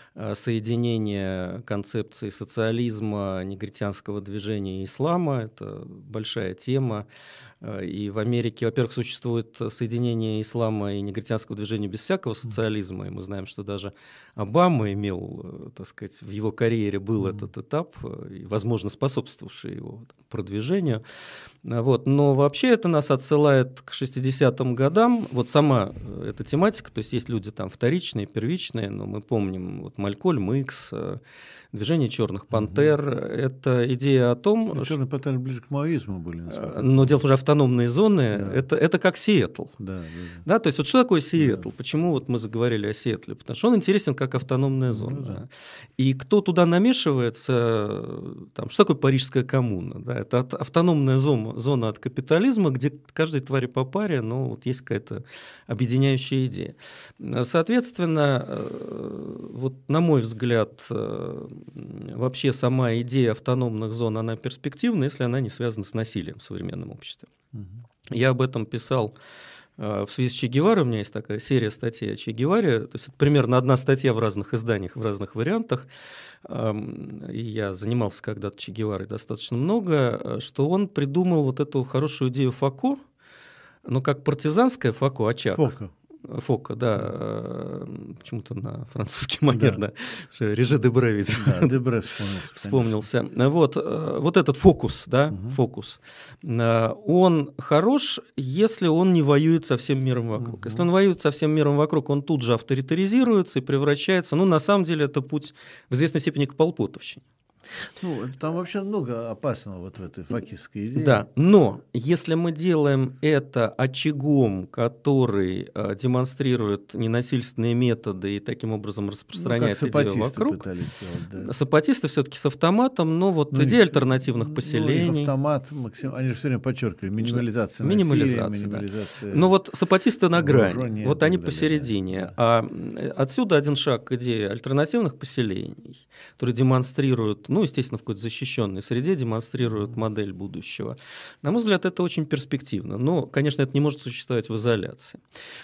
соединение концепции социализма, негритянского движения и ислама. Это большая тема. И в Америке, во-первых, существует соединение ислама и негритянского движения без всякого социализма. И мы знаем, что даже Обама имел, так сказать, в его карьере был этот этап, и, возможно, способствовавший его продвижению. Вот. Но вообще это нас отсылает к 60-м годам. Вот сама эта тематика, то есть есть люди там вторичные, первичные, но мы помним вот Малькольм Икс, движение черных пантер. Это идея о том... Черные пантеры ближе к маоизму были. Но дело уже автономные зоны, да. это как Сиэтл. Да, то есть вот что такое Сиэтл? Да. Почему вот мы заговорили о Сиэтле? Потому что он интересен как автономная зона. Да. И кто туда намешивается, там, что такое Парижская коммуна? Да? Это автономная зона от капитализма, где каждой твари по паре, но вот есть какая-то объединяющая идея. Соответственно, вот на мой взгляд, вообще сама идея автономных зон, она перспективна, если она не связана с насилием в современном обществе. Я об этом писал в связи с Че Геварой, у меня есть такая серия статей о Че Геваре, то есть это примерно одна статья в разных изданиях, в разных вариантах, и я занимался когда-то Че Геварой достаточно много, что он придумал вот эту хорошую идею Фоко, но как партизанская Фоко, очаг. Фока, да, почему-то на французский манер, да. Реже Дебре, видимо, Дебре вспомнился. Вот этот фокус, да, фокус, он хорош, если он не воюет со всем миром вокруг. Если он воюет со всем миром вокруг, он тут же авторитаризируется и превращается, ну, на самом деле, это путь в известной степени к полпотовщине. Ну, там вообще много опасного вот в этой фокистской идее. Да, но если мы делаем это очагом, который демонстрирует ненасильственные методы и таким образом распространяет идею вокруг, сапатисты все-таки с автоматом, но вот идея альтернативных поселений. Автомат, они же все время подчеркивают, минимализация насилия, минимализация. Но вот сапатисты на грани, вот они посередине. А отсюда один шаг к идее альтернативных поселений, которые демонстрируют, ну, естественно, в какой-то защищенной среде демонстрируют модель будущего. На мой взгляд, это очень перспективно. Но, конечно, это не может существовать в изоляции.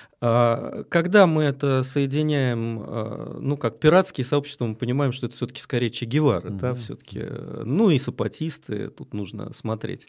Когда мы это соединяем, ну, как пиратские сообщества, мы понимаем, что это все-таки скорее Че Гевара, да, все-таки, ну, и сапатисты, тут нужно смотреть.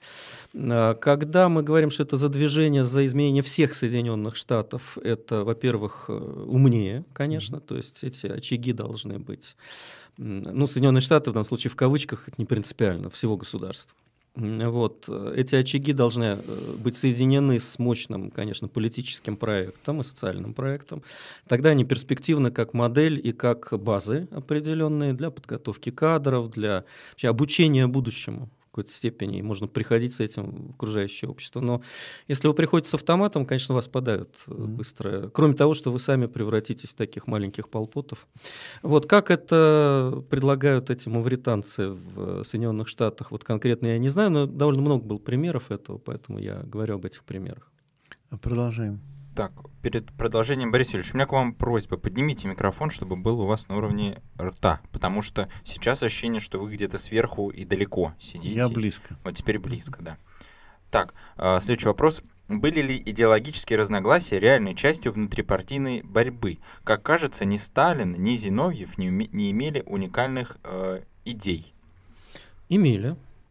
Когда мы говорим, что это за движение, за изменение всех Соединенных Штатов, это, во-первых, умнее, конечно, то есть эти очаги должны быть, ну, Соединенные Штаты, в данном случае в кавычках, это не принципиально, всего государства. Вот. Эти очаги должны быть соединены с мощным, конечно, политическим проектом и социальным проектом. Тогда они перспективны как модель и как базы определенные для подготовки кадров, для вообще обучения будущему. В какой-то степени, и можно приходить с этим в окружающее общество. Но если вы приходите с автоматом, конечно, вас подавят быстро. Кроме того, что вы сами превратитесь в таких маленьких полпотов. Вот как это предлагают эти мавританцы в Соединенных Штатах, вот конкретно я не знаю, но довольно много было примеров этого, поэтому я говорю об этих примерах. Продолжаем. Так, перед продолжением, Борис Юрьевич, у меня к вам просьба. Поднимите микрофон, чтобы был у вас на уровне рта, потому что сейчас ощущение, что вы где-то сверху и далеко сидите. Я близко. Вот теперь близко, да. Так, следующий вопрос. Были ли идеологические разногласия реальной частью внутрипартийной борьбы? Как кажется, ни Сталин, ни Зиновьев не имели уникальных идей. Имели,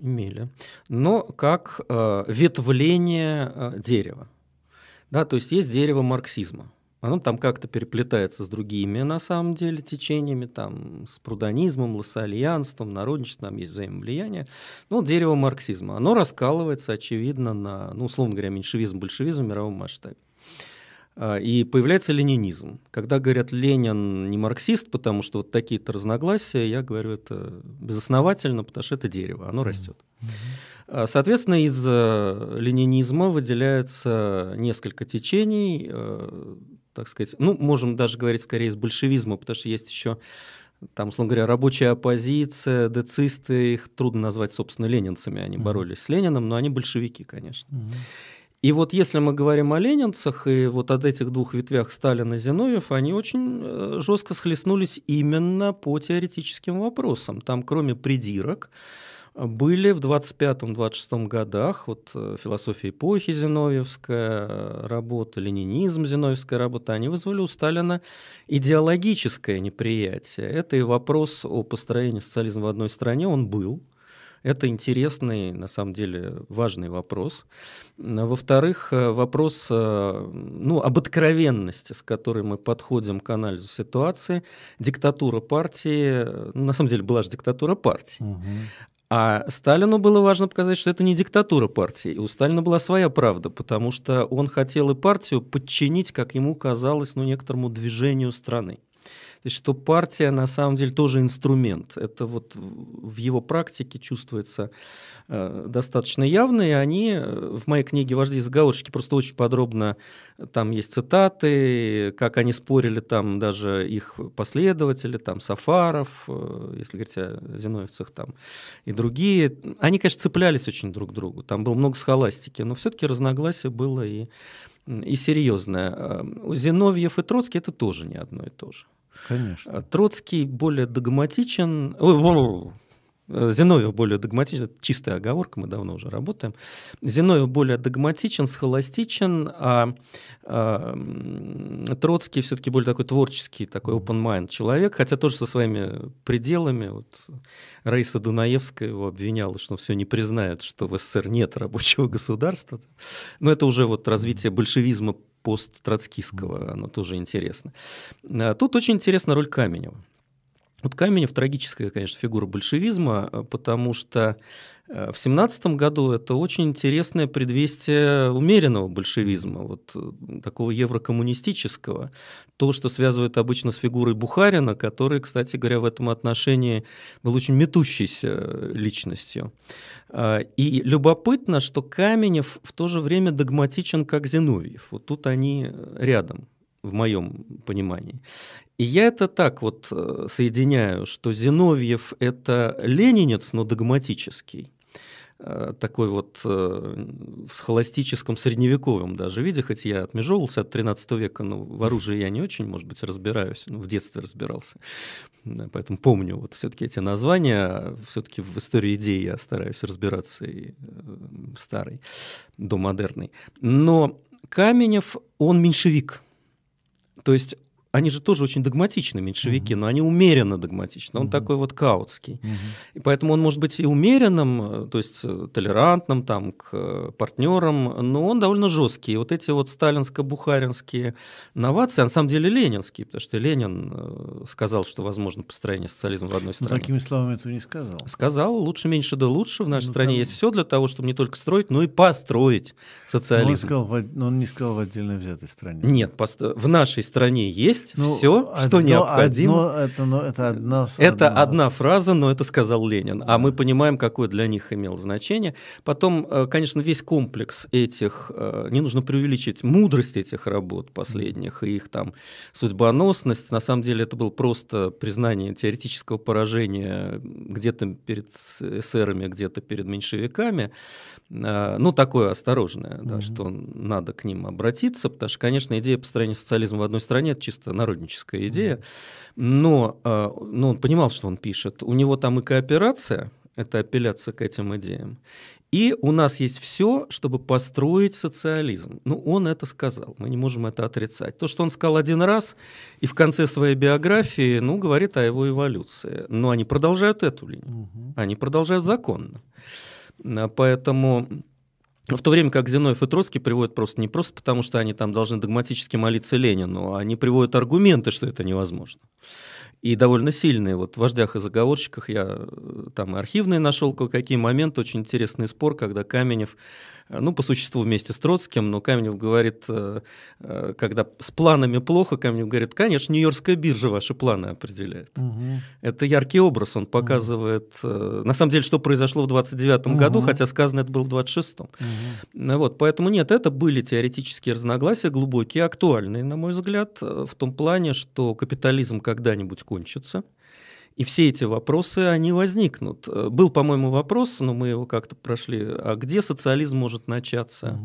но как ветвление дерева. Да, то есть есть дерево марксизма. Оно там как-то переплетается с другими, на самом деле, течениями, там, с прудонизмом, лассальянством, народничеством, там есть взаимовлияние. Но дерево марксизма, оно раскалывается, очевидно, на, ну, условно говоря, меньшевизм, большевизм в мировом масштабе. И появляется ленинизм. Когда говорят, Ленин не марксист, потому что вот такие-то разногласия, я говорю, это безосновательно, потому что это дерево, оно растет. Соответственно, из ленинизма выделяется несколько течений, так сказать, ну, можем даже говорить скорее из большевизма, потому что есть еще, там, условно говоря, рабочая оппозиция, децисты, их трудно назвать, собственно, ленинцами, они боролись с Лениным, но они большевики, конечно. И вот если мы говорим о ленинцах, и вот от этих двух ветвях Сталин и Зиновьев, они очень жестко схлестнулись именно по теоретическим вопросам. Там, кроме придирок, были в 25-26 годах вот, философия эпохи зиновьевская работа, ленинизм зиновьевская работа, они вызвали у Сталина идеологическое неприятие. Это и вопрос о построении социализма в одной стране, он был. Это интересный, на самом деле, важный вопрос. Во-вторых, вопрос об откровенности, с которой мы подходим к анализу ситуации. Диктатура партии, на самом деле была же диктатура партии. А Сталину было важно показать, что это не диктатура партии. И у Сталина была своя правда, потому что он хотел и партию подчинить, как ему казалось, некоторому движению страны. То есть, что партия на самом деле тоже инструмент. Это вот в его практике чувствуется достаточно явно, и они в моей книге «Вожди и заговорщики» просто очень подробно, там есть цитаты, как они спорили, там даже их последователи, там Сафаров, если говорить о зиновьевцах, там и другие. Они, конечно, цеплялись очень друг к другу, там было много схоластики, но все-таки разногласие было и серьезное. Зиновьев и Троцкий – это тоже не одно и то же. Конечно. Троцкий более догматичен, Зиновьев более догматичен, чистая оговорка, мы давно уже работаем. Зиновьев более догматичен, схоластичен, а Троцкий все-таки более такой творческий, такой open mind человек, хотя тоже со своими пределами. Вот Раиса Дунаевская его обвиняла, что он все не признает, что в СССР нет рабочего государства. Но это уже вот развитие большевизма посттроцкистского, оно тоже интересно. Тут очень интересна роль Каменева. Вот Каменев трагическая, конечно, фигура большевизма, потому что в 1917 году это очень интересное предвестие умеренного большевизма, вот такого еврокоммунистического. То, что связывает обычно с фигурой Бухарина, который, кстати говоря, в этом отношении был очень метущейся личностью. И любопытно, что Каменев в то же время догматичен, как Зиновьев. Вот тут они рядом, в моем понимании. И я это так вот соединяю, что Зиновьев – это ленинец, но догматический. Такой вот в схоластическом средневековом даже виде, хоть я отмежевывался от 13 века, но в оружии я не очень, может быть, разбираюсь, в детстве разбирался, поэтому помню вот все-таки эти названия, все-таки в истории идей я стараюсь разбираться и старой, до модерной. Но Каменев, он меньшевик, то есть они же тоже очень догматичны, меньшевики, но они умеренно догматичны. Он такой вот каутский. И поэтому он может быть и умеренным, то есть толерантным там, к партнерам, но он довольно жесткий. И вот эти вот сталинско-бухаринские новации, на самом деле ленинские, потому что Ленин сказал, что возможно построение социализма в одной стране. Но такими словами этого не сказал. Сказал, лучше, меньше, да лучше. В нашей стране есть все для того, чтобы не только строить, но и построить социализм. Но он не сказал в отдельно взятой стране. Нет, в нашей стране есть все, что необходимо. Это одна фраза, но это сказал Ленин. А мы понимаем, какое для них имело значение. Потом, конечно, весь комплекс этих, не нужно преувеличить мудрость этих работ последних и их там судьбоносность. На самом деле это было просто признание теоретического поражения где-то перед эсерами, где-то перед меньшевиками. Ну, такое осторожное, да, что надо к ним обратиться, потому что, конечно, идея построения социализма в одной стране – это чисто народническая идея, но он понимал, что он пишет. У него там и кооперация, это апелляция к этим идеям, и у нас есть все, чтобы построить социализм. Ну, он это сказал, мы не можем это отрицать. То, что он сказал один раз и в конце своей биографии, говорит о его эволюции. Но они продолжают эту линию, они продолжают законно. Поэтому в то время как Зиновьев и Троцкий приводят просто не просто потому, что они там должны догматически молиться Ленину, а они приводят аргументы, что это невозможно. И довольно сильные. Вот в «Вождях и заговорщиках» я там и архивные нашел кое-какие моменты, очень интересный спор, когда Каменев ну, по существу вместе с Троцким, но Каменев говорит, когда с планами плохо, Каменев говорит, конечно, Нью-Йоркская биржа ваши планы определяет. Это яркий образ, он показывает, на самом деле, что произошло в 29 году, хотя сказано это было в 26-м. Вот, поэтому нет, это были теоретические разногласия, глубокие, актуальные, на мой взгляд, в том плане, что капитализм когда-нибудь кончится. И все эти вопросы, они возникнут. Был, по-моему, вопрос, но мы его как-то прошли, а где социализм может начаться?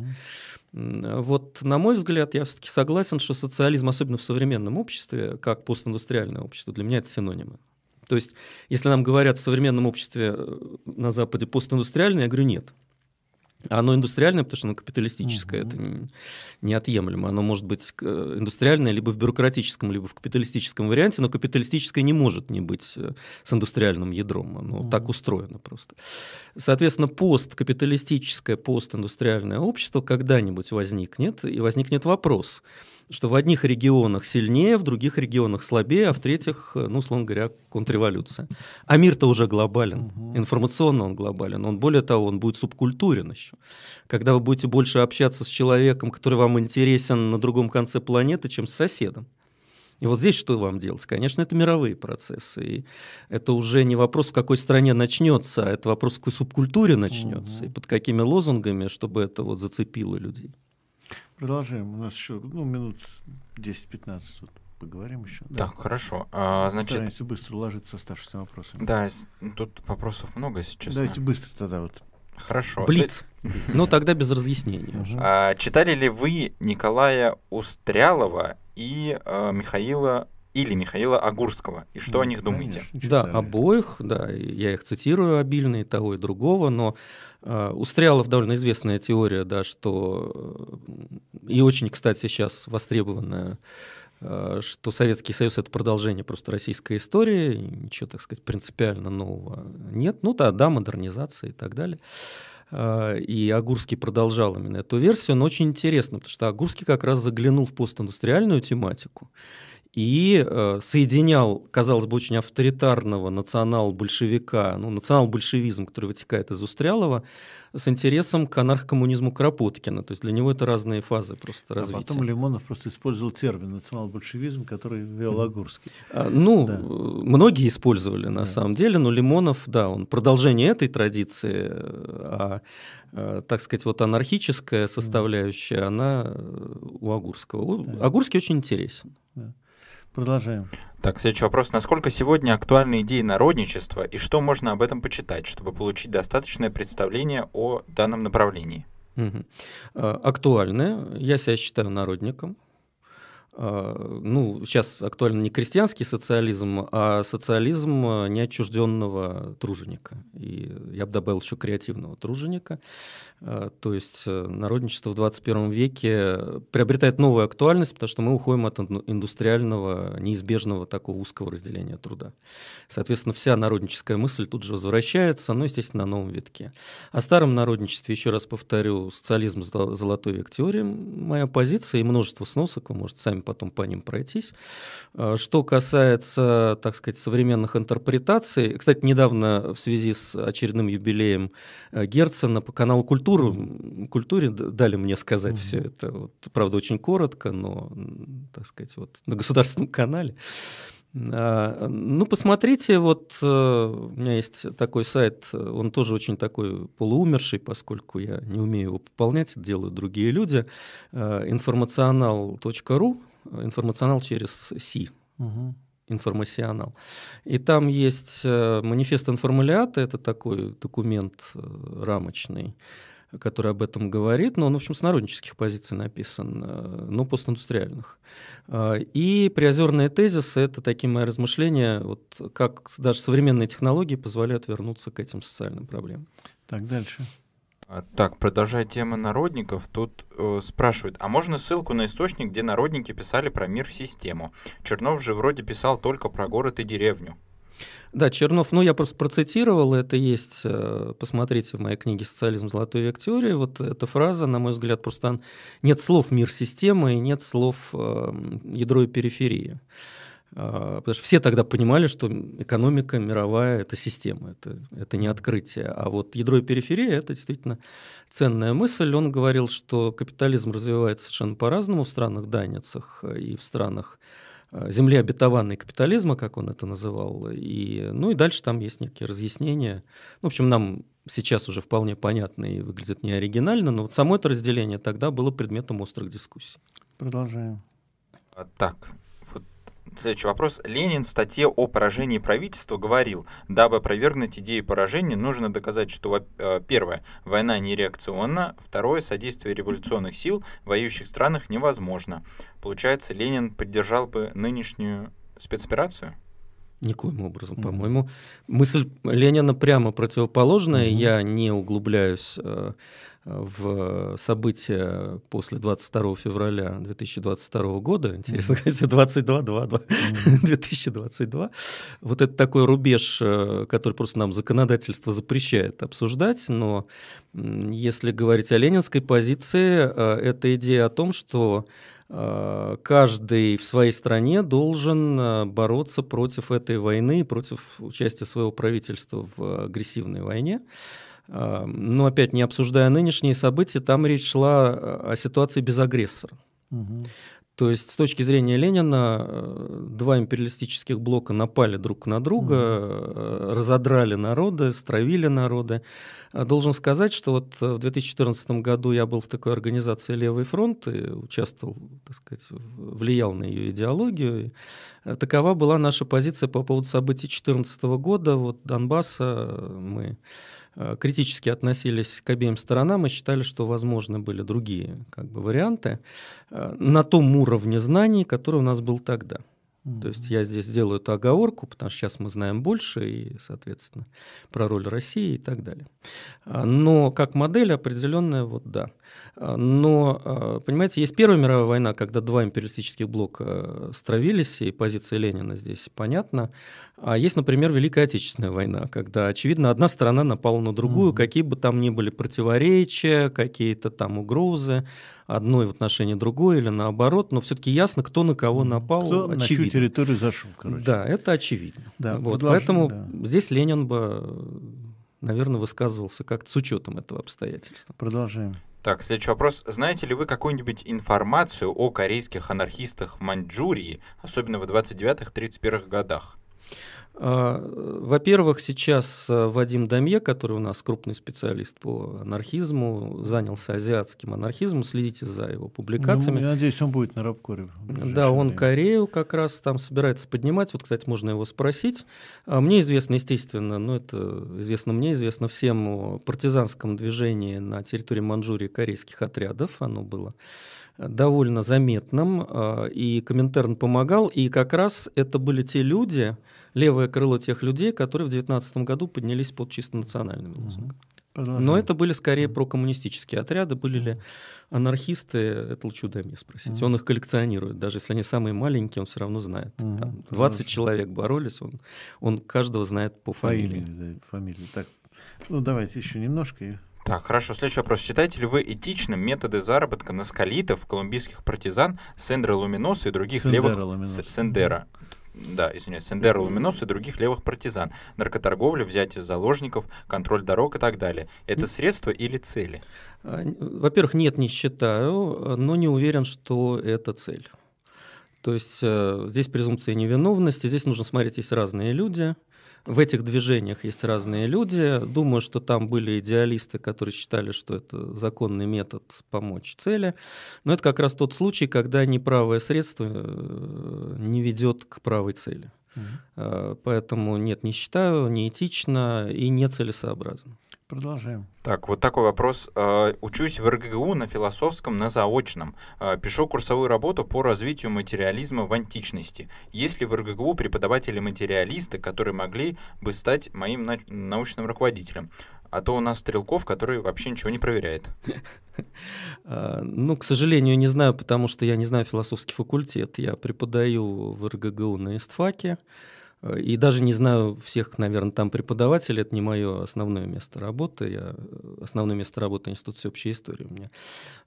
Вот, на мой взгляд, я все-таки согласен, что социализм, особенно в современном обществе, как постиндустриальное общество, для меня это синонимы. То есть, если нам говорят в современном обществе на Западе постиндустриальное, я говорю, нет. Оно индустриальное, потому что оно капиталистическое, это неотъемлемо. Оно может быть индустриальное либо в бюрократическом, либо в капиталистическом варианте, но капиталистическое не может не быть с индустриальным ядром. Оно так устроено просто. Соответственно, посткапиталистическое, постиндустриальное общество когда-нибудь возникнет, и возникнет вопрос, что в одних регионах сильнее, в других регионах слабее, а в третьих, ну, условно говоря, контрреволюция. А мир-то уже глобален, информационно он глобален. Он, более того, он будет субкультурен еще. Когда вы будете больше общаться с человеком, который вам интересен на другом конце планеты, чем с соседом. И вот здесь что вам делать? Конечно, это мировые процессы. И это уже не вопрос, в какой стране начнется, а это вопрос, в какой субкультуре начнется, и под какими лозунгами, чтобы это вот зацепило людей. Продолжаем. У нас еще минут 10-15 вот поговорим еще. Так, да. Хорошо. Значит, стараемся быстро уложиться с оставшимися вопросами. Да, тут вопросов много, если честно. Давайте быстро тогда вот. Хорошо. Блиц. Ну, тогда без разъяснений уже. Читали ли вы Николая Устрялова и Михаила Огурского? И что о них думаете? Да, обоих, да, я их цитирую обильно, и того, и другого, но Устрялов довольно известная теория, да, что и очень, кстати, сейчас востребованная, что Советский Союз — это продолжение просто российской истории, ничего, так сказать, принципиально нового нет, ну да, модернизация и так далее. И Огурский продолжал именно эту версию, но очень интересно, потому что Огурский как раз заглянул в постиндустриальную тематику и соединял, казалось бы, очень авторитарного национал-большевика, национал-большевизм, который вытекает из Устрялова, с интересом к анархокоммунизму Кропоткина. То есть для него это разные фазы просто развития. Потом Лимонов просто использовал термин национал-большевизм, который ввел Огурский. Многие использовали на самом деле, но Лимонов, да, он продолжение этой традиции, так сказать, вот анархическая составляющая, она у Огурского. Огурский очень интересен. Продолжаем. Так, следующий вопрос. Насколько сегодня актуальна идея народничества и что можно об этом почитать, чтобы получить достаточное представление о данном направлении? Актуальны. Я себя считаю народником. Сейчас актуален не крестьянский социализм, а социализм неотчужденного труженика. И я бы добавил еще креативного труженика. То есть народничество в 21 веке приобретает новую актуальность, потому что мы уходим от индустриального, неизбежного такого узкого разделения труда. Соответственно, вся народническая мысль тут же возвращается, но, естественно, на новом витке. О старом народничестве, еще раз повторю, социализм — золотой век теории, моя позиция, и множество сносок, вы можете сами потом по ним пройтись. Что касается, так сказать, современных интерпретаций, кстати, недавно в связи с очередным юбилеем Герцена по каналу «Культуре» дали мне сказать все это. Вот, правда, очень коротко, но, так сказать, вот на государственном канале. Посмотрите, вот у меня есть такой сайт, он тоже очень такой полуумерший, поскольку я не умею его пополнять, это делают другие люди, informational.ru, информационал через Си. Информационал. И там есть манифест информалиата, это такой документ рамочный, который об этом говорит, но он, в общем, с народнических позиций написан, но постиндустриальных. И приозерные тезисы — это такие мои размышления, вот как даже современные технологии позволяют вернуться к этим социальным проблемам. Так, дальше. Так, продолжая тему народников, тут спрашивают, а можно ссылку на источник, где народники писали про мир-систему? Чернов же вроде писал только про город и деревню. Да, Чернов, я просто процитировал, это есть, посмотрите в моей книге «Социализм. Золотой век теории», вот эта фраза, на мой взгляд, просто нет слов «мир-система» и нет слов «ядро и периферия». Потому что все тогда понимали, что экономика мировая – это система, это не открытие. А вот ядро и периферия – это действительно ценная мысль. Он говорил, что капитализм развивается совершенно по-разному в странах-даницах и в странах земли обетованной капитализма, как он это называл. И дальше там есть некие разъяснения. В общем, нам сейчас уже вполне понятно и выглядит неоригинально, но вот само это разделение тогда было предметом острых дискуссий. Продолжаем. Так, вот следующий вопрос. Ленин в статье о поражении правительства говорил: дабы опровергнуть идею поражения, нужно доказать, что, первое, война не реакционна, второе, содействие революционных сил в воюющих странах невозможно. Получается, Ленин поддержал бы нынешнюю спецоперацию? Никоим образом, по-моему. Мысль Ленина прямо противоположная. Я не углубляюсь в события после 22 февраля 2022 года. Интересно, кстати, 2022. Вот это такой рубеж, который просто нам законодательство запрещает обсуждать. Но если говорить о ленинской позиции, это идея о том, что каждый в своей стране должен бороться против этой войны, против участия своего правительства в агрессивной войне. Но опять, не обсуждая нынешние события, там речь шла о ситуации без агрессора. То есть, с точки зрения Ленина, два империалистических блока напали друг на друга, разодрали народы, стравили народы. Должен сказать, что вот в 2014 году я был в такой организации «Левый фронт» и участвовал, так сказать, влиял на ее идеологию. И такова была наша позиция по поводу событий 2014 года. Вот Донбасса мы критически относились к обеим сторонам и считали, что возможны были другие варианты на том уровне знаний, который у нас был тогда. То есть я здесь делаю эту оговорку, потому что сейчас мы знаем больше и, соответственно, про роль России и так далее. Но как модель определенная, да. Но, понимаете, есть Первая мировая война, когда два империалистических блока стравились, и позиция Ленина здесь понятна. А есть, например, Великая Отечественная война, когда, очевидно, одна сторона напала на другую, какие бы там ни были противоречия, какие-то там угрозы, одной в отношении другой или наоборот, но все-таки ясно, кто на кого напал. Кто очевидно. На чью территорию зашел, короче. Да, это очевидно. Да, поэтому здесь Ленин бы, наверное, высказывался как-то с учетом этого обстоятельства. Продолжаем. Так, следующий вопрос. Знаете ли вы какую-нибудь информацию о корейских анархистах в Маньчжурии, особенно в 29-31 годах? Во-первых, сейчас Вадим Дамье, который у нас крупный специалист по анархизму, занялся азиатским анархизмом, следите за его публикациями. Я надеюсь, он будет на Рабкоре. Да, он Корею как раз там собирается поднимать. Вот, кстати, можно его спросить. Мне известно, естественно, это известно мне, известно всем о партизанском движении на территории Маньчжурии корейских отрядов. Оно было довольно заметным, и Коминтерн помогал, и как раз это были те люди, левое крыло тех людей, которые в 19 году поднялись под чисто национальными лозунгами. Но это были скорее прокоммунистические отряды, были ли анархисты, это лучше у Дамье спросить. Он их коллекционирует, даже если они самые маленькие, он все равно знает. Там 20 человек боролись, он каждого знает по фамилии. Фамилии. Так, давайте еще немножко. Так, хорошо. Следующий вопрос. Считаете ли вы этичным методы заработка наскалитов, колумбийских партизан, Сендера Луминоса и других левых... Сендера. Да, извиняюсь, Сендера Луминоса и других левых партизан. Наркоторговля, взятие заложников, контроль дорог и так далее. Это средства или цели? Во-первых, нет, не считаю, но не уверен, что это цель. То есть здесь презумпция невиновности, здесь нужно смотреть, есть разные люди. В этих движениях есть разные люди. Думаю, что там были идеалисты, которые считали, что это законный метод помочь цели. Но это как раз тот случай, когда неправое средство не ведет к правой цели. Поэтому нет, не считаю, не этично и нецелесообразно. Продолжаем. Так, вот такой вопрос. Учусь в РГГУ на философском, на заочном. Пишу курсовую работу по развитию материализма в античности. Есть ли в РГГУ преподаватели-материалисты, которые могли бы стать моим научным руководителем? А то у нас Стрелков, который вообще ничего не проверяет. К сожалению, не знаю, потому что я не знаю философский факультет. Я преподаю в РГГУ на ИСТФАКе. И даже не знаю всех, наверное, там преподавателей, это не мое основное место работы. Основное место работы — Институт всеобщей истории у меня.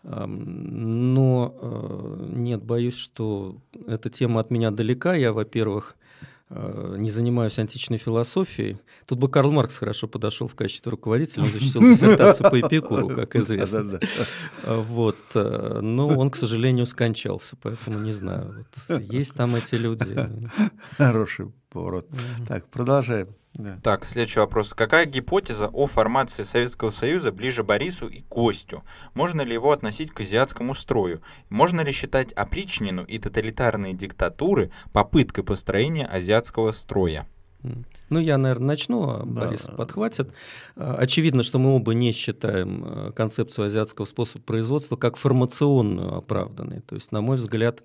Но нет, боюсь, что эта тема от меня далека. Я, во-первых, не занимаюсь античной философией. Тут бы Карл Маркс хорошо подошел в качестве руководителя, он защитил диссертацию по Эпикуру, как известно. Вот. Но он, к сожалению, скончался, поэтому не знаю. Вот. Есть там эти люди. Хороший поворот. Так, продолжаем. Да. Так, следующий вопрос. Какая гипотеза о формации Советского Союза ближе Борису и Костю? Можно ли его относить к азиатскому строю? Можно ли считать опричнину и тоталитарные диктатуры попыткой построения азиатского строя? Ну, я, наверное, начну, а Борис подхватит. Очевидно, что мы оба не считаем концепцию азиатского способа производства как формационную оправданной. То есть, на мой взгляд,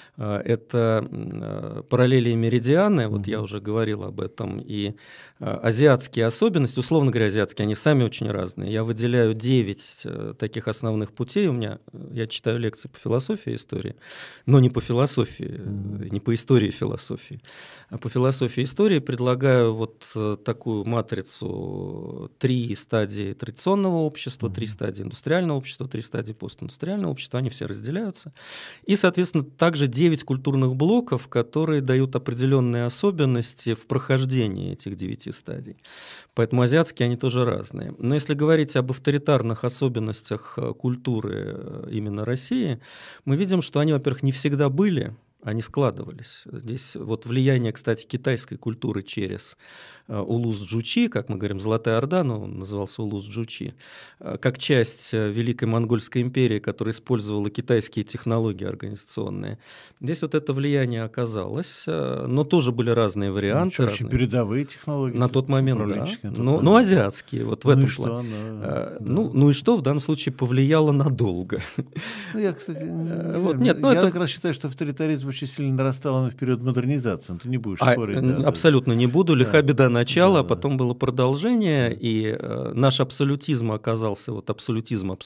это параллели и меридианы, вот я уже говорил об этом, и азиатские особенности, условно говоря, азиатские, они сами очень разные. Я выделяю 9 таких основных путей. Я читаю лекции по философии и истории, но не по философии, не по истории философии, а по философии и истории предлагаю вот такую матрицу: 3 стадии традиционного общества, 3 стадии индустриального общества, 3 стадии постиндустриального общества, они все разделяются. И, соответственно, также 9 культурных блоков, которые дают определенные особенности в прохождении этих 9 стадий. Поэтому азиатские, они тоже разные. Но если говорить об авторитарных особенностях культуры именно России, мы видим, что они, во-первых, не всегда были, они складывались. Здесь вот влияние, кстати, китайской культуры через Улус-Джучи, как мы говорим, Золотая Орда, но он назывался Улус-Джучи, как часть Великой Монгольской империи, которая использовала китайские технологии организационные. Здесь вот это влияние оказалось, но тоже были разные варианты. Очень передовые технологии. На тот момент, да. Но азиатские, вот в этом плане. Ну и что в данном случае повлияло надолго? Ну, я, кстати, я как раз считаю, что авторитаризм очень сильно нарастал в период модернизации. Ты не будешь спорить. Абсолютно не буду. Лиха беда начала, а потом было продолжение, и наш абсолютизм оказался вот абсолютизм.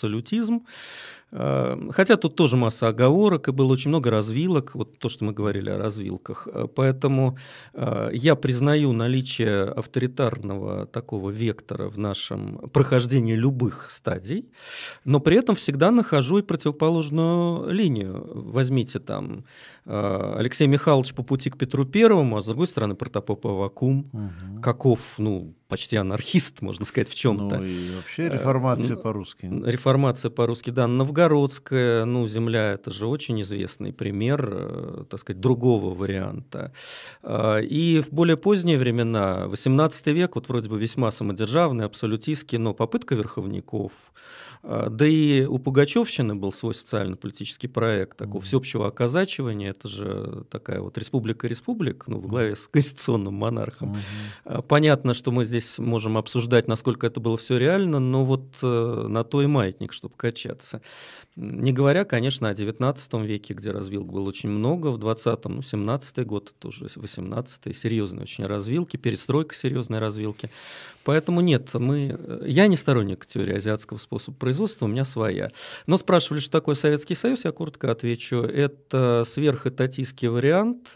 Хотя тут тоже масса оговорок, и было очень много развилок, вот то, что мы говорили о развилках. Поэтому я признаю наличие авторитарного такого вектора в нашем прохождении любых стадий, но при этом всегда нахожу и противоположную линию. Возьмите там Алексей Михайлович по пути к Петру Первому, а с другой стороны Протопоп Аввакум, каков, почти анархист, можно сказать, в чем-то. Ну и вообще реформация по-русски. Реформация по-русски, да. Новгородская, земля, это же очень известный пример, так сказать, другого варианта. И в более поздние времена, XVIII век, вот вроде бы весьма самодержавный, абсолютистский, но попытка верховников. Да и у Пугачевщины был свой социально-политический проект такого всеобщего оказачивания. Это же такая вот республика-республик, во главе с конституционным монархом. Понятно, что мы здесь можем обсуждать, насколько это было все реально, но вот на то и маятник, чтобы качаться. Не говоря, конечно, о XIX веке, где развилок было очень много, в 20-м, 17-й год, тоже 18-й, серьезные очень развилки, перестройка серьезной развилки. Поэтому нет, я не сторонник теории азиатского способа производства, у меня своя. Но спрашивали, что такое Советский Союз, я коротко отвечу. Это сверхэтатистский вариант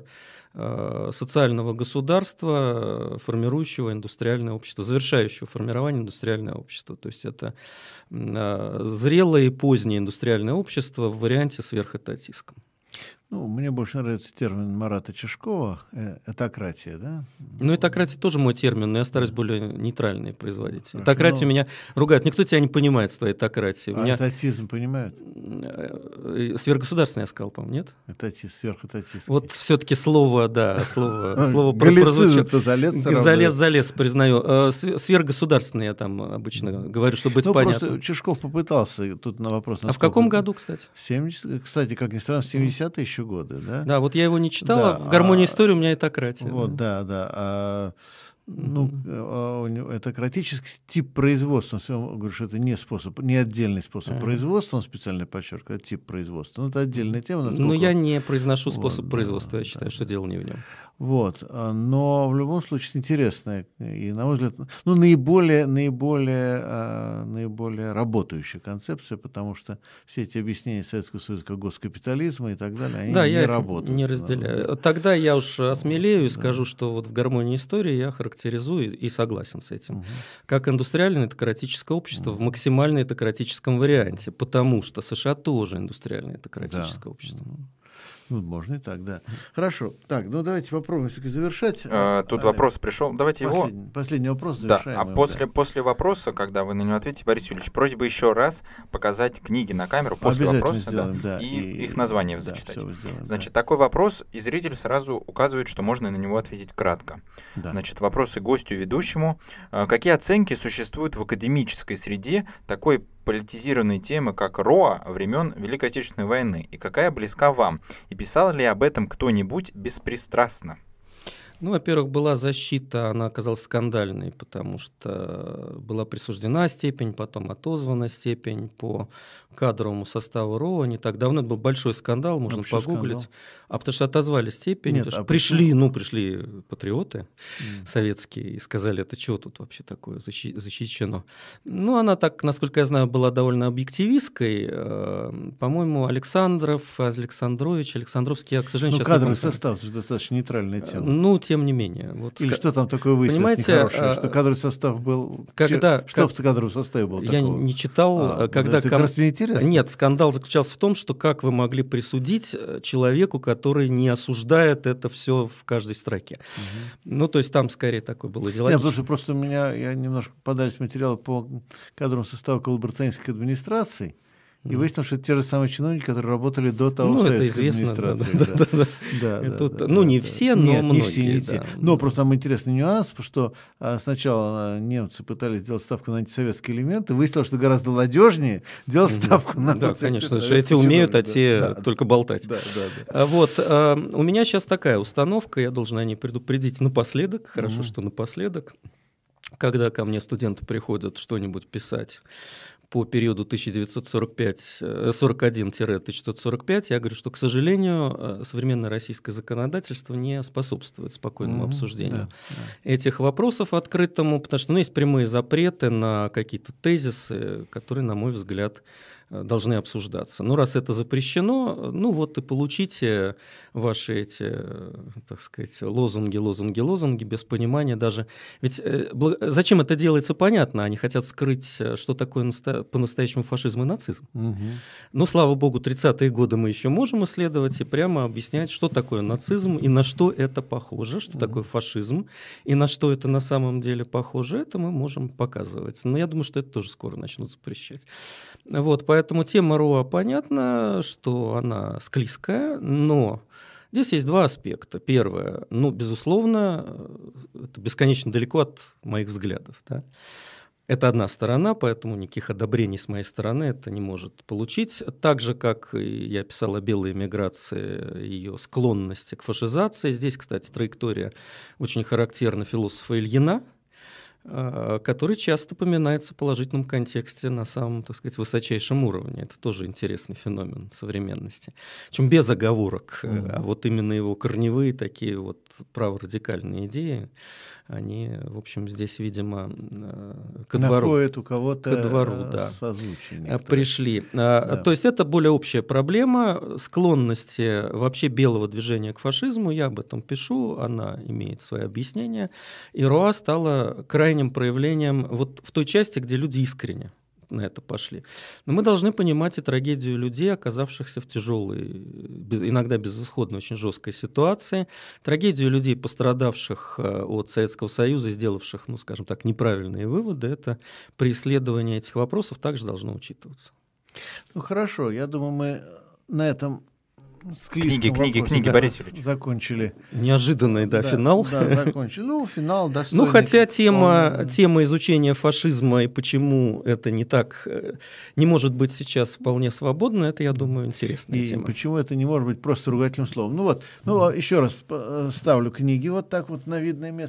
социального государства, формирующего индустриальное общество, завершающего формирование индустриального общества. То есть это зрелое и позднее индустриальное общество в варианте сверхэтатистском. Мне больше нравится термин Марата Чешкова «этократия», да? Этократия тоже мой термин, но я стараюсь более нейтральные производить. Этократию меня ругают. Никто тебя не понимает с твоей этократией. Этатизм понимают? Сверхгосударственный, я сказал, по-моему, нет? Сверхэтатист. Вот все-таки слово прозвучит. Залез, признаю. Сверхгосударственный я там обычно говорю, чтобы быть понятным. Просто Чешков попытался тут на вопрос. А в каком году, кстати? Кстати, как ни странно, в 70-е еще годы, да? Да, вот я его не читал, а в «Гармонии истории» у меня этократия. Вот, да. Ну, это кратический тип производства. Он говорит, что это не отдельный способ производства, он специально подчеркивает, это тип производства. Ну, это отдельная тема. Но я не произношу способ производства, я считаю, что дело не в нем. Вот. Но в любом случае интересная и, на мой взгляд, наиболее работающая концепция, потому что все эти объяснения Советского Союза как госкапитализма и так далее, они не работают. Не разделяю. Тогда я уж осмелею и скажу, что вот в гармонии истории я характеризую и согласен с этим. Как индустриальное этократическое общество в максимально этократическом варианте, потому что США тоже индустриальное этократическое общество. Ну, можно и так, да. Хорошо. Так, ну давайте попробуем все-таки завершать. Тут вопрос пришел. Давайте последний вопрос завершаем. Да. После вопроса, когда вы на него ответите, Борис Юрьевич, просьба еще раз показать книги на камеру после вопроса, сделаем, и их название зачитать. Сделаем, значит, такой вопрос, и зритель сразу указывает, что можно на него ответить кратко. Да. Значит, вопросы гостю ведущему. Какие оценки существуют в академической среде такой политизированные темы, как РОА времен Великой Отечественной войны, и какая близка вам? И писал ли об этом кто-нибудь беспристрастно? Ну, во-первых, была защита, она оказалась скандальной, потому что была присуждена степень, потом отозвана степень по кадровому составу РОА. Не так давно это был большой скандал, можно погуглить. Скандал? А потому что отозвали степень, пришли патриоты советские и сказали, это что тут вообще такое защищено? Ну, она так, насколько я знаю, была довольно объективистской. По-моему, Александровский, я, к сожалению, сейчас кадровый состав, это достаточно нейтральная тема. Ну, тем не менее. Вот, или что там такое выяснилось нехорошее, что кадровый состав был... Что в кадровом составе было такого? Я не читал, когда... Это как раз мне интересно. Нет, скандал заключался в том, что как вы могли присудить человеку, который не осуждает это все в каждой строке. Ну, то есть там скорее такое было идеологическое. Нет, потому что просто я немножко подались материалы по кадровому составу коллаборационистской администрации, и выяснилось, что это те же самые чиновники, которые работали до того в советской администрации. Ну, не все, но многие. Не все, не те. Но просто там интересный нюанс, что сначала немцы пытались сделать ставку на антисоветские элементы, выяснилось, что гораздо надежнее делать ставку на Да, конечно, что эти умеют, а те только болтать. Вот. У меня сейчас такая установка, я должен о ней предупредить напоследок, хорошо, что напоследок, когда ко мне студенты приходят что-нибудь писать по периоду 1941-1945, я говорю, что, к сожалению, современное российское законодательство не способствует спокойному обсуждению этих вопросов открытому, потому что есть прямые запреты на какие-то тезисы, которые, на мой взгляд, должны обсуждаться. Ну, раз это запрещено, ну вот и получите ваши эти, так сказать, лозунги без понимания даже. Ведь зачем это делается, понятно. Они хотят скрыть, что такое по-настоящему фашизм и нацизм. Но, слава богу, 30-е годы мы еще можем исследовать и прямо объяснять, что такое нацизм и на что это похоже, что такое фашизм и на что это на самом деле похоже. Это мы можем показывать. Но я думаю, что это тоже скоро начнут запрещать. Вот, поэтому тема РОА понятна, что она склизкая, но здесь есть два аспекта. Первое, ну, безусловно, это бесконечно далеко от моих взглядов. Да? Это одна сторона, поэтому никаких одобрений с моей стороны это не может получить. Так же, как я писал о белой эмиграции, ее склонности к фашизации. Здесь, кстати, траектория очень характерна философа Ильина, который часто поминается в положительном контексте на самом, так сказать, высочайшем уровне. Это тоже интересный феномен современности. Причем без оговорок, а вот именно его корневые такие вот праворадикальные идеи, они, в общем, здесь, видимо, ко двору. Находят у кого-то созвучие. Пришли. То есть это более общая проблема склонности вообще белого движения к фашизму. Я об этом пишу, она имеет свои объяснения. И РОА стала крайним проявлением вот в той части, где люди искренне на это пошли. Но мы должны понимать и трагедию людей, оказавшихся в тяжелой, иногда безысходной, очень жесткой ситуации, трагедию людей, пострадавших от Советского Союза, сделавших, ну, скажем так, неправильные выводы. Это при исследовании этих вопросов также должно учитываться. Ну, хорошо, я думаю, мы на этом книги, Борис Юрьевич. Закончили. Неожиданный, финал. Да, закончили. Ну, финал достойный. Ну, хотя тема изучения фашизма и почему это не так, не может быть сейчас вполне свободно, это, я думаю, интересная тема. И почему это не может быть просто ругательным словом. Ну вот, еще раз ставлю книги вот так вот на видное место.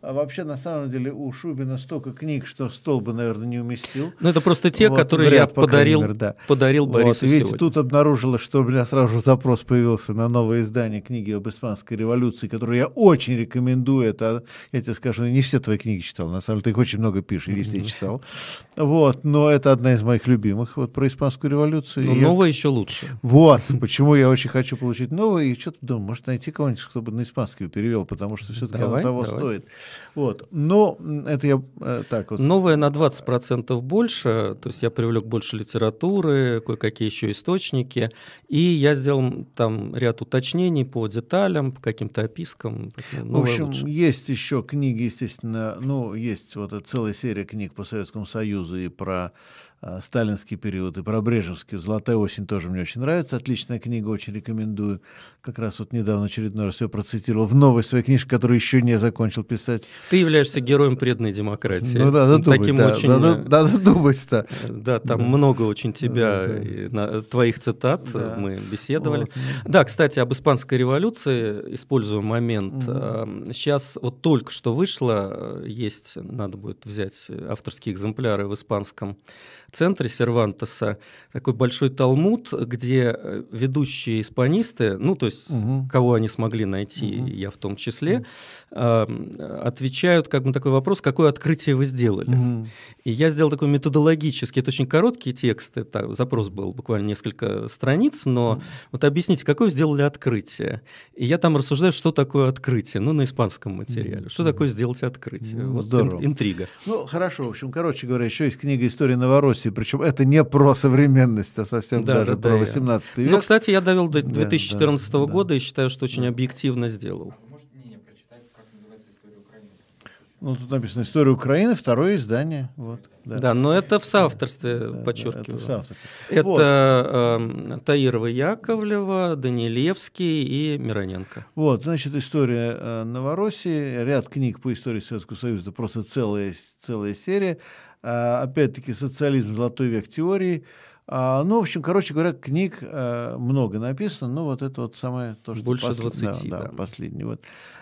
А вообще, на самом деле, у Шубина столько книг, что стол бы, наверное, не уместил. Ну, это просто те, Вот, которые в я ряд, по крайней мере, да. подарил Борису Видите, сегодня. тут обнаружилось, что у меня сразу же запрос появился на новое издание книги об Испанской революции, которую я очень рекомендую. Это, я тебе скажу, не все твои книги читал, на самом деле, ты их очень много пишешь, и везде читал. Вот, но это одна из моих любимых, вот, про Испанскую революцию. Но новая еще лучше. Вот, почему я очень хочу получить новое, и что-то думаю, может найти кого-нибудь, кто бы на испанский перевел, потому что все-таки оно того стоит. Вот, но это я так вот. Новое на 20% больше, то есть я привлек больше литературы, кое-какие еще источники, и я сделал там ряд уточнений по деталям, по каким-то опискам. В общем, есть еще книги, естественно, ну, есть вот эта целая серия книг по Советскому Союзу и про сталинский период, и про Брежневский. «Золотая осень» тоже мне очень нравится, отличная книга, очень рекомендую. Как раз вот недавно очередной раз ее процитировал в новой своей книжке, которую еще не закончил писать. Ты являешься героем преданной демократии. Ну, надо думать, таким да, очень, надо думать, да. Да, там много очень тебя, твоих цитат, мы беседовали. Да, кстати, об Испанской революции, используя момент, сейчас вот только что вышло, есть, надо будет взять авторские экземпляры в испанском центре Сервантеса, такой большой талмуд, где ведущие испанисты, ну, то есть, кого они смогли найти, я в том числе, отвечают как бы на такой вопрос, какое открытие вы сделали. И я сделал такой методологический, это очень короткие тексты, запрос был буквально несколько страниц, но вот объясните, какое вы сделали открытие. И я там рассуждаю, что такое открытие, ну, на испанском материале. Что такое сделать открытие? Вот интрига. Ну, хорошо, в общем, короче говоря, еще есть книга «История Новороссии», причем это не про современность, а совсем даже про 18 век. Ну, кстати, я довел до 2014 года и считаю, что очень объективно сделал. Можете мне прочитать, как называется «История Украины»? Ну, тут написано «История Украины», второе издание. Вот, да, но это в соавторстве, подчеркиваю. Это в соавторстве. Это Таирова-Яковлева, Данилевский и Мироненко. Вот, значит, «История Новороссии», ряд книг по истории Советского Союза, это просто целая серия. Опять-таки, «Социализм. Золотой век теории». Ну, в общем, короче говоря, книг много написано, но вот это вот самое то, что больше 20, да, последний.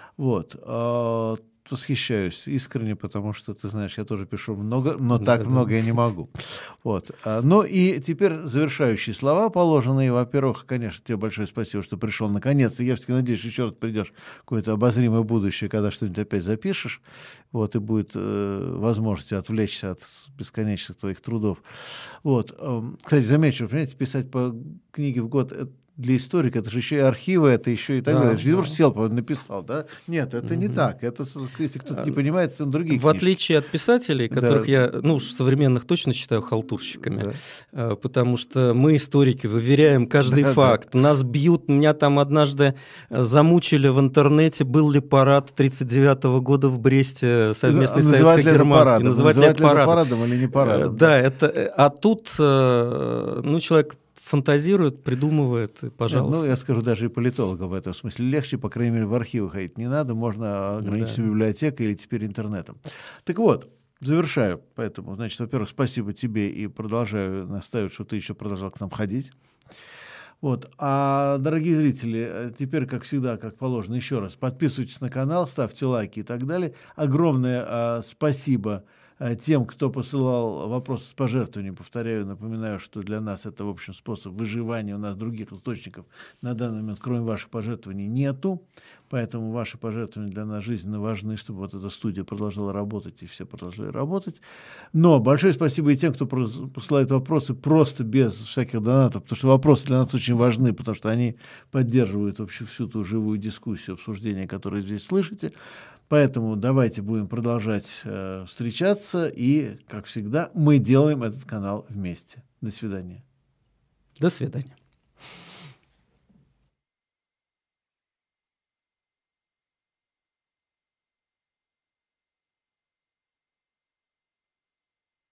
Вот. Восхищаюсь искренне, потому что, ты знаешь, я тоже пишу много, но так много я не могу. Вот. Ну и теперь завершающие слова положенные. Во-первых, конечно, тебе большое спасибо, что пришел наконец. И я все-таки надеюсь, еще раз придешь в какое-то обозримое будущее, когда что-нибудь опять запишешь, вот, и будет возможность отвлечься от бесконечных твоих трудов. Вот. Кстати, замечу, понимаете, писать по книге в год — для историка это же еще и архивы, это еще и так далее. Это же не просто сел, написал, да? Нет, это не так. Это, если кто-то не понимает, это другие книжки. В отличие от писателей, которых я, ну уж современных точно считаю халтурщиками, потому что мы, историки, выверяем каждый факт. Нас бьют, меня там однажды замучили в интернете, был ли парад 1939 года в Бресте совместный советско-германский. Называть ли это парадом или не парадом? Да, это, а тут, ну, человек фантазирует, придумывает, пожалуйста. Ну, я скажу, даже и политологам в этом смысле легче, по крайней мере, в архивы ходить не надо, можно ограничиться библиотекой или теперь интернетом. Так вот, завершаю. Поэтому, значит, во-первых, спасибо тебе и продолжаю настаивать, что ты еще продолжал к нам ходить. Вот. А, дорогие зрители, теперь, как всегда, как положено, еще раз подписывайтесь на канал, ставьте лайки и так далее. Огромное спасибо тем, кто посылал вопросы с пожертвованием. Повторяю, напоминаю, что для нас это, в общем, способ выживания. У нас других источников на данный момент, кроме ваших пожертвований, нету. Поэтому ваши пожертвования для нас жизненно важны, чтобы вот эта студия продолжала работать, и все продолжали работать. Но большое спасибо и тем, кто посылает вопросы просто без всяких донатов, потому что вопросы для нас очень важны, потому что они поддерживают вообще всю ту живую дискуссию, обсуждение, которое здесь слышите. Поэтому давайте будем продолжать встречаться, и, как всегда, мы делаем этот канал вместе. До свидания. До свидания.